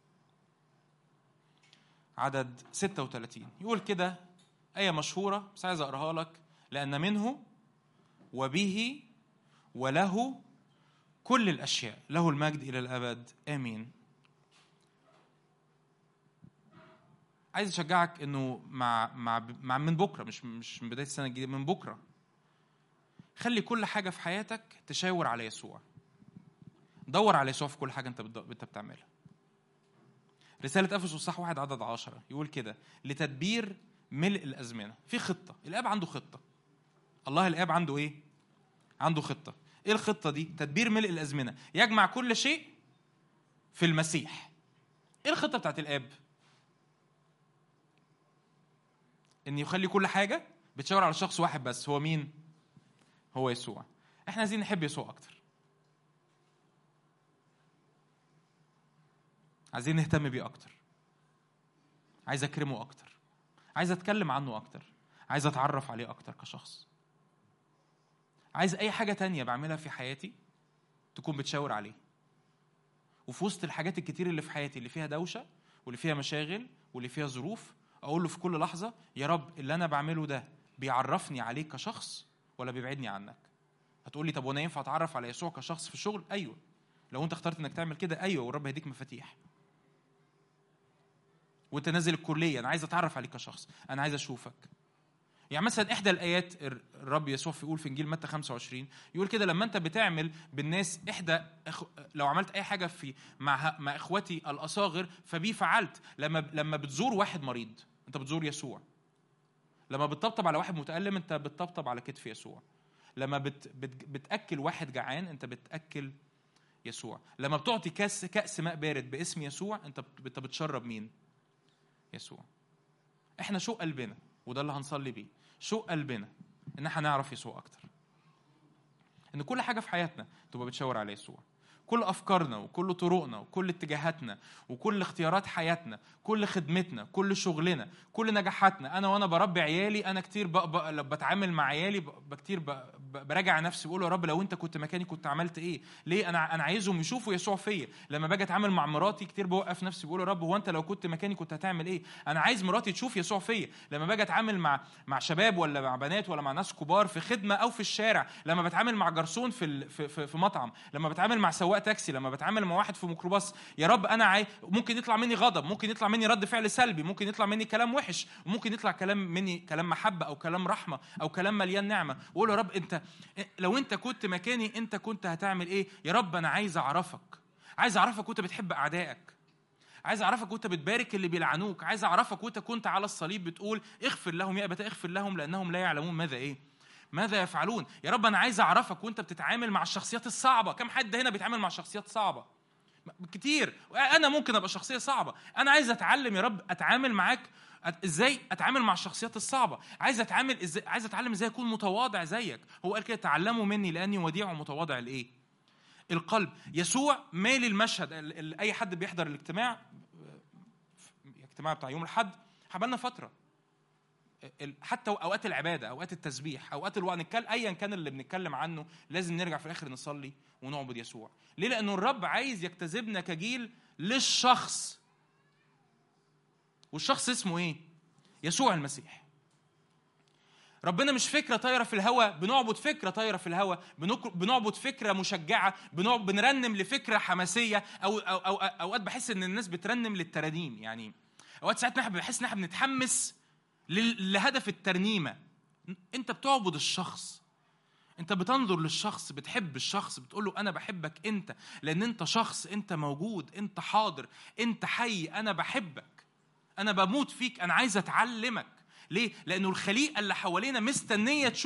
S9: عدد ستة وثلاثين. يقول كده آية مشهورة بس عايز أقرأها لك. لأن منه وبه وله كل الأشياء، له المجد إلى الأبد آمين. عايز أشجعك إنه مع مع مع من بكرة، مش مش من بداية السنة الجديدة، من بكرة خلي كل حاجة في حياتك تشاور على يسوع. دور على يسوع في كل حاجة أنت أنت بتعملها. رسالة أفسس صح واحد عدد عشرة يقول كده: لتدبير ملء الأزمنة. في خطة. الآب عنده خطة. الله الآب عنده إيه؟ عنده خطة. إيه الخطة دي؟ تدبير ملء الأزمنة، يجمع كل شيء في المسيح. إيه الخطة بتاعت الآب؟ إن يخلي كل حاجة بتشاور على شخص واحد بس. هو مين؟ هو يسوع. احنا عايزين نحب يسوع اكتر، عايزين نهتم بيه اكتر، عايز اكرمه اكتر، عايز اتكلم عنه اكتر، عايز اتعرف عليه اكتر كشخص. عايز اي حاجة تانية بعملها في حياتي تكون بتشاور عليه. وفي وسط الحاجات الكتير اللي في حياتي اللي فيها دوشة واللي فيها مشاغل واللي فيها ظروف، اقول له في كل لحظة: يا رب اللي انا بعمله ده بيعرفني عليك كشخص ولا بيبعدني عنك؟ هتقول لي طب وانا ينفع اتعرف على يسوع كشخص في الشغل؟ ايوه، لو انت اخترت انك تعمل كده ايوه، والرب هيديك مفاتيح. وانت نازل الكليه، انا عايز اتعرف عليك كشخص، انا عايز اشوفك. يعني مثلا احدى الايات الرب يسوع يقول في انجيل متى خمسة وعشرين يقول كده: لما انت بتعمل بالناس احدى أخ... لو عملت اي حاجه في مع مع اخوتي الاصاغر فبي فعلت. لما لما بتزور واحد مريض انت بتزور يسوع. لما بتطبطب على واحد متألم انت بتطبطب على كتف يسوع. لما بت بت بتأكل واحد جعان انت بتأكل يسوع. لما بتعطي كاس كأس ماء بارد باسم يسوع انت انت بتشرب مين؟ يسوع. احنا شو قلبنا، وده اللي هنصلي بيه، شو قلبنا ان احنا نعرف يسوع اكتر، ان كل حاجه في حياتنا تبقى بتشاور على يسوع. كل أفكارنا وكل طرقنا وكل اتجاهاتنا وكل اختيارات حياتنا، كل خدمتنا، كل شغلنا، كل نجاحاتنا. أنا وأنا بربي عيالي أنا كتير بتعامل مع عيالي بكتير براجع نفسي بقول يا رب لو أنت كنت مكاني كنت عملت إيه؟ ليه؟ أنا أنا عايزهم يشوفوا يسوع فيا. لما باجي أتعامل مع مراتي كتير بوقف نفسي بقول يا رب هو أنت لو كنت مكاني كنت هتعمل إيه؟ أنا عايز مراتي تشوف يسوع فيا. لما باجي أتعامل مع مع شباب ولا مع بنات ولا مع ناس كبار في خدمة أو في الشارع، لما بتعامل مع جرسون في في في, في مطعم، لما بتعامل مع سواق تاكسي، لما بتعامل مع واحد في ميكروباص، يا رب انا عاي... ممكن يطلع مني غضب، ممكن يطلع مني رد فعل سلبي، ممكن يطلع مني كلام وحش، وممكن يطلع كلام مني كلام محبه او كلام رحمه او كلام مليان نعمه. واقول يا رب انت لو انت كنت مكاني انت كنت هتعمل ايه؟ يا رب انا عايز اعرفك، عايز اعرفك وانت بتحب اعدائك، عايز اعرفك وانت بتبارك اللي بيلعنوك، عايز اعرفك وانت كنت على الصليب بتقول اغفر لهم يا ابت اغفر لهم لانهم لا يعلمون ماذا ايه ماذا يفعلون. يا رب انا عايز اعرفك وانت بتتعامل مع الشخصيات الصعبه. كم حد هنا بيتعامل مع شخصيات صعبه؟ كتير. انا ممكن ابقى شخصيه صعبه. انا عايز اتعلم يا رب اتعامل معاك ازاي اتعامل مع الشخصيات الصعبه. عايز اتعامل ازاي، عايز اتعلم ازاي اكون متواضع زيك. هو قال كده تعلموا مني لاني وديع ومتواضع الايه القلب. يسوع مال المشهد. اي حد بيحضر الاجتماع الاجتماع بتاع يوم الاحد حبلنا فتره حتى اوقات العباده، اوقات التسبيح، اوقات الوعظ، نتكلم ايا كان اللي بنتكلم عنه لازم نرجع في الاخر نصلي ونعبد يسوع. ليه؟ لانه الرب عايز يجتذبنا كجيل للشخص. والشخص اسمه ايه؟ يسوع المسيح. ربنا مش فكره طايره في الهواء بنعبد فكره طايره في الهواء، بنعبد فكره مشجعه، بنرنم لفكره حماسيه، او او او اوقات بحس ان الناس بترنم للترانيم. يعني اوقات ساعات نحن بحس ان احنا بنتحمس لهدف الترنيمه. انت بتعبد الشخص، انت بتنظر للشخص، بتحب الشخص، بتقول له انا بحبك انت لان انت شخص، انت موجود، انت حاضر، انت حي، انا بحبك، انا بموت فيك، انا عايز اتعلمك. ليه؟ لانه الخليقه اللي حوالينا مستنيه تشوف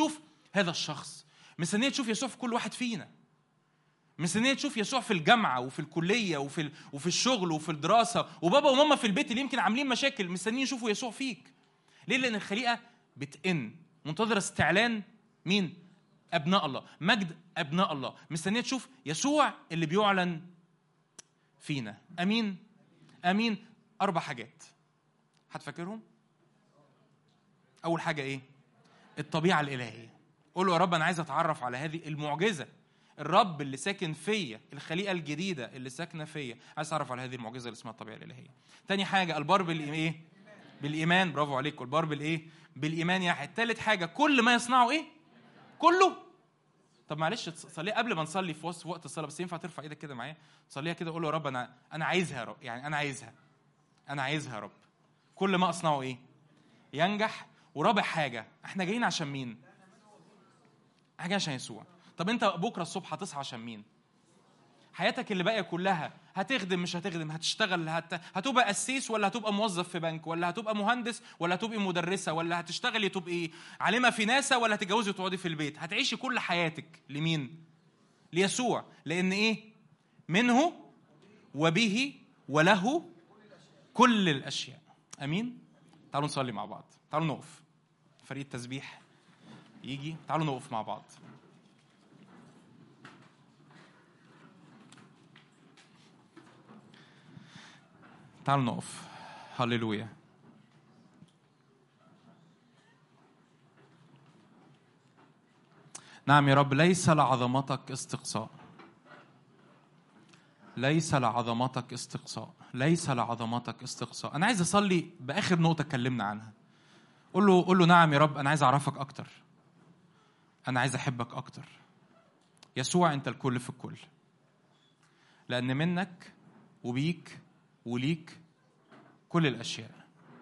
S9: هذا الشخص. مستنيه تشوف يسوع في كل واحد فينا. مستنيه تشوف يسوع في الجامعه وفي الكليه وفي ال... وفي الشغل وفي الدراسه، وبابا وماما في البيت اللي يمكن عاملين مشاكل مستنيين يشوفوا يسوع فيك. ليه؟ لان الخليقه بتئن منتظره استعلان مين؟ ابناء الله، مجد ابناء الله. مستنيه تشوف يسوع اللي بيعلن فينا. امين امين. اربع حاجات هتفكرهم. اول حاجه ايه؟ الطبيعه الالهيه. قول له يا رب انا عايز اتعرف على هذه المعجزه، الرب اللي ساكن فيا، الخليقه الجديده اللي ساكنه فيا، عايز اتعرف على هذه المعجزه اللي اسمها الطبيعه الالهيه. تاني حاجه البار بالايه؟ بالايمان. برافو عليكم. البار بالايه؟ بالايمان يا حد. تالت حاجه كل ما يصنعه ايه؟ كله. طب معلش تصلي قبل ما نصلي في وقت الصلاه، بس ينفع ترفع ايدك كده معايا تصليها كده، قول له يا رب انا انا عايزها يا رب، يعني انا عايزها انا عايزها يا رب. كل ما اصنعه ايه؟ ينجح. ورابع حاجه احنا جايين عشان مين؟ حاجه عشان يسوع. طب انت بكره الصبح هتصحى عشان مين؟ حياتك اللي باقيه كلها هتخدم مش هتخدم، هتشتغل، هت... هتبقى قسيس ولا هتبقى موظف في بنك، ولا هتبقى مهندس ولا هتبقى مدرسه، ولا هتشتغلي تبقي ايه؟ عالمه في ناسا، ولا هتتجوزي وتقعدي في البيت؟ هتعيشي كل حياتك لمين؟ ليسوع. لان ايه؟ منه وبه وله كل الاشياء. امين. تعالوا نصلي مع بعض. تعالوا نقف. فريق التسبيح يجي. تعالوا نقف مع بعض. تعالوا نقف. هللويا. نعم يا رب. ليس لعظمتك استقصاء، ليس لعظمتك استقصاء، ليس لعظمتك استقصاء. أنا عايز أصلي بآخر نقطة اتكلمنا عنها. قول له قول له نعم يا رب أنا عايز أعرفك أكتر، أنا عايز أحبك أكتر. يسوع أنت الكل في الكل، لأن منك وبيك وليك كل الأشياء.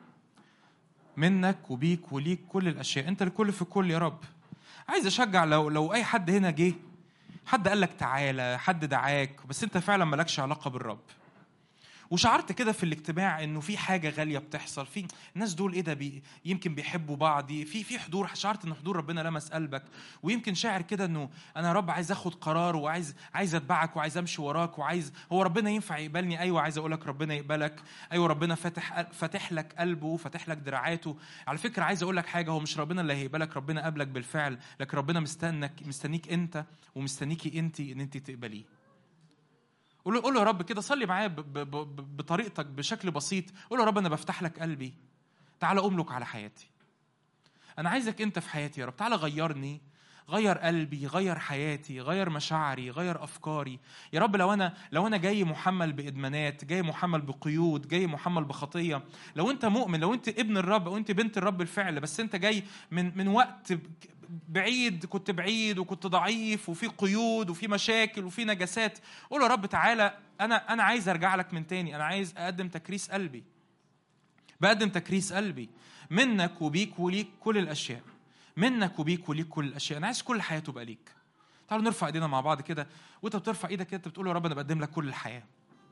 S9: منك وبيك وليك كل الأشياء. أنت الكل في الكل يا رب. عايز أشجع لو لو أي حد هنا جه، حد قال لك تعالى، حد دعاك، بس أنت فعلا مالكش علاقة بالرب، وشعرت كده في الاجتماع انه في حاجه غاليه بتحصل، في الناس دول ايه ده بي يمكن بيحبوا بعض، في في حضور، شعرت ان حضور ربنا لمس قلبك، ويمكن شاعر كده انه انا يا رب عايز اخد قرار، وعايز عايز اتبعك، وعايز امشي وراك، وعايز هو ربنا ينفع يقبلني. ايوه عايز اقول لك ربنا يقبلك. ايوه ربنا فاتح فاتح لك قلبه، فاتح لك دراعاته. على فكره عايز اقول لك حاجه، هو مش ربنا اللي هيقبلك، ربنا قبلك بالفعل، لكن ربنا مستنك مستنيك انت ومستنيكي انت ان انت تقبليه. قول له قول له يا رب كده، صلي معايا بطريقتك بشكل بسيط. قول له يا رب انا بفتح لك قلبي، تعالى املك على حياتي. انا عايزك انت في حياتي يا رب، تعالى غيرني، غير قلبي، غير حياتي، غير مشاعري، غير افكاري يا رب. لو انا لو انا جاي محمل بادمانات، جاي محمل بقيود، جاي محمل بخطيه، لو انت مؤمن، لو انت ابن الرب او انت بنت الرب الفعل، بس انت جاي من من وقت بعيد، كنت بعيد وكنت ضعيف وفي قيود وفي مشاكل وفي نجاسات، قول يا رب تعالى، انا انا عايز ارجع لك من تاني، انا عايز اقدم تكريس قلبي، بقدم تكريس قلبي. منك وبيك وليك كل الاشياء، منك وبيك وليك كل الاشياء. انا عايز كل حياته تبقى ليك. تعالوا نرفع ايدينا مع بعض كده، وانت بترفع ايدك كده بتقول يا رب انا بقدم لك كل الحياه.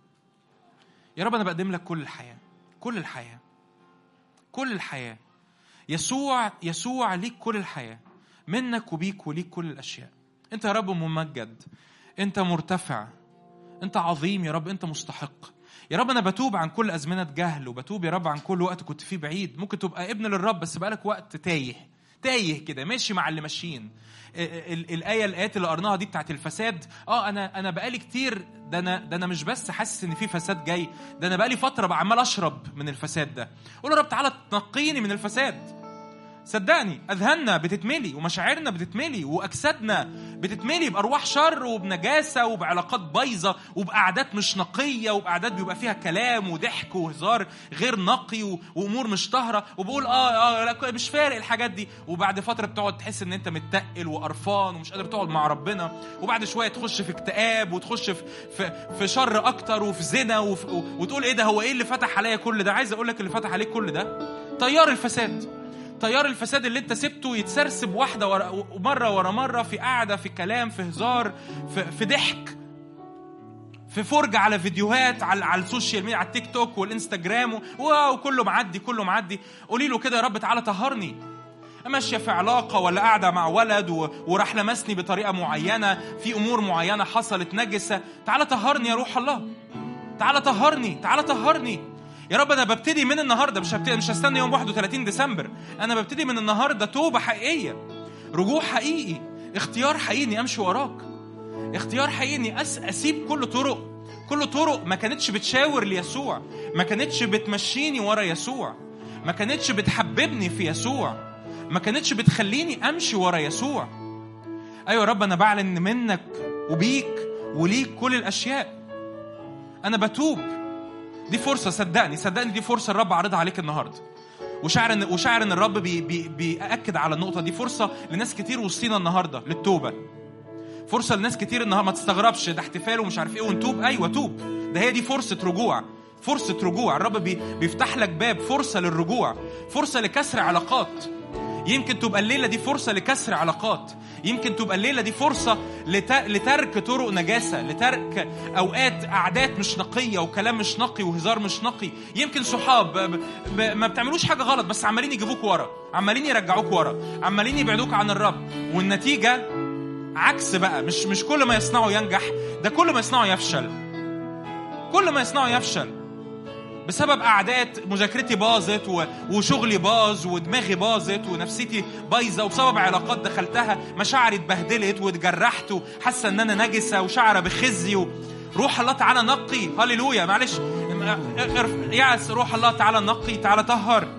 S9: يا رب انا بقدم لك كل الحياه، كل الحياه، كل الحياه. يسوع يسوع ليك كل الحياه، منك وبيك وليك كل الاشياء. انت يا رب ممجد، انت مرتفع، انت عظيم يا رب، انت مستحق يا رب. انا بتوب عن كل ازمنه جهل، وبتوب يا رب عن كل وقت كنت فيه بعيد. ممكن تبقى ابن للرب بس بقالك وقت تايه تايه كده، ماشي مع اللي ماشيين. الايه الايات اللي قرناها دي بتاعت الفساد، اه انا انا بقالي كتير، ده انا ده انا مش بس حاسس ان في فساد جاي، ده انا بقالي فتره بعمل اشرب من الفساد ده. قول يا رب تعالى تنقيني من الفساد. صدقني اذهاننا بتتملي ومشاعرنا بتتملي واجسادنا بتتملي بارواح شر وبنجاسه وبعلاقات بايظه وبقعدات مش نقيه وبقعدات بيبقى فيها كلام وضحك وهزار غير نقي وامور مش طاهره، وبقول اه اه لا مش فارق الحاجات دي، وبعد فتره بتقعد تحس ان انت متقل وقرفان ومش قادر تقعد مع ربنا، وبعد شويه تخش في اكتئاب وتخش في في, في شر اكتر وفي زنا وفي وتقول ايه ده، هو ايه اللي فتح عليا كل ده؟ عايز اقول لك اللي فتح عليك كل ده تيار الفساد. تيار الفساد اللي انت سبته يتسرسب واحدة ورا ومرة ورا مرة، في قاعدة، في كلام، في هزار، في, في ضحك، في فرجة على فيديوهات على, على السوشيال ميديا، على التيك توك والانستجرام، واو كله معدي كله معدي. قولي له كده يا رب تعالى طهرني. ماشية في علاقة ولا قاعدة مع ولد و... وراح لمسني بطريقة معينة، في أمور معينة حصلت نجسة. تعال طهرني يا روح الله، تعال طهرني، تعال طهرني يا رب. أنا ببتدي من النهاردة، مش هبتدي مش هستنى يوم واحد وثلاثين ديسمبر. أنا ببتدي من النهاردة توبة حقيقية، رجوع حقيقي، اختيار حقيقي أمشي وراك، اختيار حقيقي أس... أسيب كل طرق كل طرق ما كانتش بتشاور ليسوع، ما كانتش بتمشيني ورا يسوع، ما كانتش بتحببني في يسوع، ما كانتش بتخليني أمشي ورا يسوع. أيوة يا رب، أنا بعلن منك وبيك وليك كل الأشياء. أنا بتوب. دي فرصة، صدقني صدقني دي فرصة الرب عرضها عليك النهاردة. وشاعر ان وشاعر ان الرب بي بي بيأكد على النقطة دي. فرصة لناس كتير وسطينا النهاردة للتوبة. فرصة لناس كتير النهاردة. ما تستغربش ده احتفال ومش عارف ايه ونتوب. ايوه توب، ده هي دي فرصة رجوع، فرصة رجوع. الرب بي بيفتح لك باب، فرصة للرجوع، فرصة لكسر علاقات. يمكن تبقى الليلة دي فرصة لكسر علاقات، يمكن تبقى الليلة دي فرصة لت... لترك طرق نجاسة، لترك أوقات قعدات مش نقية وكلام مش نقي وهزار مش نقي. يمكن صحاب ب... ب... ما بتعملوش حاجة غلط بس عمالين يجيبوك ورا، عمالين يرجعوك ورا، عمالين يبعدوك عن الرب. والنتيجة عكس بقى، مش مش كل ما يصنعه ينجح، ده كل ما يصنعه يفشل، كل ما يصنعه يفشل بسبب قعدات. مذاكرتي باظت و... وشغلي باظ ودماغي باظت ونفسيتي بايظه، وبسبب علاقات دخلتها مشاعري اتبهدلت واتجرحت وحاسه ان انا نجسه وشعره بخزي و... روح الله تعالى نقي. هللويا. معلش ياس، روح الله تعالى نقي، تعالى طهر،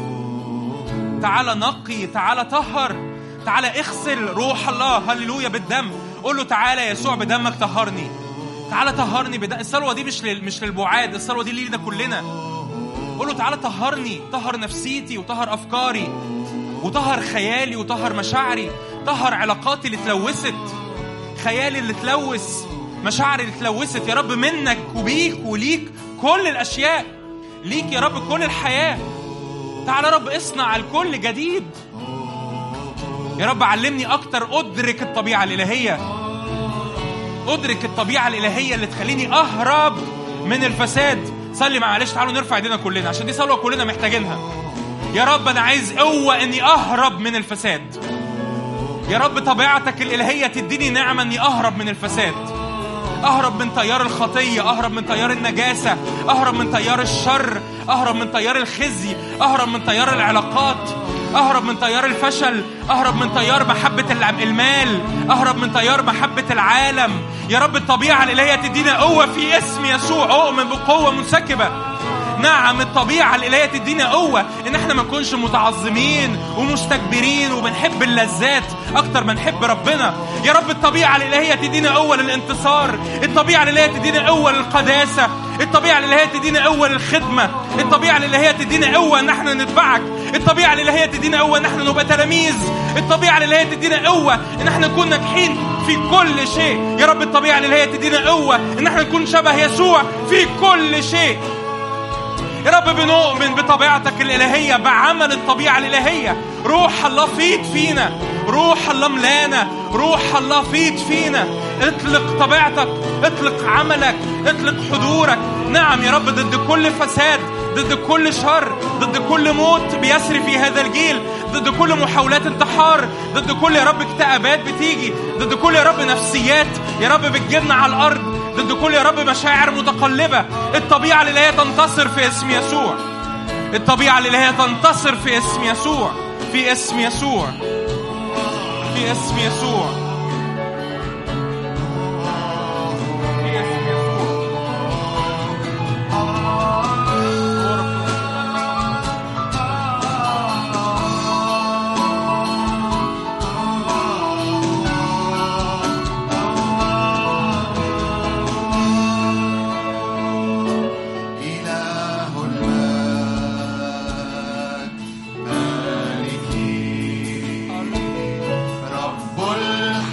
S9: تعالى نقي، تعالى طهر، تعالى اغسل. روح الله هللويا بالدم. قول له تعالى يسوع بدمك طهرني، تعالى طهرني بدم. الصلوة دي مش لل... مش للبعاد، الصلوة دي لينا كلنا. قول له تعالى طهرني، طهر نفسيتي وطهر أفكاري وطهر خيالي وطهر مشاعري، طهر علاقاتي اللي تلوثت، خيالي اللي تلوث، مشاعري اللي تلوثت. يا رب منك وبيك وليك كل الأشياء، ليك يا رب كل الحياة. تعالى يا رب اصنع الكل جديد. يا رب علمني أكتر أدرك الطبيعة الإلهية، أدرك الطبيعة الإلهية اللي تخليني أهرب من الفساد. صلي معلش، تعالوا نرفع ايدينا كلنا عشان دي صلوة كلنا محتاجينها. يا رب أنا عايز قوة إني أهرب من الفساد. يا رب طبيعتك الإلهية تديني نعمة إني أهرب من الفساد، أهرب من تيار الخطية، أهرب من تيار النجاسة، أهرب من تيار الشر، أهرب من تيار الخزي، أهرب من تيار العلاقات، أهرب من تيار الفشل، أهرب من تيار محبة المال، أهرب من تيار محبة العالم. يا رب الطبيعة الإلهية تدينا قوة في اسم يسوع. أؤمن بقوة منسكبة. نعم الطبيعة الإلهية تدينا قوة إن احنا ما نكونش متعظمين ومستكبرين وبنحب اللذات أكتر ما نحب ربنا. يا رب الطبيعة الإلهية تدينا قوة للانتصار، الطبيعة الإلهية تدينا قوة للقداسة، الطبيعة الإلهية تدينا قوة للخدمة، الطبيعة الإلهية تدينا قوة إن احنا نتبعك، الطبيعة الإلهية تدينا قوة إن احنا نبقى تلاميذ، الطبيعة الإلهية تدينا قوة إن احنا نكون ناجحين في كل شيء. يا رب الطبيعة الإلهية تدينا قوة إن احنا نكون شبه يسوع في كل شيء. يا رب بنؤمن بطبيعتك الإلهية، بعمل الطبيعة الإلهية. روح الله فيض فينا، روح الله ملانا، روح الله فيض فينا. اطلق طبيعتك، اطلق عملك، اطلق حضورك. نعم يا رب ضد كل فساد، ضد كل شر، ضد كل موت بيسري في هذا الجيل، ضد كل محاولات انتحار، ضد كل يا رب اكتئابات بتيجي، ضد كل يا رب نفسيات يا رب بتجيبنا على الأرض، ضد كل يا رب مشاعر متقلبة. الطبيعة الإلهية تنتصر في اسم يسوع، الطبيعة الإلهية تنتصر في اسم يسوع، في اسم يسوع، في اسم يسوع، في اسم يسوع.
S1: رب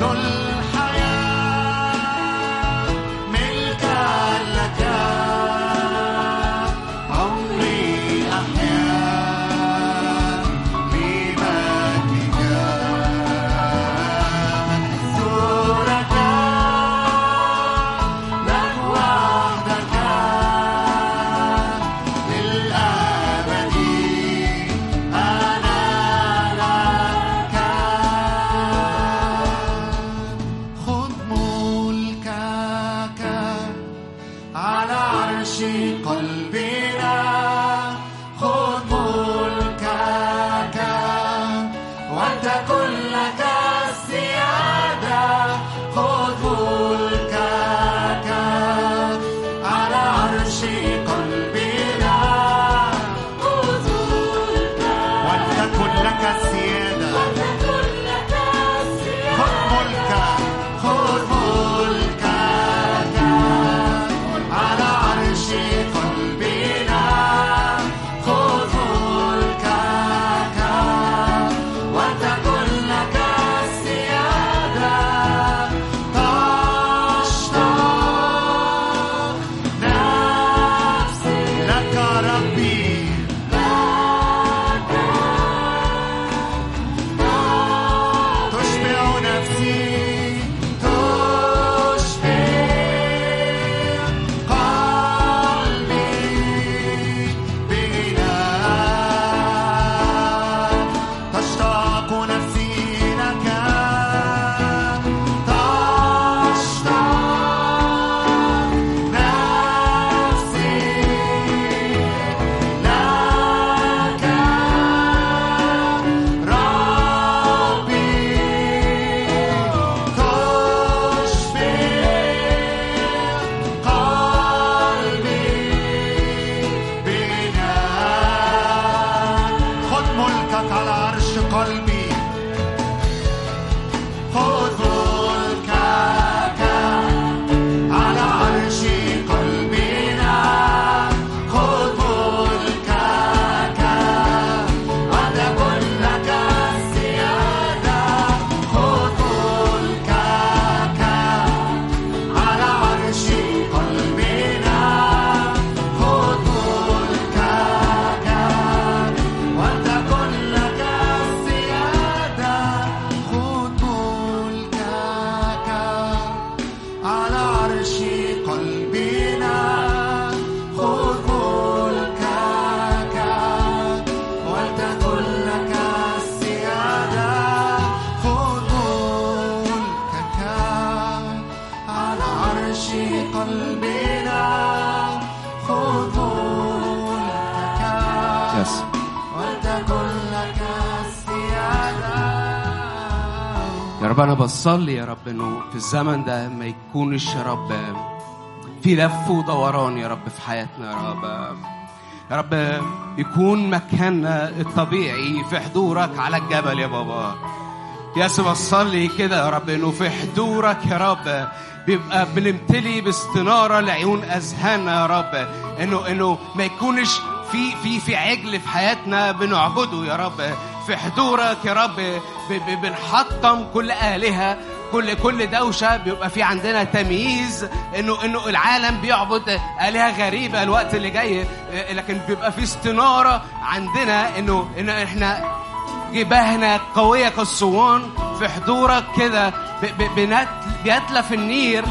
S10: يا رب أنا بصلي يا رب إنه في الزمن ده ما يكونش يا رب في لف ودوران يا رب في حياتنا يا رب. يا رب يكون مكاننا الطبيعي في حضورك على الجبل يا بابا. يا سيدي بصلي كده يا رب إنه في حضورك يا رب بيبقى بنمتلي باستنارة لعيون أذهاننا يا رب. إنه إنه ما يكونش في في في عجل في حياتنا بنعبده يا رب. في حضورك يا رب بنحطم كل آلهة، كل كل دوشة. بيبقى في عندنا تمييز إنه إنه العالم بيعبد آلهة غريبة الوقت اللي جاي، لكن بيبقى في استنارة عندنا إنه إن إحنا جباهنا قوية كالصوان في حضورك كده. بيتلف النير،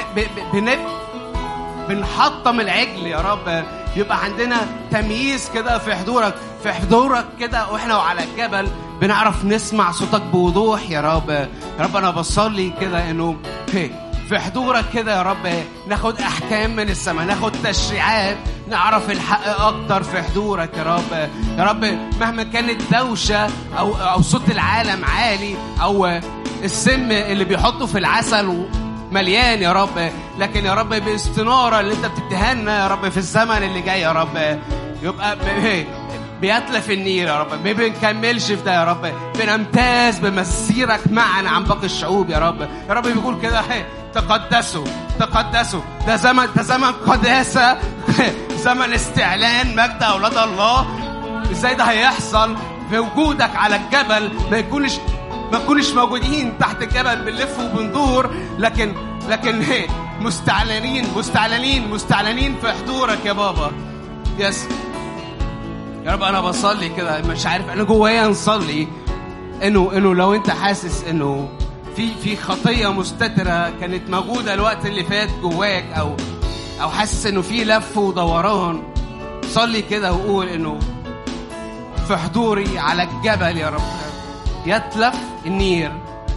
S10: بنحطم العجل يا رب. يبقى عندنا تمييز كده في حضورك، في حضورك كده واحنا وعلى الجبل بنعرف نسمع صوتك بوضوح يا رب. يا رب انا بصلي كده انه في حضورك كده يا رب ناخد احكام من السماء، ناخد تشريعات، نعرف الحق اكتر في حضورك يا رب. يا رب مهما كانت دوشه او او صوت العالم عالي او السم اللي بيحطوا في العسل مليان يا رب، لكن يا رب باستنارة اللي انت بتدهنا يا رب في الزمن اللي جاي يا رب يبقى بيتلف النير يا رب. ما بنكملش في ده يا رب، بنمتاز بمسيرك معنا عن باقي الشعوب يا رب. يا رب بيقول كده تقدسوا تقدسوا. ده زمن ده زمن قداسة، زمن استعلان مجد أولاد الله. ازاي ده هيحصل؟ في وجودك على الجبل ما يكونش ما نكونش موجودين تحت الجبل بنلف وبندور، لكن لكن مستعلنين مستعلنين مستعلنين في حضورك يا بابا. يس يا رب أنا بصلي كده، مش عارف أنا جوايا نصلي إنه إنه لو أنت حاسس إنه في في خطية مستترة كانت موجودة الوقت اللي فات جواك، أو أو حاسس إنه في لف ودوران، صلي كده وقول إنه في حضوري على الجبل يا رب يتلف النير،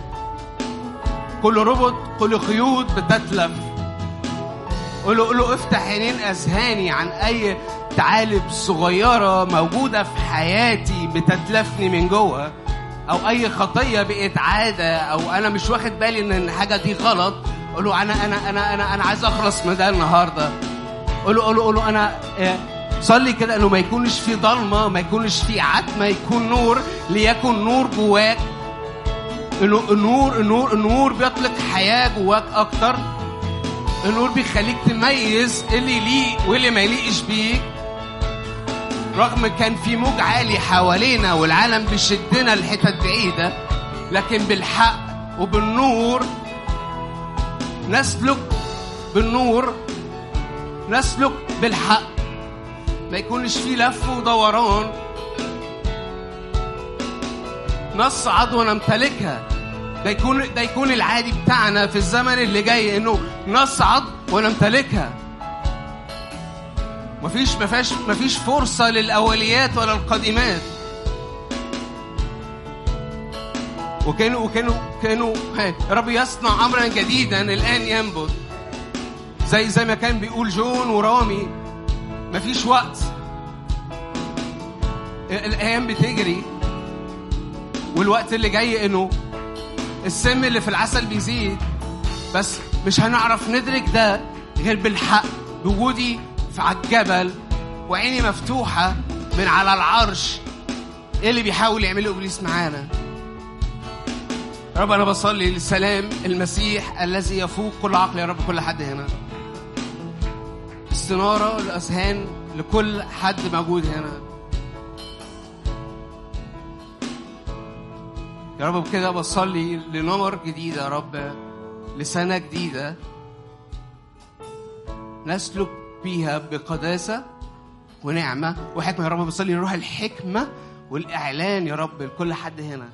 S10: كل ربط كل خيوط بتتلف. قول له قول له افتح عينين أذهاني عن أي تعالب صغيرة موجودة في حياتي بتتلفني من جوه، أو أي خطية بقت عادة، أو أنا مش واخد بالي إن الحاجة دي غلط. قول له أنا أنا أنا أنا أنا عايز أخلص من ده النهاردة. قول له قول له قول له أنا صلي كده إنه ما يكونش في ضلمة، ما يكونش في عتمة، يكون نور، ليكن نور جواك. إنه النور النور النور بيطلق حياة جواك أكتر. النور بيخليك تميز اللي يليق واللي ما يليقش بيك. رغم كان في موج عالي حوالينا والعالم بيشدنا لحتت بعيدة، لكن بالحق وبالنور نسلك، بالنور نسلك بالحق، ما يكونش فيه لف ودوران. نصعد ونمتلكها. ده يكون ده يكون العادي بتاعنا في الزمن اللي جاي، انه نصعد ونمتلكها. مفيش مفيش مفيش فرصة للأوليات ولا القديمات. وكانوا وكانوا كانوا رب يصنع أمرا جديدا الآن ينبت. زي زي ما كان بيقول جون ورامي، مفيش وقت، الأيام بتجري، والوقت اللي جاي إنه السم اللي في العسل بيزيد، بس مش هنعرف ندرك ده غير بالحق. بوجودي على الجبل وعيني مفتوحة من على العرش، إيه اللي بيحاول يعمله إبليس معانا؟ رب أنا بصلي للسلام المسيح الذي يفوق كل عقل يا رب. كل حد هنا استنارة الأذهان لكل حد موجود هنا يا رب. بكده بصلي لنار جديدة يا رب، لسنة جديدة نسلك بيها بقداسة ونعمة وحكمة يا رب. بصلي لروح الحكمة والإعلان يا رب لكل حد هنا.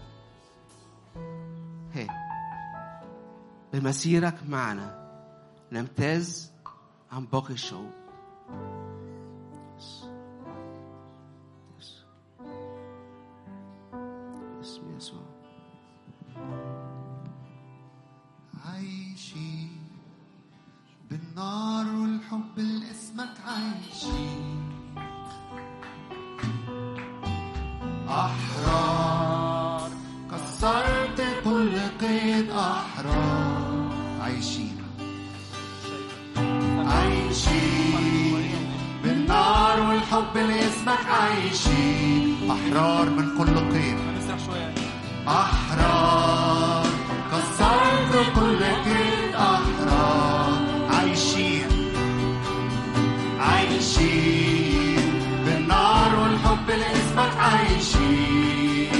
S10: هي بمسيرك معنا نمتاز عن باقي الشعوب. اسم يسوع.
S1: عايشي بالنار والحب لاسمك، عايشي أحرار، كسرت كل قيد أحرار. عايشين عايشين بالنار والحب لاسمك، عايشين أحرار من كل قيد أحرار، كسرت كل قيد أحرار. عايشين عايشين بالنار والحب لاسمك، عايشين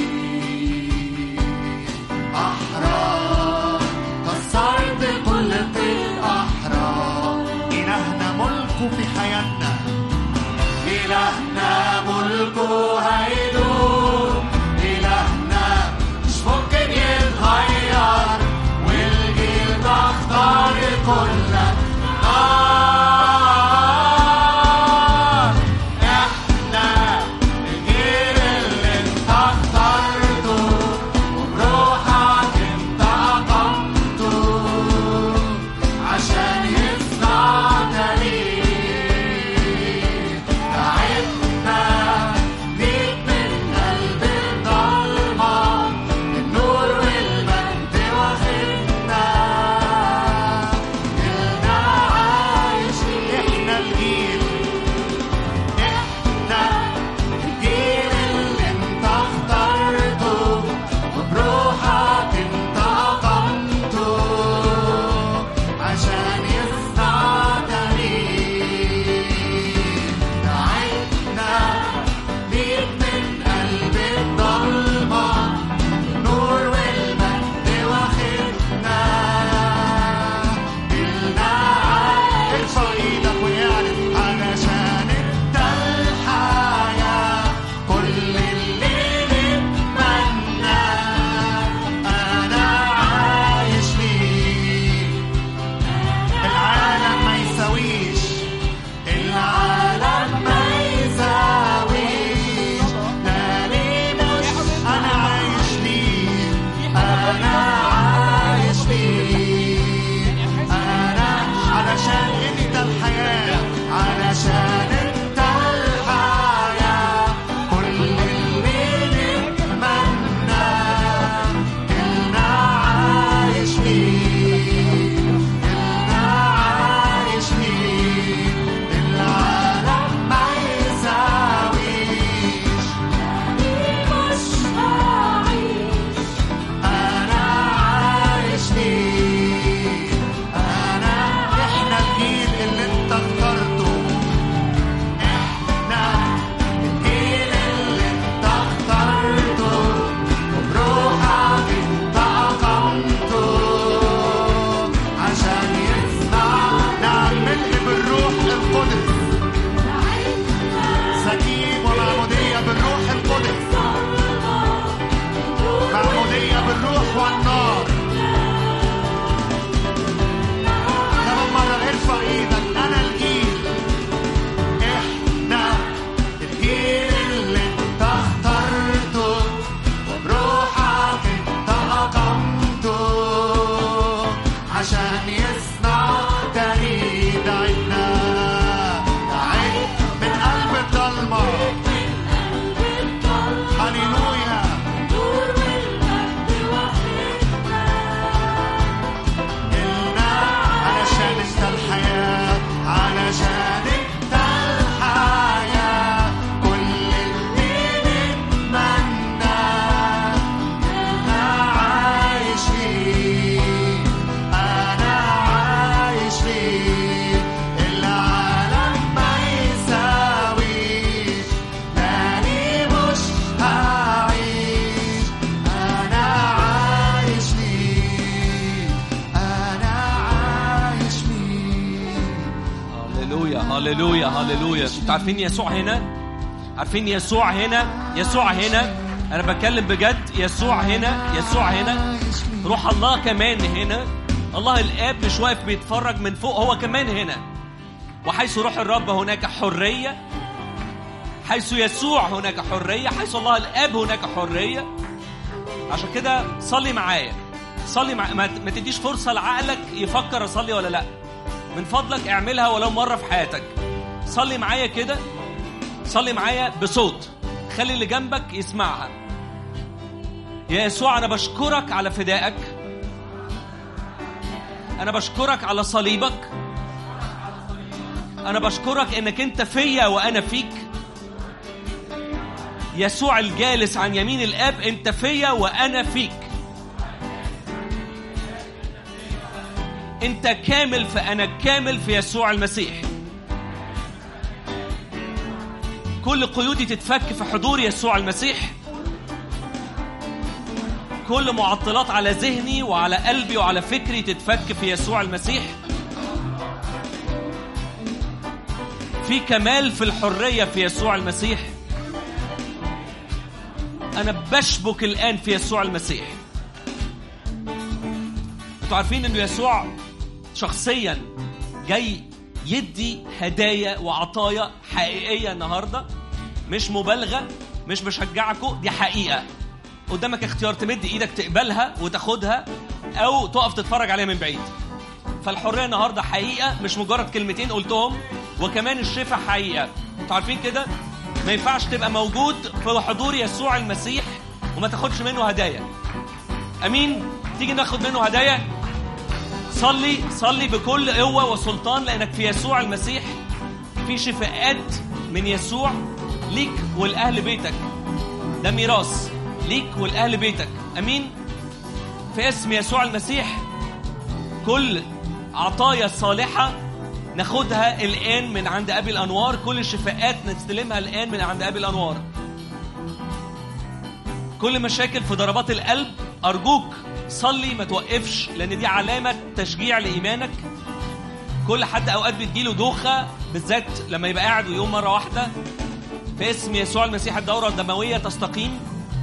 S1: أحرار، كسرت كل قيد أحرار. إلهنا ملكه في حياتنا، إلهنا ملكه هيدور، إلهنا مش ممكن يتغير، والجيل تختار كل عشان يصنع تاني. دعينا دعيت من قلب الضلمة، هللويا. قلنا علشان انت الحياة، علشان انت الحياة، كل اللي نتمنى انا عايش فيه، انا عايش فيه. العالم ما يساويش، تاني مش هعيش، انا عايش فيه، انا عايش فيه.
S8: هللويا هللويا هللويا. انتوا عارفين يسوع هنا؟ عارفين يسوع هنا؟ يسوع هنا. انا بتكلم بجد. يسوع هنا، يسوع هنا. روح الله كمان هنا. الله الآب مش واقف بيتفرج من فوق، هو كمان هنا. وحيث روح الرب هناك حرية، حيث يسوع هناك حرية، حيث الله الآب هناك حرية. عشان كده صلي معايا، صلي مع... ما... ما تديش فرصة لعقلك يفكر أصلي ولا لأ. من فضلك اعملها ولو مرة في حياتك. صلي معايا كده، صلي معايا بصوت، خلي اللي جنبك يسمعها. يا يسوع أنا بشكرك على فدائك، أنا بشكرك على صليبك، أنا بشكرك إنك أنت فيا وأنا فيك. يسوع الجالس عن يمين الآب، أنت فيا وأنا فيك. أنت كامل فأنا كامل في يسوع المسيح. كل قيودي تتفك في حضور يسوع المسيح. كل معطلات على ذهني وعلى قلبي وعلى فكري تتفك في يسوع المسيح. في كمال في الحرية في يسوع المسيح. أنا بشبك الآن في يسوع المسيح. أنتوا عارفين أنه يسوع شخصيا جاي يدي هدايا وعطايا حقيقية النهاردة، مش مبالغة، مش بشجعكم، دي حقيقة. قدامك اختيار تمد ايدك تقبلها وتاخدها او تقف تتفرج عليها من بعيد. فالحرية النهاردة حقيقة، مش مجرد كلمتين قلتهم. وكمان الشفاء حقيقة. انتوا عارفين كده؟ ما ينفعش تبقى موجود في حضور يسوع المسيح وما تاخدش منه هدايا. امين؟ تيجي ناخد منه هدايا. صلي صلي بكل قوة وسلطان، لأنك في يسوع المسيح في شفاءات من يسوع ليك والأهل بيتك. ده ميراث ليك والأهل بيتك. أمين؟ في اسم يسوع المسيح كل عطايا الصالحة ناخدها الآن من عند أبي الأنوار. كل الشفاءات نستلمها الآن من عند أبي الأنوار. كل مشاكل في ضربات القلب أرجوك صلي ما توقفش، لأن دي علامة تشجيع لإيمانك. كل حد أوقات بتجيله دوخة، بالذات لما يبقى قاعد ويقوم مرة واحدة. في اسم يسوع المسيح الدورة الدموية تستقيم.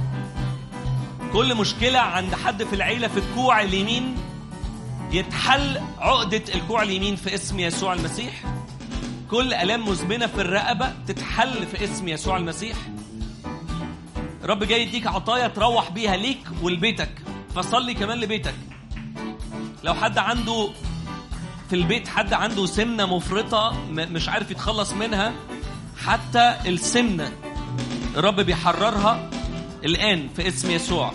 S8: كل مشكلة عند حد في العيلة في الكوع اليمين يتحل عقدة الكوع اليمين في اسم يسوع المسيح. كل ألام مزمنة في الرقبة تتحل في اسم يسوع المسيح. رب جاي يديك عطايا تروح بيها ليك ولبيتك، فصلي كمان لبيتك. لو حد عنده في البيت حد عنده سمنة مفرطة مش عارف يتخلص منها، حتى السمنة الرب بيحررها الآن في اسم يسوع.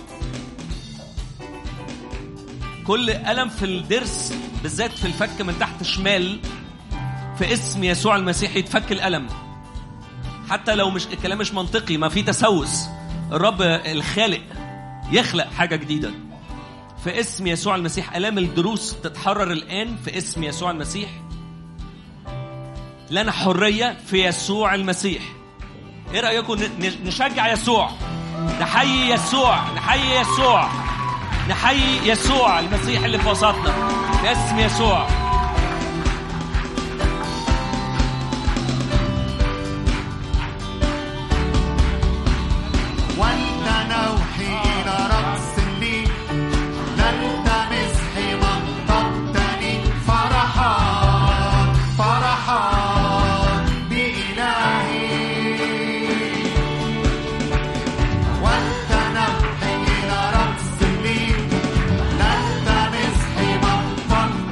S8: كل ألم في الضرس بالذات في الفك من تحت شمال في اسم يسوع المسيح يتفك الألم. حتى لو مش الكلام مش منطقي، ما في تسوس، الرب الخالق يخلق حاجة جديدة في اسم يسوع المسيح. ألام الضروس تتحرر الآن في اسم يسوع المسيح. لنا حرية في يسوع المسيح. ايه رأيكم نشجع يسوع، نحيي يسوع، نحيي يسوع، نحيي يسوع المسيح اللي في وسطنا في اسم يسوع.
S1: One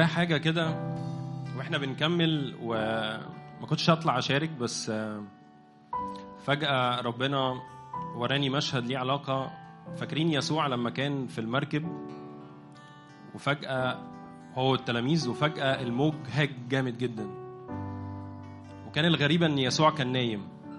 S11: جوايا حاجة كده واحنا بنكمل، وما كنتش هطلع اشارك، بس فجأة ربنا وراني مشهد ليه علاقة. فاكرين يسوع لما كان في المركب وفجأة هو التلاميذ، وفجأة الموج هاج جامد جدا، وكان الغريبة ان يسوع كان نايم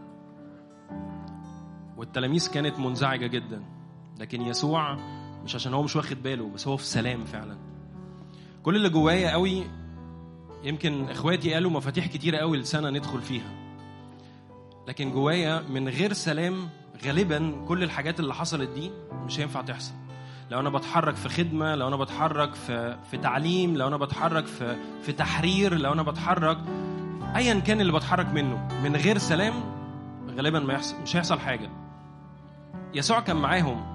S11: والتلاميذ كانت منزعجة جدا، لكن يسوع مش عشان هو مش واخد باله، بس هو في سلام فعلا. كل اللي جوايا قوي، يمكن اخواتي قالوا مفاتيح كتيرة قوي لسنة ندخل فيها، لكن جوايا من غير سلام غالبا كل الحاجات اللي حصلت دي مش هينفع تحصل. لو انا بتحرك في خدمة، لو انا بتحرك في في تعليم، لو انا بتحرك في في تحرير، لو انا بتحرك ايا كان اللي بتحرك منه، من غير سلام غالبا ما يحصل، مش هيحصل حاجة. يسوع كان معاهم،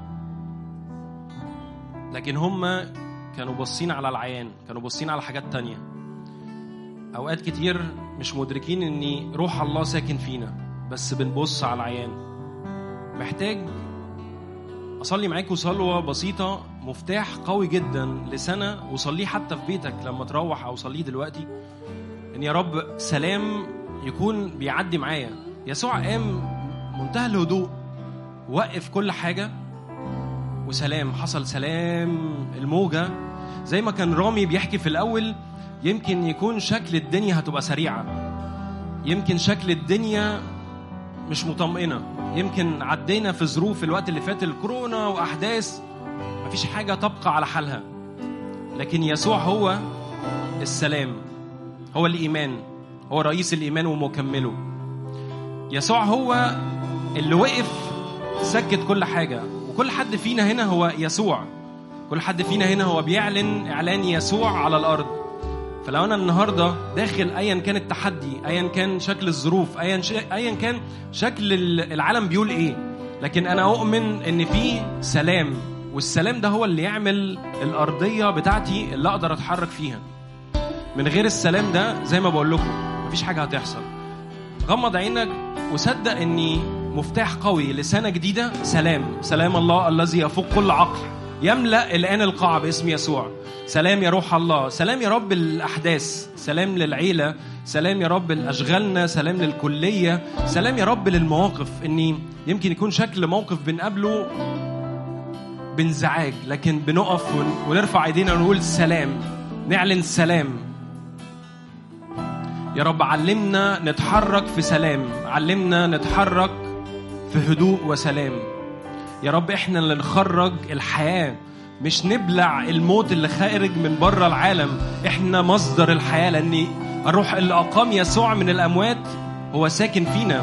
S11: لكن هم كانوا باصين على العيان، كانوا باصين على حاجات تانية. اوقات كتير مش مدركين ان روح الله ساكن فينا، بس بنبص على العيان. محتاج اصلي معاكم صلوة بسيطة، مفتاح قوي جدا لسنة، وصليه حتى في بيتك لما تروح، او صليه دلوقتي، ان يا رب سلام يكون بيعدي معايا. يسوع قام منتهى الهدوء، وقف كل حاجة، وسلام حصل. سلام الموجة زي ما كان رامي بيحكي في الأول، يمكن يكون شكل الدنيا هتبقى سريعة، يمكن شكل الدنيا مش مطمئنة، يمكن عدينا في ظروف الوقت اللي فات الكورونا وأحداث مفيش حاجة تبقى على حالها، لكن يسوع هو السلام، هو الإيمان، هو رئيس الإيمان ومكمله. يسوع هو اللي وقف سكت كل حاجة. وكل حد فينا هنا هو يسوع، كل حد فينا هنا هو بيعلن إعلان يسوع على الأرض. فلو أنا النهاردة داخل أيا كان التحدي، أيا كان شكل الظروف، أيا, ش... أيا كان شكل العالم بيقول إيه، لكن أنا أؤمن إن في سلام، والسلام ده هو اللي يعمل الأرضية بتاعتي اللي أقدر أتحرك فيها. من غير السلام ده زي ما بقول لكم مفيش حاجة هتحصل. غمض عينك وصدق إني مفتاح قوي لسنة جديدة. سلام، سلام الله الذي يفوق كل عقل يملأ الآن القاعة باسم يسوع. سلام يا روح الله، سلام يا رب الأحداث، سلام للعيلة، سلام يا رب لأشغالنا، سلام للكلية، سلام يا رب للمواقف. إني يمكن يكون شكل موقف بنقابله بانزعاج، لكن بنقف ونرفع ايدينا ونقول سلام، نعلن سلام. يا رب علمنا نتحرك في سلام، علمنا نتحرك في هدوء وسلام. يا رب احنا اللي نخرج الحياة، مش نبلع الموت اللي خارج من بره العالم. احنا مصدر الحياة، لأن الروح اللي أقام يسوع من الأموات هو ساكن فينا.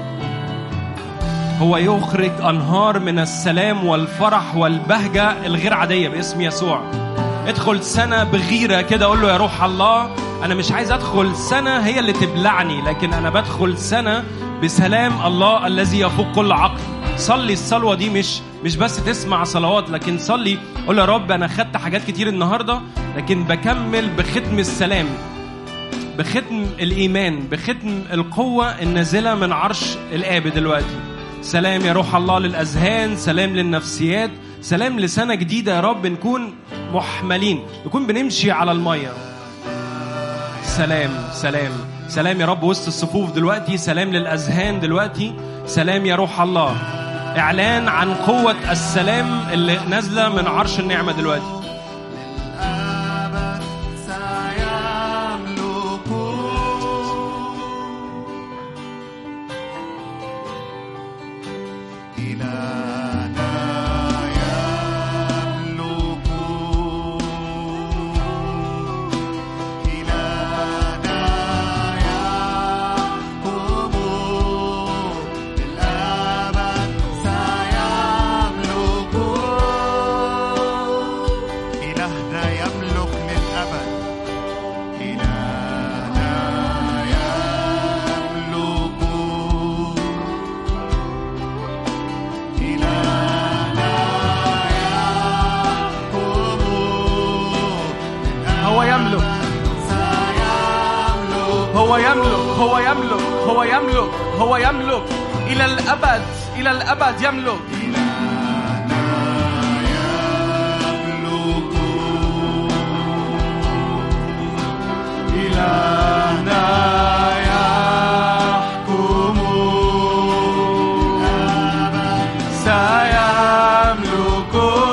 S11: هو يخرج أنهار من السلام والفرح والبهجة الغير عادية باسم يسوع. ادخل سنة بغيرة كده، قول له يا روح الله أنا مش عايز أدخل سنة هي اللي تبلعني، لكن أنا بدخل سنة بسلام الله الذي يفوق كل عقل. صلي الصلوة دي، مش مش بس تسمع صلوات، لكن صلي قول يا رب أنا خدت حاجات كتير النهاردة، لكن بكمل بختم السلام، بختم الإيمان، بختم القوة النازلة من عرش الآب دلوقتي. سلام يا روح الله للأذهان، سلام للنفسيات، سلام لسنة جديدة يا رب نكون محملين، نكون بنمشي على المية. سلام سلام سلام يا رب وسط الصفوف دلوقتي، سلام للأذهان دلوقتي، سلام يا روح الله. إعلان عن قوة السلام اللي نازلة من عرش النعمة دلوقتي.
S4: هو يملك هو يملك هو يملك هو يملك إلى الأبد، إلى الأبد يملك.
S2: إلهنا يحكم سيملك.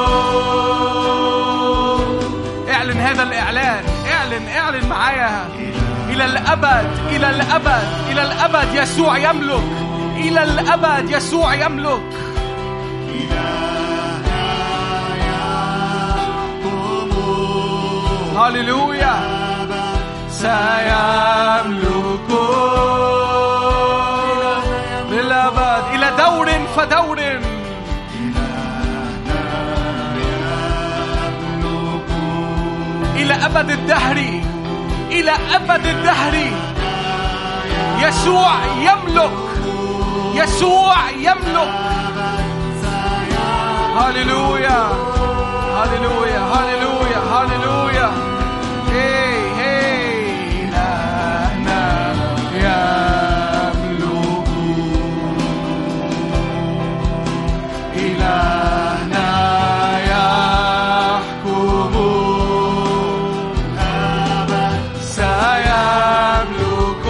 S4: اعلن هذا الإعلان، اعلن اعلن معايا. إلى الأبد، إلى الأبد، إلى الأبد يسوع يملك. إلى الأبد يسوع يملك. هاليلويا.
S2: سيملك
S4: للأبد، إلى دور فدور. إلى أبد الدهر، إلى أبد الدهر يسوع يملك. يسوع يملك. هاليلويا هاليلويا هاليلويا هاليلويا. هي هي إلهنا يملك. إلهنا يحكم سيملك.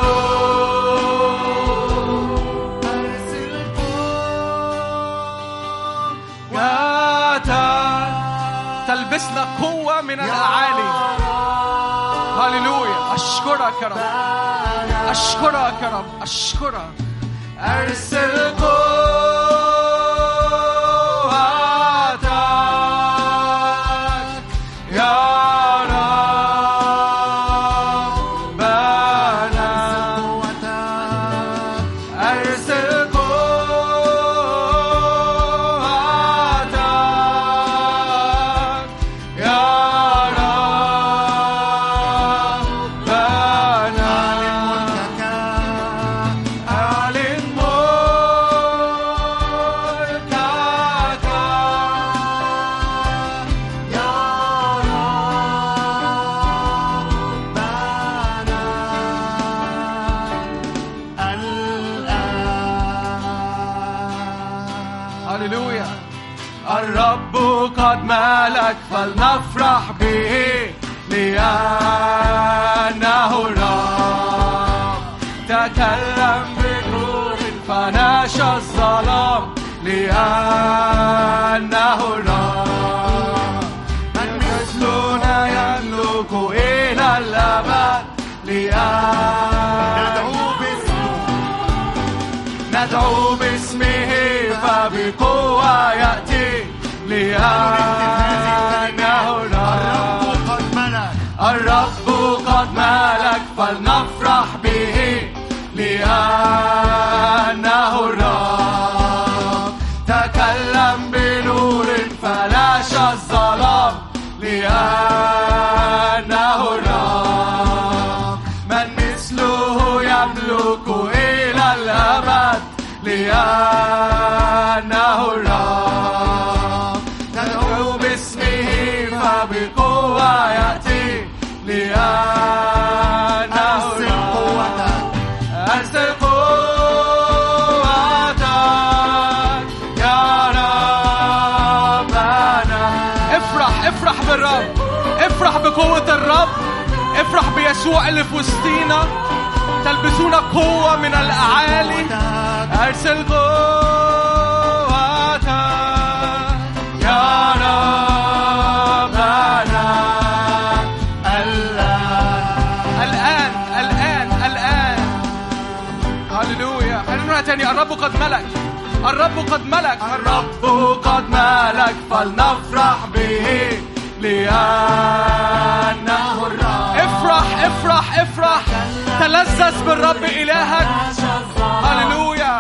S4: تلبسنا قوة من الأعالي. هاليلويا. أشكرك يا رب، أشكرك يا رب، أشكرك.
S2: أرسل قوتك يا ربنا. أرسل قوتك يا ربنا. أعلن ملكك يا ربنا.
S4: هاليلويا.
S2: الرب قد ملك فلنفرح به لأنه الرب تكلم بنور فناشى الظلام لأنه الرب. من مثلنا يملك إلى الأبد لأن ندعو باسمه فبقوة يأتي لأنه الرب قد ملك. الرب قد ملك فلنفرح به لأنه الرب تكلم بنور فلاشى الظلام لأنه الرب. من مثله يملك إلى الأبد لأنه الرب. ندعو باسمه فبقوة يأتي لأنه الرب. أرسل قوتك يا ربنا.
S4: افرح افرح بالرب، افرح بقوة الرب، افرح بيسوع اللي في وسطينا. تلبسون قوة من الأعالي. أرسل قوتك
S2: يا ربنا.
S4: الآن الآن الآن. هاليلويا. خلينا نقولها تاني. الرب قد ملك، الرب قد ملك،
S2: الرب قد ملك فلنفرح به لأنه الرب.
S4: افرح افرح افرح. تلذذ بالرب إلهك. هاليلويا.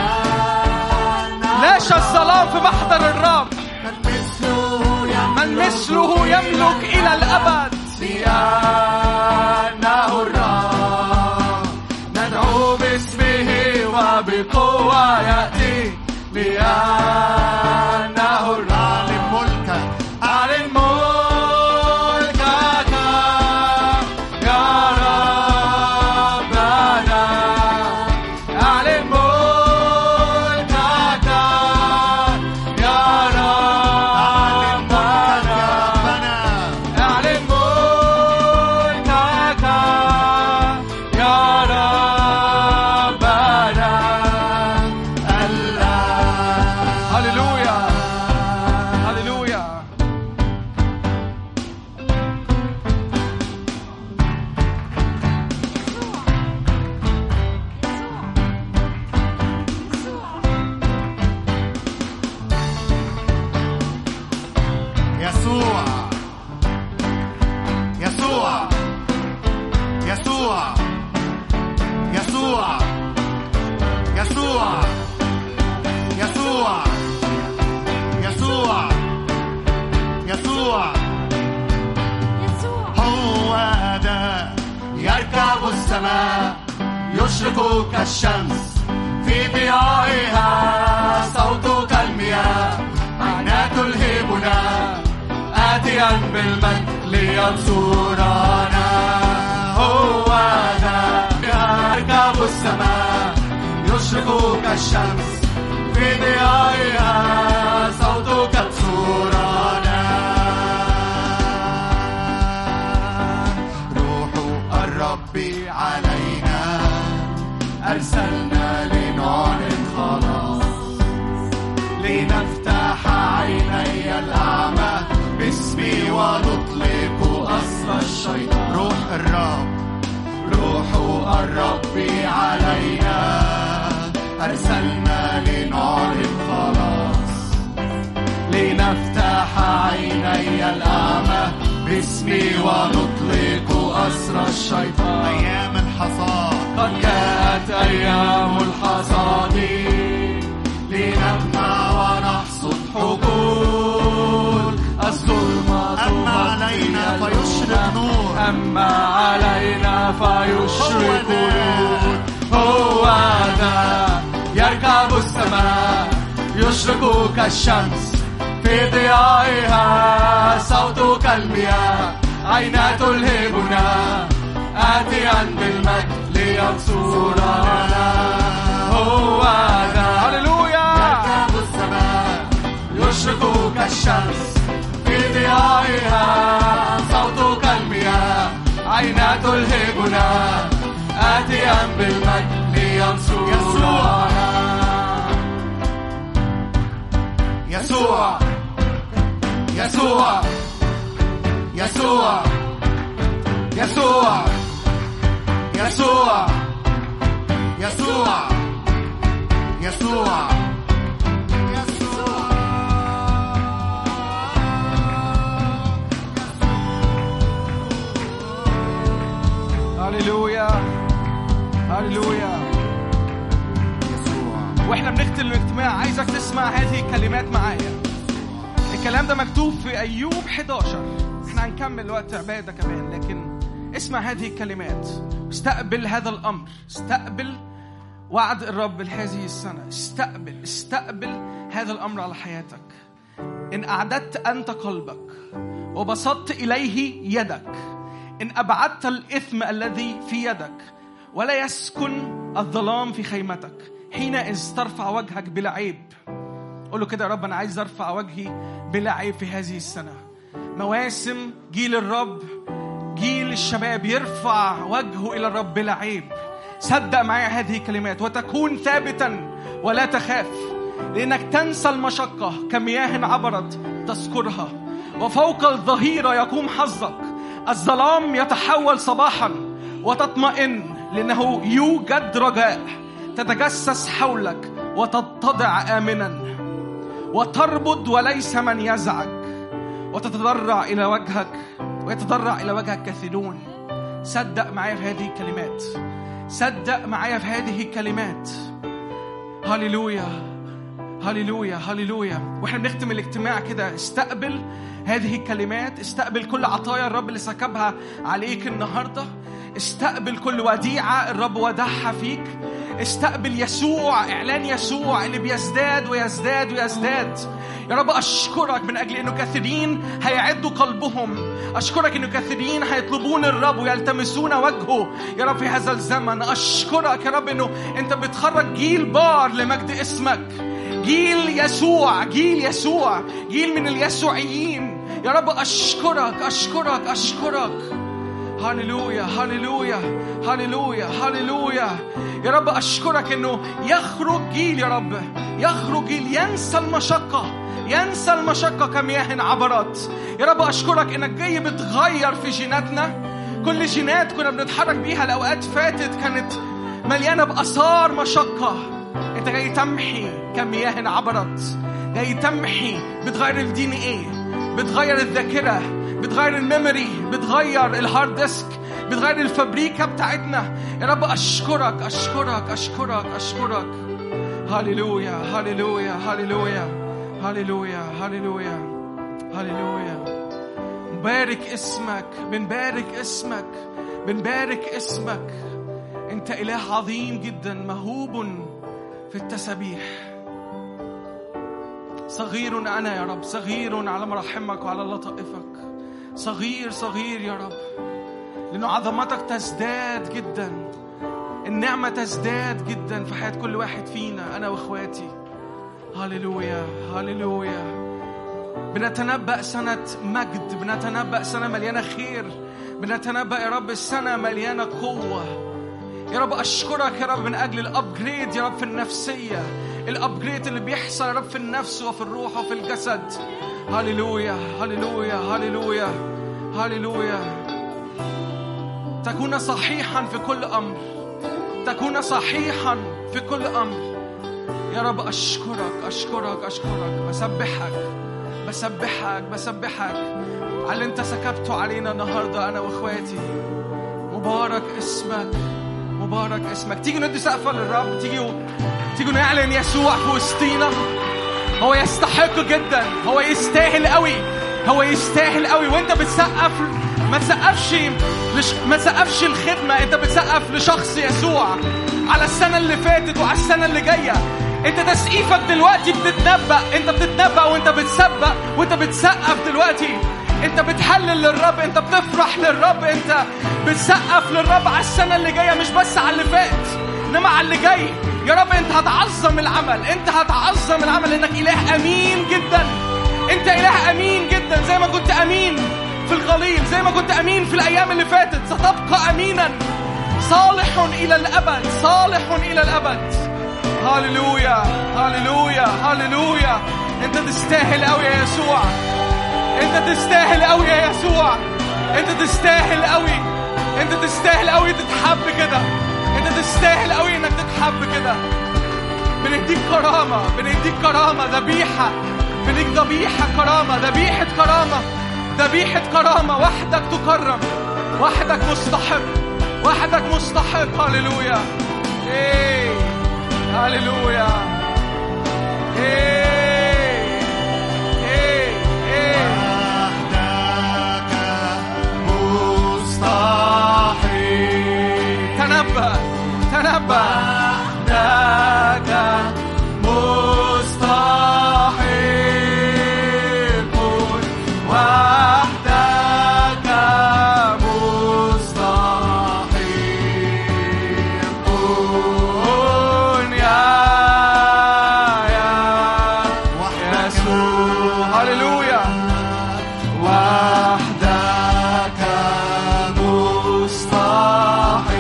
S4: لاشى الظلام في محضر الرب. من مثله يملك إلى الأبد
S2: لأنه الرب. ندعو باسمه وبقوة يأتي لأنه الرب. أعلن ملكك، أعلن ملكك يا ربنا. أعلن ملكك يا ربنا. أعلن ملكك يركب السماء يشرق كالشمس في ضيائها صوت كالمياه عينا تلهبنا آتيا بالمجد لينصرنا هو ذا يركب السماء يشرق كالشمس في ضيائها صوت كالسورانا روح الرب علينا أرسلنا لنعلن خلاص لنفتح عيني الأعمى باسمي ونطلق أسر الشيطان روح الرب روح الرب علينا أرسلنا لنعلن خلاص لنفتح عيني الأعمى باسمي ونطلق أسر الشيطان أيام الحصاد قد جاءت أيام الحصاد لنجمع ونحصد حقول الظلمة أما علينا فيشرق نور أما علينا فيشرق نور هو ذا يركب السماء يشرق كالشمس في ضيائها صوت كالمياه عينا تلهبنا آتيا بالمجد لينصرنا هو ذا هللويا يركب السماء يشرق كالشمس في ضيائها صوت كالمياه عينا تلهبنا آتيا بالمجد لينصرنا يسوع يسوع يسوع يسوع يسوع يسوع يسوع
S7: هللويا هللويا. واحنا بنختم الاجتماع عايزك تسمع هذه الكلمات معايا. الكلام ده مكتوب في أيوب إحدى عشر. احنا هنكمل وقت عبادة كمان، لكن اسمع هذه الكلمات. استقبل هذا الأمر، استقبل وعد الرب لهذه السنة. استقبل استقبل هذا الأمر على حياتك. إن أعددت أنت قلبك وبسطت إليه يدك، إن أبعدت الإثم الذي في يدك ولا يسكن الظلام في خيمتك، حينئذ ترفع وجهك بلا عيب. قل له كده: يا رب أنا عايز أرفع وجهي بلا عيب في هذه السنة. مواسم جيل الرب، جيل الشباب يرفع وجهه إلى الرب بلا عيب. صدق معايا هذه الكلمات: وتكون ثابتا ولا تخاف، لأنك تنسى المشقة كمياه عبرت تذكرها، وفوق الظهيرة يقوم حظك. الظلام يتحول صباحا وتطمئن، لأنه يوجد رجاء. تتجسس حولك وتتضع آمنا، وتربض وليس من يزعج، وتتضرع إلى وجهك ويتضرع إلى وجهك كثيرون. صدق معايا في هذه الكلمات، صدق معايا في هذه الكلمات. هاليلويا هاليلويا هاليلويا. واحنا بنختم الاجتماع كده، استقبل هذه الكلمات، استقبل كل عطايا الرب اللي سكبها عليك النهارده، استقبل كل وديعة الرب ودعها فيك، استقبل يسوع، إعلان يسوع اللي بيزداد ويزداد ويزداد. يا رب أشكرك من أجل أنه كثيرين هيعدوا قلبهم. أشكرك أنه كثيرين هيطلبون الرب ويلتمسون وجهه يا رب في هذا الزمن. أشكرك يا رب أنه أنت بتخرج جيل بار لمجد اسمك، جيل يسوع، جيل يسوع، جيل من اليسوعيين. يا رب أشكرك أشكرك أشكرك. هاليلويا هاليلويا هاليلويا هاليلويا. يا رب أشكرك أنه يخرج جيل، يا رب يخرج جيل ينسى المشقة، ينسى المشقة كمياه عبرت. يا رب أشكرك أنك جاي بتغير في جيناتنا. كل جينات كنا بنتحرك بيها لأوقات فاتت كانت مليانة بأثار مشقة، أنت جاي تمحي كمياه عبرت، جاي تمحي، بتغير الدي ان ايه، بتغير الذاكرة، بتغير الميموري، بتغير الهارد ديسك، بتغير الفابريكا بتاعتنا. يا رب أشكرك أشكرك أشكرك أشكرك. هاليلويا هاليلويا هاليلويا هاليلويا هاليلويا هاليلويا. بنبارك اسمك، بنبارك اسمك، بنبارك اسمك. انت اله عظيم جدا مهوب في التسبيح. صغير انا يا رب، صغير على مراحمك وعلى لطائفك، صغير صغير يا رب، لأنه عظمتك تزداد جدا، النعمة تزداد جدا في حياة كل واحد فينا أنا وإخواتي. هاليلويا هاليلويا. بنتنبأ سنة مجد، بنتنبأ سنة مليانة خير، بنتنبأ يا رب السنة مليانة قوة. يا رب أشكرك يا رب من أجل الأبجريد يا رب في النفسية، الأبجريد اللي بيحصل يا رب في النفس وفي الروح وفي الجسد. هاليلويا هاليلويا هاليلويا هاليلويا. تكون صحيحا في كل أمر، تكون صحيحا في كل أمر. يا رب أشكرك أشكرك أشكرك، بسبحك بسبحك بسبحك على اللي أنت سكبته علينا النهاردة أنا وإخواتي. مبارك اسمك مبارك اسمك. تيجوا ندي سقفة للرب، تيجوا تيجوا نعلن يسوع في وسطينا. هو يستحق جدا، هو يستاهل قوي، هو يستاهل قوي. وانت بتسقف ما تسقفش لش... ما تسقفش الخدمة، انت بتسقف لشخص يسوع على السنة اللي فاتت وعلى السنة اللي جاية. انت تسقيفك دلوقتي بتتنبأ، انت بتتنبأ وانت بتسبق وانت بتسقف دلوقتي. انت بتحلل للرب، انت بتفرح للرب، انت بتسقف للرب على السنة اللي جاية، مش بس على اللي فات انما على اللي جاي. يا رب انت هتعظم العمل، انت هتعظم العمل لانك اله امين جدا. انت اله امين جدا، زي ما كنت امين في الغليل، زي ما كنت امين في الايام اللي فاتت، ستبقى امينا. صالح الى الابد، صالح الى الابد. هاليلويا هاليلويا هاليلويا. انت تستاهل قوي يا يسوع، انت تستاهل قوي يا يسوع، انت تستاهل قوي، انت تستاهل قوي تتحب كده، انت تستاهل قوي انك تتحب كده. بنديك كرامة، بنديك كرامة، ذبيحة، بنديك ذبيحة كرامة، ذبيحة كرامة، ذبيحة كرامة. وحدك تكرم، وحدك مستحق، وحدك مستحق. هاليلويا ايه هاليلويا ايه ايه ايه.
S2: وحدك مستحق.
S7: تنبأ تنبأ.
S2: وحدك مستحق، وحدك مستحق يا يا يسوع.
S7: هاليلويا.
S2: وحدك مستحق،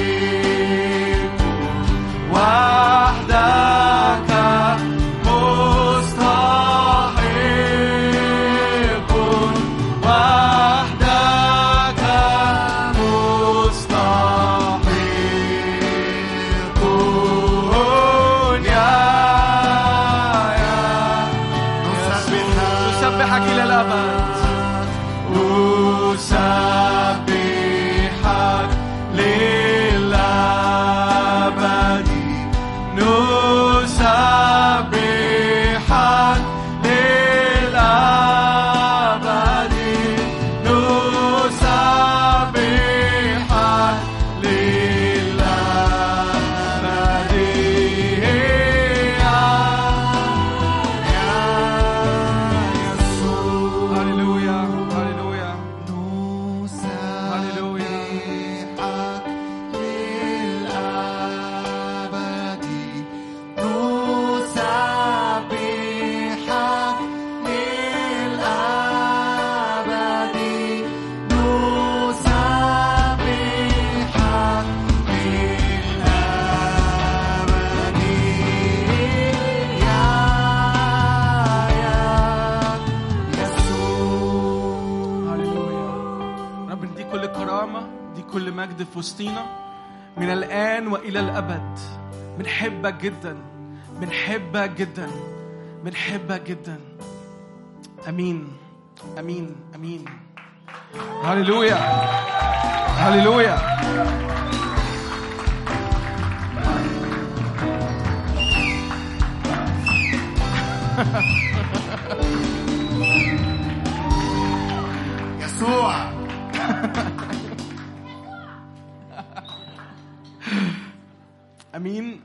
S2: وحدك مستحق، وحدك مستحق يا يا.
S7: نسبحك إلى الأبد،
S2: نسبحك للأبد، نسبحك للأبد، نسبحك للأبد يا يسوع.
S7: هاليلويا هاليلويا
S2: نسبحك للأبد، نسبحك للأبد، نسبحك للأبد يا يا يسوع.
S7: هاليلويا. رب نديك كل كرامة، نديك كل مجد في وسطينا من الآن وإلى الأبد. بنحبك جدا، بنحبك جدا، بنحبك جدا. أمين أمين أمين. هاليلويا هاليلويا.
S2: يسوع
S7: امين.